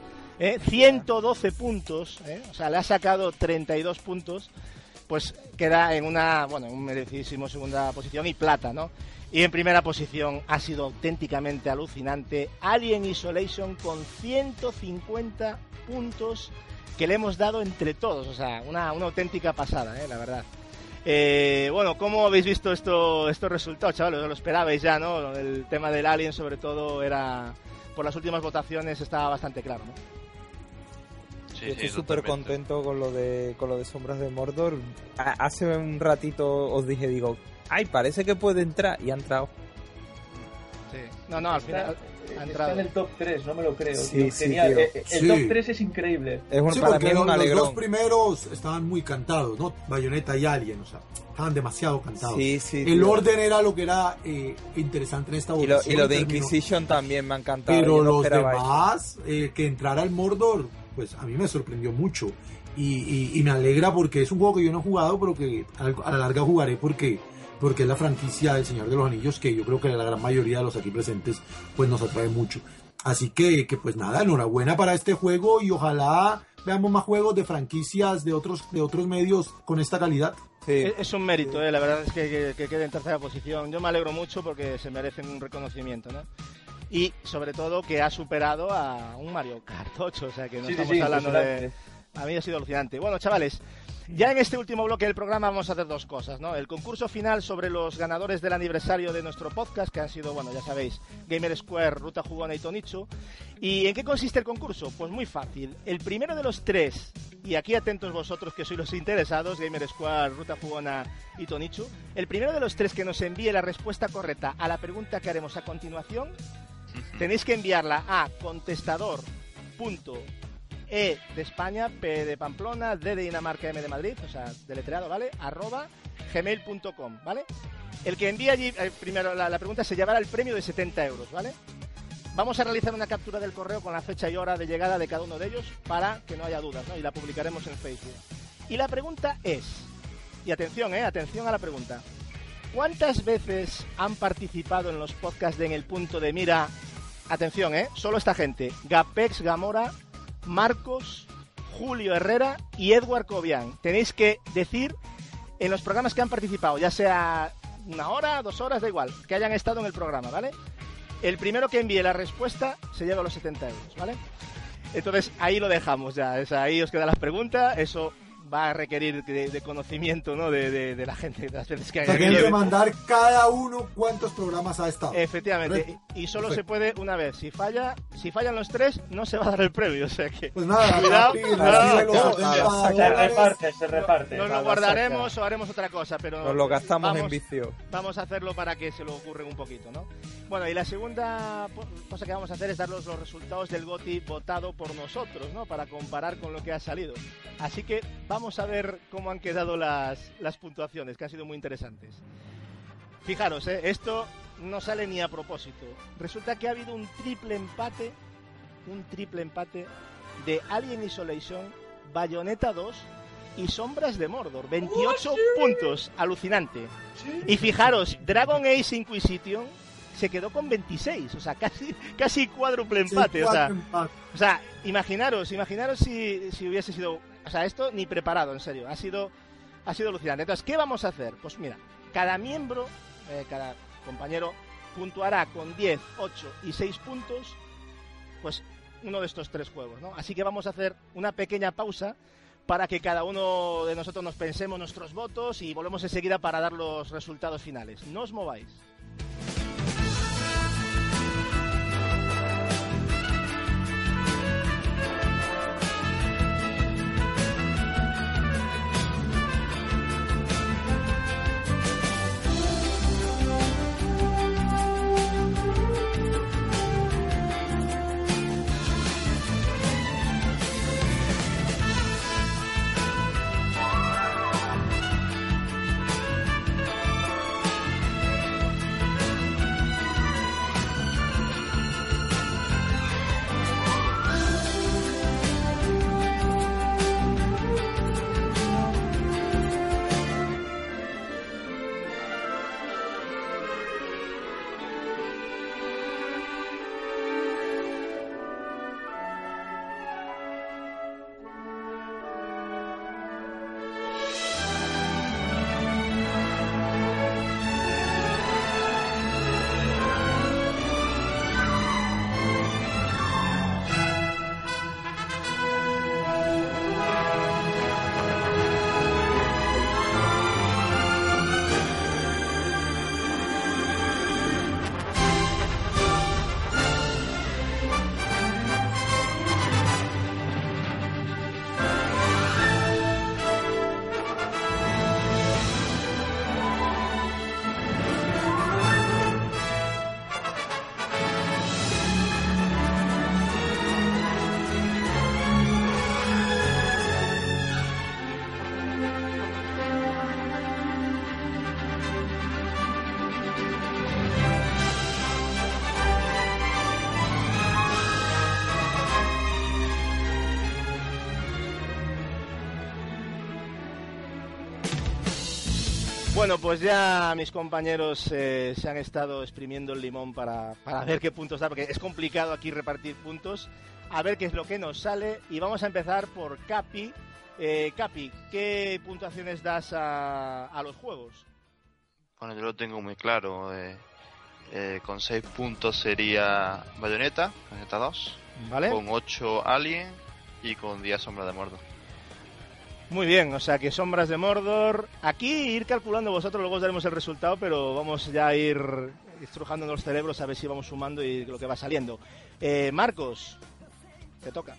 112 puntos, o sea, le ha sacado 32 puntos, pues queda en un merecidísimo segunda posición y plata, ¿no? Y en primera posición ha sido auténticamente alucinante Alien Isolation con 150 puntos que le hemos dado entre todos, o sea, una auténtica pasada, la verdad. Bueno, ¿cómo habéis visto estos resultados, chavales? ¿Lo esperabais ya, no? El tema del Alien, sobre todo, era por las últimas votaciones estaba bastante claro, ¿no? Sí, yo estoy súper contento con lo de Sombras de Mordor. Hace un ratito os dije, ay, parece que puede entrar, y ha entrado. Sí. No, al final ha entrado. Está en el top 3, no me lo creo. Sí, genial. Sí, el top 3 es increíble. Para mí es un alegrón. Los dos primeros estaban muy cantados, ¿no? Bayonetta y Alien, o sea, estaban demasiado cantados. El orden era lo que era interesante en esta votación. Y lo de Inquisition también me ha encantado. Pero los demás, que entrara el Mordor, pues a mí me sorprendió mucho. Y me alegra porque es un juego que yo no he jugado, pero que a la larga jugaré porque es la franquicia del Señor de los Anillos que yo creo que la gran mayoría de los aquí presentes pues nos atrae mucho. Así que pues nada, enhorabuena para este juego y ojalá veamos más juegos de franquicias de otros medios con esta calidad. Sí. Es un mérito, la verdad es que quede en tercera posición. Yo me alegro mucho porque se merecen un reconocimiento, ¿no? Y sobre todo que ha superado a un Mario Kart 8, o sea que no estamos hablando de... A mí ha sido alucinante. Bueno, chavales, ya en este último bloque del programa vamos a hacer dos cosas, ¿no? El concurso final sobre los ganadores del aniversario de nuestro podcast, que han sido, bueno, ya sabéis, Gamer Square, Ruta Jugona y Tonichu. ¿Y en qué consiste el concurso? Pues muy fácil. El primero de los tres, y aquí atentos vosotros que sois los interesados, Gamer Square, Ruta Jugona y Tonichu, el primero de los tres que nos envíe la respuesta correcta a la pregunta que haremos a continuación, tenéis que enviarla a contestador.E de España, P de Pamplona, D de Dinamarca, M de Madrid, o sea, deletreado, ¿vale? @gmail.com, ¿vale? El que envíe allí, primero la pregunta se llevará el premio de 70 euros, ¿vale? Vamos a realizar una captura del correo con la fecha y hora de llegada de cada uno de ellos para que no haya dudas, ¿no? Y la publicaremos en Facebook. Y la pregunta es, y atención, atención a la pregunta, ¿cuántas veces han participado en los podcasts de En el Punto de Mira? Atención, solo esta gente, Gapex Gamora, Marcos, Julio Herrera y Edward Cobian. Tenéis que decir en los programas que han participado, ya sea 1 hora, 2 horas, da igual, que hayan estado en el programa, ¿vale? El primero que envíe la respuesta se lleva los 70 euros, ¿vale? Entonces ahí lo dejamos ya, ahí os quedan las preguntas, eso va a requerir de conocimiento, ¿no? De la gente, de las veces que hay que mandar cada uno cuántos programas ha estado. Efectivamente, y solo se puede una vez. Si fallan los 3, no se va a dar el premio, o sea que... Pues nada, cuidado, se reparte. Nos lo guardaremos o haremos otra cosa, pero... Nos lo gastamos en vicio. Vamos a hacerlo para que se lo ocurren un poquito, ¿no? Bueno, y la segunda cosa que vamos a hacer es darles los resultados del GOTY votado por nosotros, ¿no? Para comparar con lo que ha salido. Así que vamos a ver cómo han quedado las puntuaciones, que han sido muy interesantes. Fijaros, esto no sale ni a propósito. Resulta que ha habido un triple empate de Alien Isolation, Bayonetta 2 y Sombras de Mordor. 28 puntos, alucinante. Y fijaros, Dragon Age Inquisition se quedó con 26, o sea, casi cuádruple empate. O sea, imaginaros si hubiese sido... O sea, esto ni preparado, en serio. Ha sido alucinante. Entonces, ¿qué vamos a hacer? Pues mira, cada miembro, cada compañero, puntuará con 10, 8 y 6 puntos, pues uno de estos 3 juegos, ¿no? Así que vamos a hacer una pequeña pausa para que cada uno de nosotros nos pensemos nuestros votos y volvemos enseguida para dar los resultados finales. No os mováis. Bueno, pues ya mis compañeros se han estado exprimiendo el limón para ver qué puntos da, porque es complicado aquí repartir puntos. A ver qué es lo que nos sale. Y vamos a empezar por Capi. Capi, ¿qué puntuaciones das a los juegos? Bueno, yo lo tengo muy claro. Con 6 puntos sería Bayonetta 2. ¿Vale? Con 8 Alien y con 10 Sombras de Mordor. Muy bien, o sea que Sombras de Mordor. Aquí ir calculando vosotros, luego os daremos el resultado, pero vamos ya a ir estrujando los cerebros a ver si vamos sumando y lo que va saliendo. Marcos, te toca.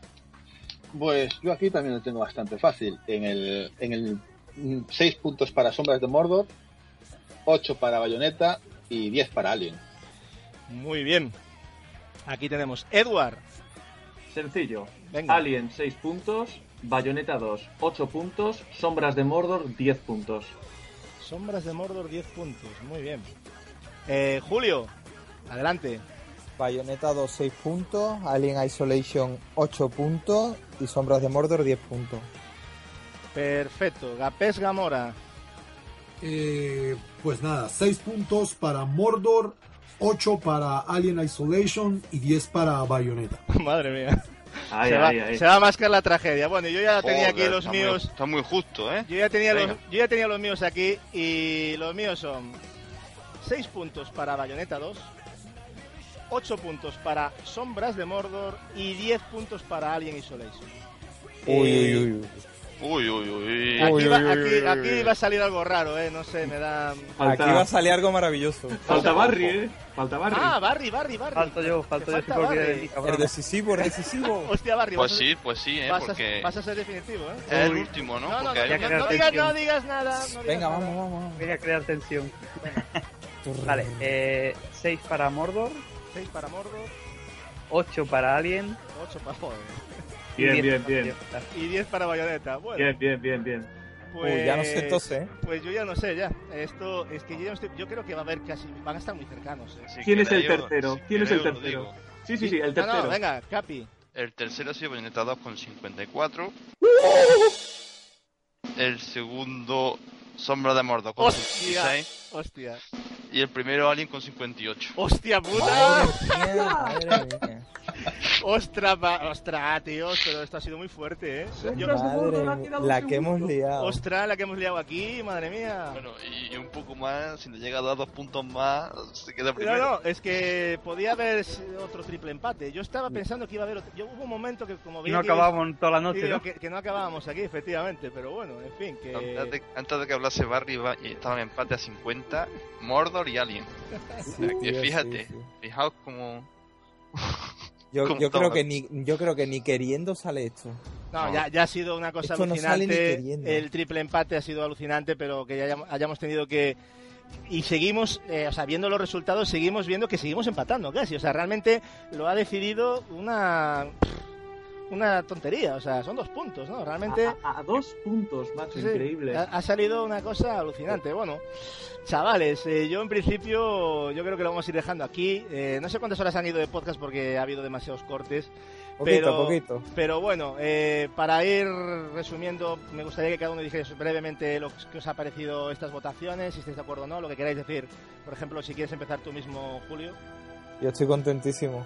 Pues yo aquí también lo tengo bastante fácil. En el 6 puntos para Sombras de Mordor, 8 para Bayonetta y 10 para Alien. Muy bien. Aquí tenemos Edward. Sencillo. Venga. Alien 6 puntos, Bayonetta 2 8 puntos, Sombras de Mordor 10 puntos. Sombras de Mordor 10 puntos, muy bien. Julio, adelante. Bayonetta 2 6 puntos, Alien Isolation 8 puntos y Sombras de Mordor 10 puntos. Perfecto. Gapés Gamora. Pues nada, 6 puntos para Mordor, 8 para Alien Isolation y 10 para Bayonetta. Madre mía. Se va a mascar la tragedia. Bueno, yo ya tenía aquí los míos. Está muy justo, ¿eh? Yo ya tenía los míos aquí y los míos son 6 puntos para Bayonetta 2, 8 puntos para Sombras de Mordor y 10 puntos para Alien Isolation. Uy. Aquí va a salir algo raro, no sé, me da... Aquí va a salir algo maravilloso. Falta Barry, Falta Barry. Ah, Barry. Falto yo, el decisivo. Hostia, Barry. Pues sí, porque... Vas a ser definitivo, Es el último, ¿no? No digas nada. Venga, vamos. Voy a crear tensión. Vale, 6 para Mordor. 8 para Alien. 8 para... Joder. Bien. Y 10 para Bayonetta. Bueno. Bien. Pues, ya no sé entonces, Pues yo ya no sé, ya. Esto es que yo creo que va a haber casi... Van a estar muy cercanos. ¿Quién es el tercero? Sí, el tercero. No, venga, Capi. El tercero ha sido Bayonetta 2 con 54. El segundo, Sombra de Mordor con 56. Hostia. Y el primero, Alien con 58. ¡Hostia puta! Madre mía. Ostras, tío, pero esto ha sido muy fuerte, La que hemos liado. Ostras, la que hemos liado aquí, madre mía. Bueno, y un poco más, si le llega a dar 2 puntos más, se queda primero. No, es que podía haber otro triple empate. Yo estaba pensando que iba a haber otro. Hubo un momento que como veía... Y no acabábamos toda la noche, ¿no? Que no acabábamos aquí, efectivamente, pero bueno, en fin, que... Antes de que hablase Barry, estaba en empate a 50, Mordor y Alien. Fíjate, fijaos como... Yo creo que ni queriendo sale esto. No, ya ha sido una cosa esto alucinante. No el triple empate ha sido alucinante, pero que ya hayamos tenido que... Y seguimos, viendo los resultados, seguimos viendo que seguimos empatando casi. O sea, realmente lo ha decidido una tontería. O sea, son 2 puntos, ¿no? Realmente... A 2 puntos, macho, sí, increíble. Ha salido una cosa alucinante. Bueno, chavales, yo en principio, yo creo que lo vamos a ir dejando aquí. No sé cuántas horas han ido de podcast porque ha habido demasiados cortes. Poquito. Pero bueno, para ir resumiendo, me gustaría que cada uno dijese brevemente lo que os ha parecido estas votaciones, si estáis de acuerdo o no, lo que queráis decir. Por ejemplo, si quieres empezar tú mismo, Julio. Yo estoy contentísimo.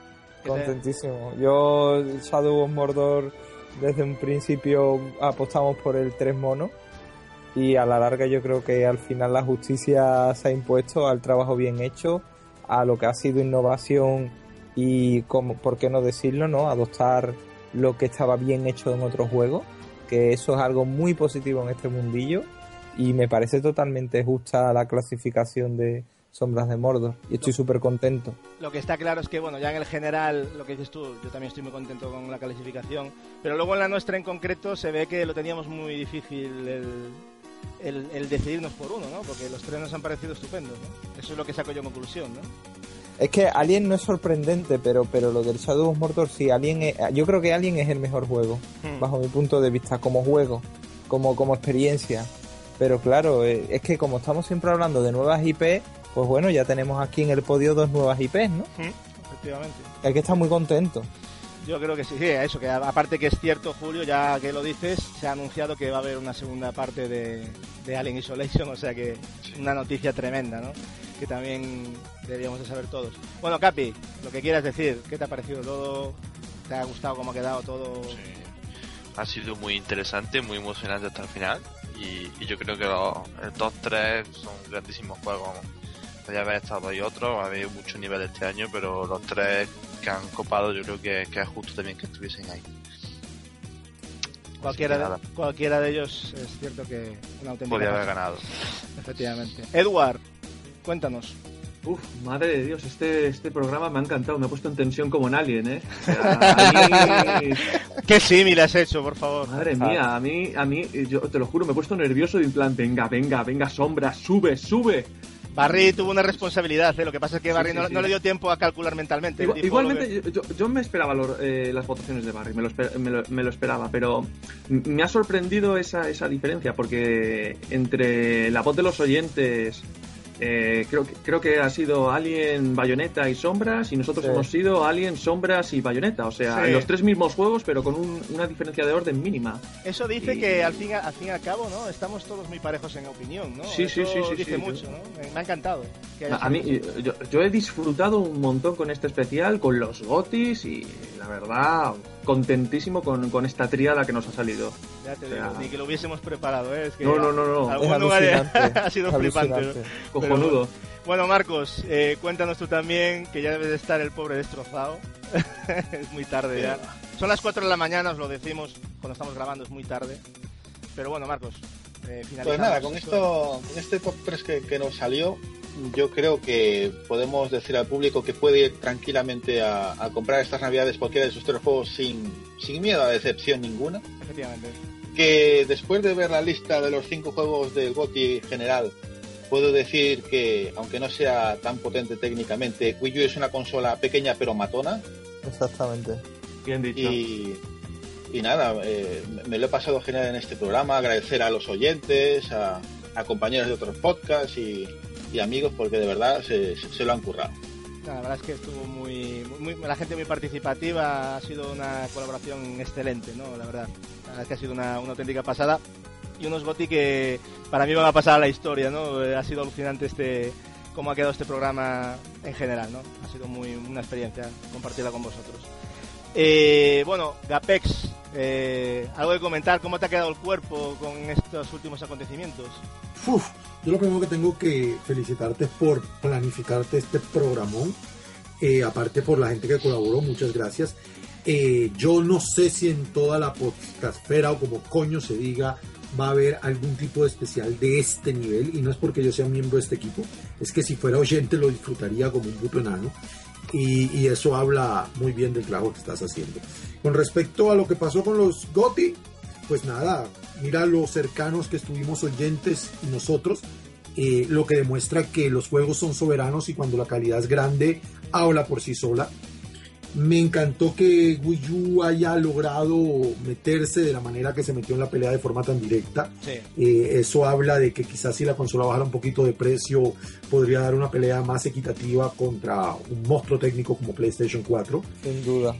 Yo, Shadow of Mordor, desde un principio apostamos por el 3 monos. Y a la larga yo creo que al final la justicia se ha impuesto al trabajo bien hecho, a lo que ha sido innovación y, como, ¿por qué no decirlo?, ¿no? Adoptar lo que estaba bien hecho en otros juegos, que eso es algo muy positivo en este mundillo y me parece totalmente justa la clasificación de Sombras de Mordor y estoy súper contento. Lo que está claro es que, bueno, ya en el general, lo que dices tú, yo también estoy muy contento con la clasificación, pero luego en la nuestra en concreto se ve que lo teníamos muy difícil el decidirnos por uno, ¿no? Porque los 3 nos han parecido estupendos, ¿no? Eso es lo que saco yo en conclusión, ¿no? Es que Alien no es sorprendente, pero lo del Shadow of Mordor sí, yo creo que Alien es el mejor juego, bajo mi punto de vista, como juego, como experiencia. Pero claro, es que como estamos siempre hablando de nuevas IP, pues bueno, ya tenemos aquí en el podio 2 nuevas IPs, ¿no? Efectivamente. Hay que estar muy contento. Yo creo que sí, eso, que aparte que es cierto, Julio, ya que lo dices, se ha anunciado que va a haber una segunda parte de Alien Isolation, o sea que una noticia tremenda, ¿no? Que también deberíamos de saber todos. Bueno, Capi, lo que quieras decir, ¿qué te ha parecido todo? ¿Te ha gustado cómo ha quedado todo? Sí. Ha sido muy interesante, muy emocionante hasta el final y yo creo que el top 3 son grandísimos juegos. Podría haber estado ahí otros, ha habido mucho nivel este año, pero los 3 que han copado yo creo que es justo también que estuviesen ahí. Cualquiera de ellos es cierto que una auténtica podría haber ganado. Efectivamente. Edward, cuéntanos. Madre de Dios, este programa me ha encantado, me ha puesto en tensión como en Alien, ¿eh? O sea, ¿Qué símil has hecho, por favor? Madre mía, a mí, yo te lo juro, me he puesto nervioso y en plan, venga, Sombra, sube. Barry tuvo una responsabilidad, lo que pasa es que Barry no le dio tiempo a calcular mentalmente. Igualmente, yo me esperaba las votaciones de Barry, me lo esperaba, pero me ha sorprendido esa diferencia, porque entre la voz de los oyentes... creo que ha sido Alien, Bayonetta y Sombras y nosotros hemos sido Alien, Sombras y Bayonetta, o sea, en los 3 mismos juegos pero con una diferencia de orden mínima. Eso dice que al fin y al cabo, ¿no? Estamos todos muy parejos en opinión, ¿no? Sí, dice mucho, ¿no? Me ha encantado. A mí, yo he disfrutado un montón con este especial, con los GOTYs y la verdad, contentísimo con esta tríada que nos ha salido. Ya te digo, ni que lo hubiésemos preparado, ¿eh? Es que no. Ha sido flipante, ¿no? Cojonudo. Bueno, Marcos, cuéntanos tú también, que ya debes de estar el pobre destrozado. Es muy tarde ya. Son las 4 de la mañana, os lo decimos, cuando estamos grabando es muy tarde. Pero bueno, Marcos, pues nada, con este top 3 que nos salió, yo creo que podemos decir al público que puede ir tranquilamente a comprar estas navidades cualquiera de sus 3 juegos sin miedo a decepción ninguna. Efectivamente. Que después de ver la lista de los 5 juegos del GOTY general, puedo decir que, aunque no sea tan potente técnicamente, Wii U es una consola pequeña pero matona. Exactamente. Bien dicho. Y nada, me lo he pasado genial en este programa. Agradecer a los oyentes, a compañeros de otros podcasts y amigos, porque de verdad se lo han currado. La verdad es que estuvo muy la gente muy participativa, ha sido una colaboración excelente, ¿no? La verdad es que ha sido una auténtica pasada y unos GOTY que para mí van a pasar a la historia, ¿no? Ha sido alucinante cómo ha quedado este programa en general, ¿no? Ha sido una experiencia compartirla con vosotros. Bueno, Gapex, algo que comentar, ¿cómo te ha quedado el cuerpo con estos últimos acontecimientos? Yo lo primero que tengo que felicitarte es por planificarte este programón, aparte por la gente que colaboró, muchas gracias. Yo no sé si en toda la podcastfera o como coño se diga va a haber algún tipo de especial de este nivel, y no es porque yo sea miembro de este equipo, es que si fuera oyente lo disfrutaría como un puto enano. Y eso habla muy bien del trabajo que estás haciendo. Con respecto a lo que pasó con los GOTY, pues nada, mira lo cercanos que estuvimos oyentes y nosotros, lo que demuestra que los juegos son soberanos y cuando la calidad es grande, habla por sí sola. Me encantó que Wii U haya logrado meterse de la manera que se metió en la pelea de forma tan directa. Sí. Eso habla de que quizás si la consola bajara un poquito de precio, podría dar una pelea más equitativa contra un monstruo técnico como PlayStation 4. Sin duda.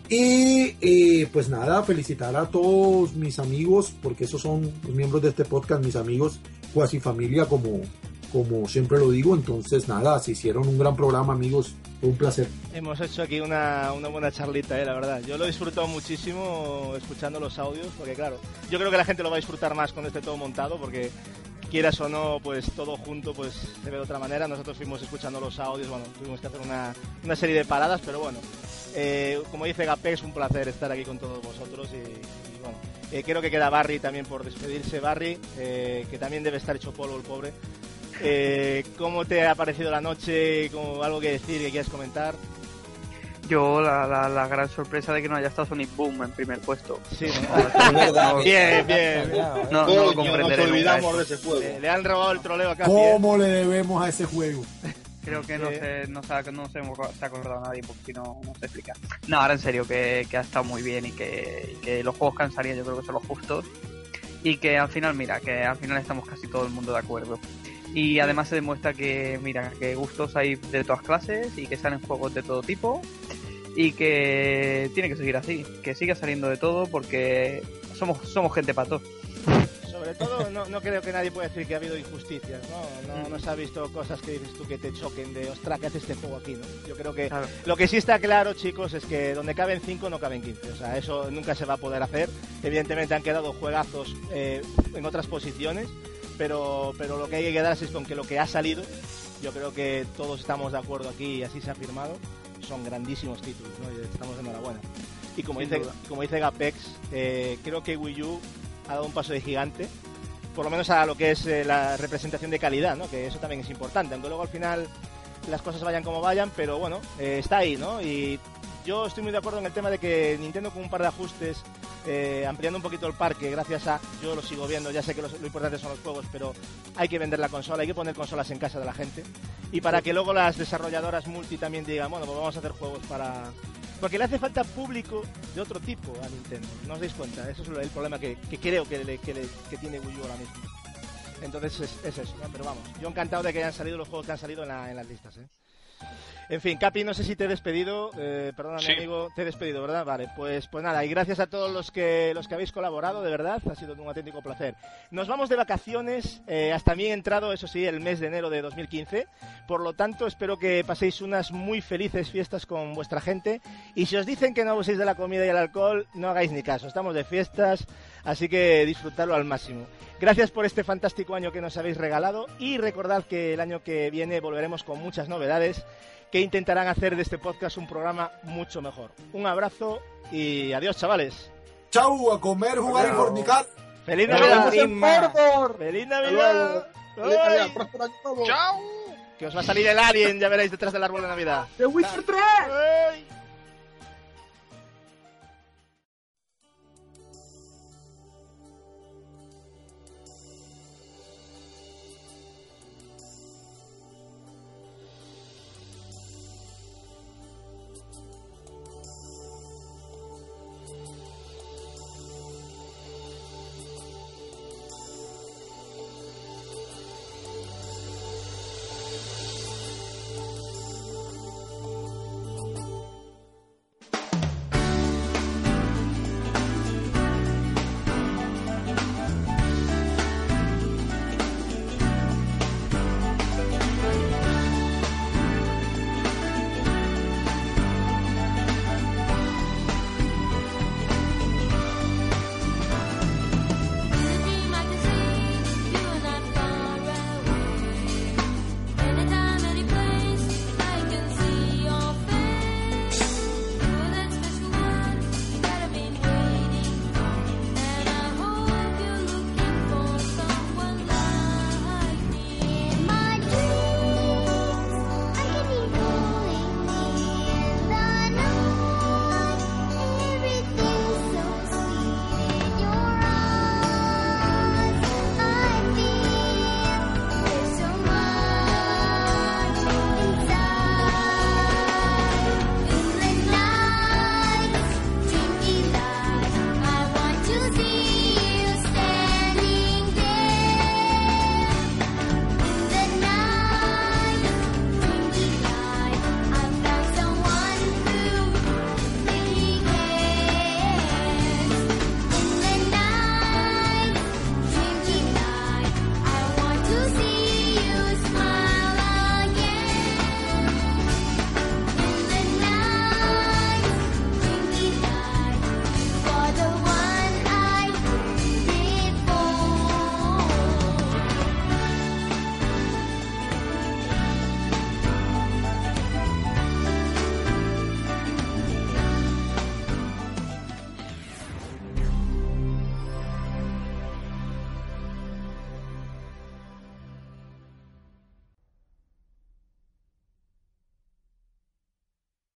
Y pues nada, felicitar a todos mis amigos, porque esos son los miembros de este podcast, mis amigos, cuasi familia, como siempre lo digo. Entonces nada, se hicieron un gran programa, amigos. Fue un placer. Hemos hecho aquí una buena charlita, la verdad. Yo lo he disfrutado muchísimo escuchando los audios, porque claro, yo creo que la gente lo va a disfrutar más cuando esté todo montado, porque quieras o no, pues todo junto pues se ve de otra manera. Nosotros fuimos escuchando los audios, bueno, tuvimos que hacer una serie de paradas, pero bueno, como dice Gapex, un placer estar aquí con todos vosotros y bueno, creo que queda Barry también por despedirse. Barry, que también debe estar hecho polvo el pobre. ¿Cómo te ha parecido la noche? ¿Algo que decir, que quieras comentar? Yo la gran sorpresa de que no haya estado Sonic Boom en primer puesto. Sí, bien. No lo comprenderé. Nos olvidamos de ese juego. Le han robado el troleo acá. ¿Cómo le debemos a ese juego? Creo que no se ha acordado nadie, porque si no se explica. No, ahora en serio, que ha estado muy bien y que los juegos que han salido yo creo que son los justos. Y que al final, mira, que al final estamos casi todo el mundo de acuerdo. Y además se demuestra que, mira, que gustos hay de todas clases y que salen juegos de todo tipo y que tiene que seguir así, que siga saliendo de todo porque somos gente para todo. Sobre todo no creo que nadie pueda decir que ha habido injusticias, ¿no? No se ha visto cosas que dices tú que te choquen de, ostras, ¿qué hace este juego aquí, no? Yo creo que claro. Lo que sí está claro, chicos, es que donde caben 5 no caben 15, o sea, eso nunca se va a poder hacer. Evidentemente han quedado juegazos en otras posiciones, pero lo que hay que quedarse es con que lo que ha salido, yo creo que todos estamos de acuerdo aquí y así se ha firmado, son grandísimos títulos, ¿no? Y estamos de enhorabuena. Y como dice Gapex, creo que Wii U ha dado un paso de gigante, por lo menos a lo que es la representación de calidad, ¿no? Que eso también es importante, aunque luego al final las cosas vayan como vayan, pero bueno, está ahí, ¿no? Y yo estoy muy de acuerdo en el tema de que Nintendo con un par de ajustes, ampliando un poquito el parque, gracias a, yo lo sigo viendo, ya sé que lo importante son los juegos, pero hay que vender la consola, hay que poner consolas en casa de la gente, y para que luego las desarrolladoras multi también digan, bueno, pues vamos a hacer juegos para... Porque le hace falta público de otro tipo a Nintendo, ¿no os dais cuenta? Eso es el problema que creo que tiene Wii U ahora mismo. Entonces es eso, ¿no? Pero vamos, yo encantado de que hayan salido los juegos que han salido en las listas, ¿eh? En fin, Capi, no sé si te he despedido, perdóname, sí. Amigo, te he despedido, ¿verdad? Vale, pues nada, y gracias a todos los que habéis colaborado, de verdad, ha sido un auténtico placer. Nos vamos de vacaciones, hasta mí he entrado, eso sí, el mes de enero de 2015, por lo tanto espero que paséis unas muy felices fiestas con vuestra gente, y si os dicen que no abuséis de la comida y el alcohol, no hagáis ni caso, estamos de fiestas, así que disfrutadlo al máximo. Gracias por este fantástico año que nos habéis regalado, y recordad que el año que viene volveremos con muchas novedades, que intentarán hacer de este podcast un programa mucho mejor. Un abrazo y adiós, chavales. Chau, a comer, jugar y fornicar. ¡Feliz Navidad! ¡Feliz Navidad! ¡Feliz Navidad! ¡Próspero año nuevo! ¡Chao! Que os va a salir el alien, ya veréis, detrás del árbol de Navidad. ¡The Witcher 3! ¡Ay!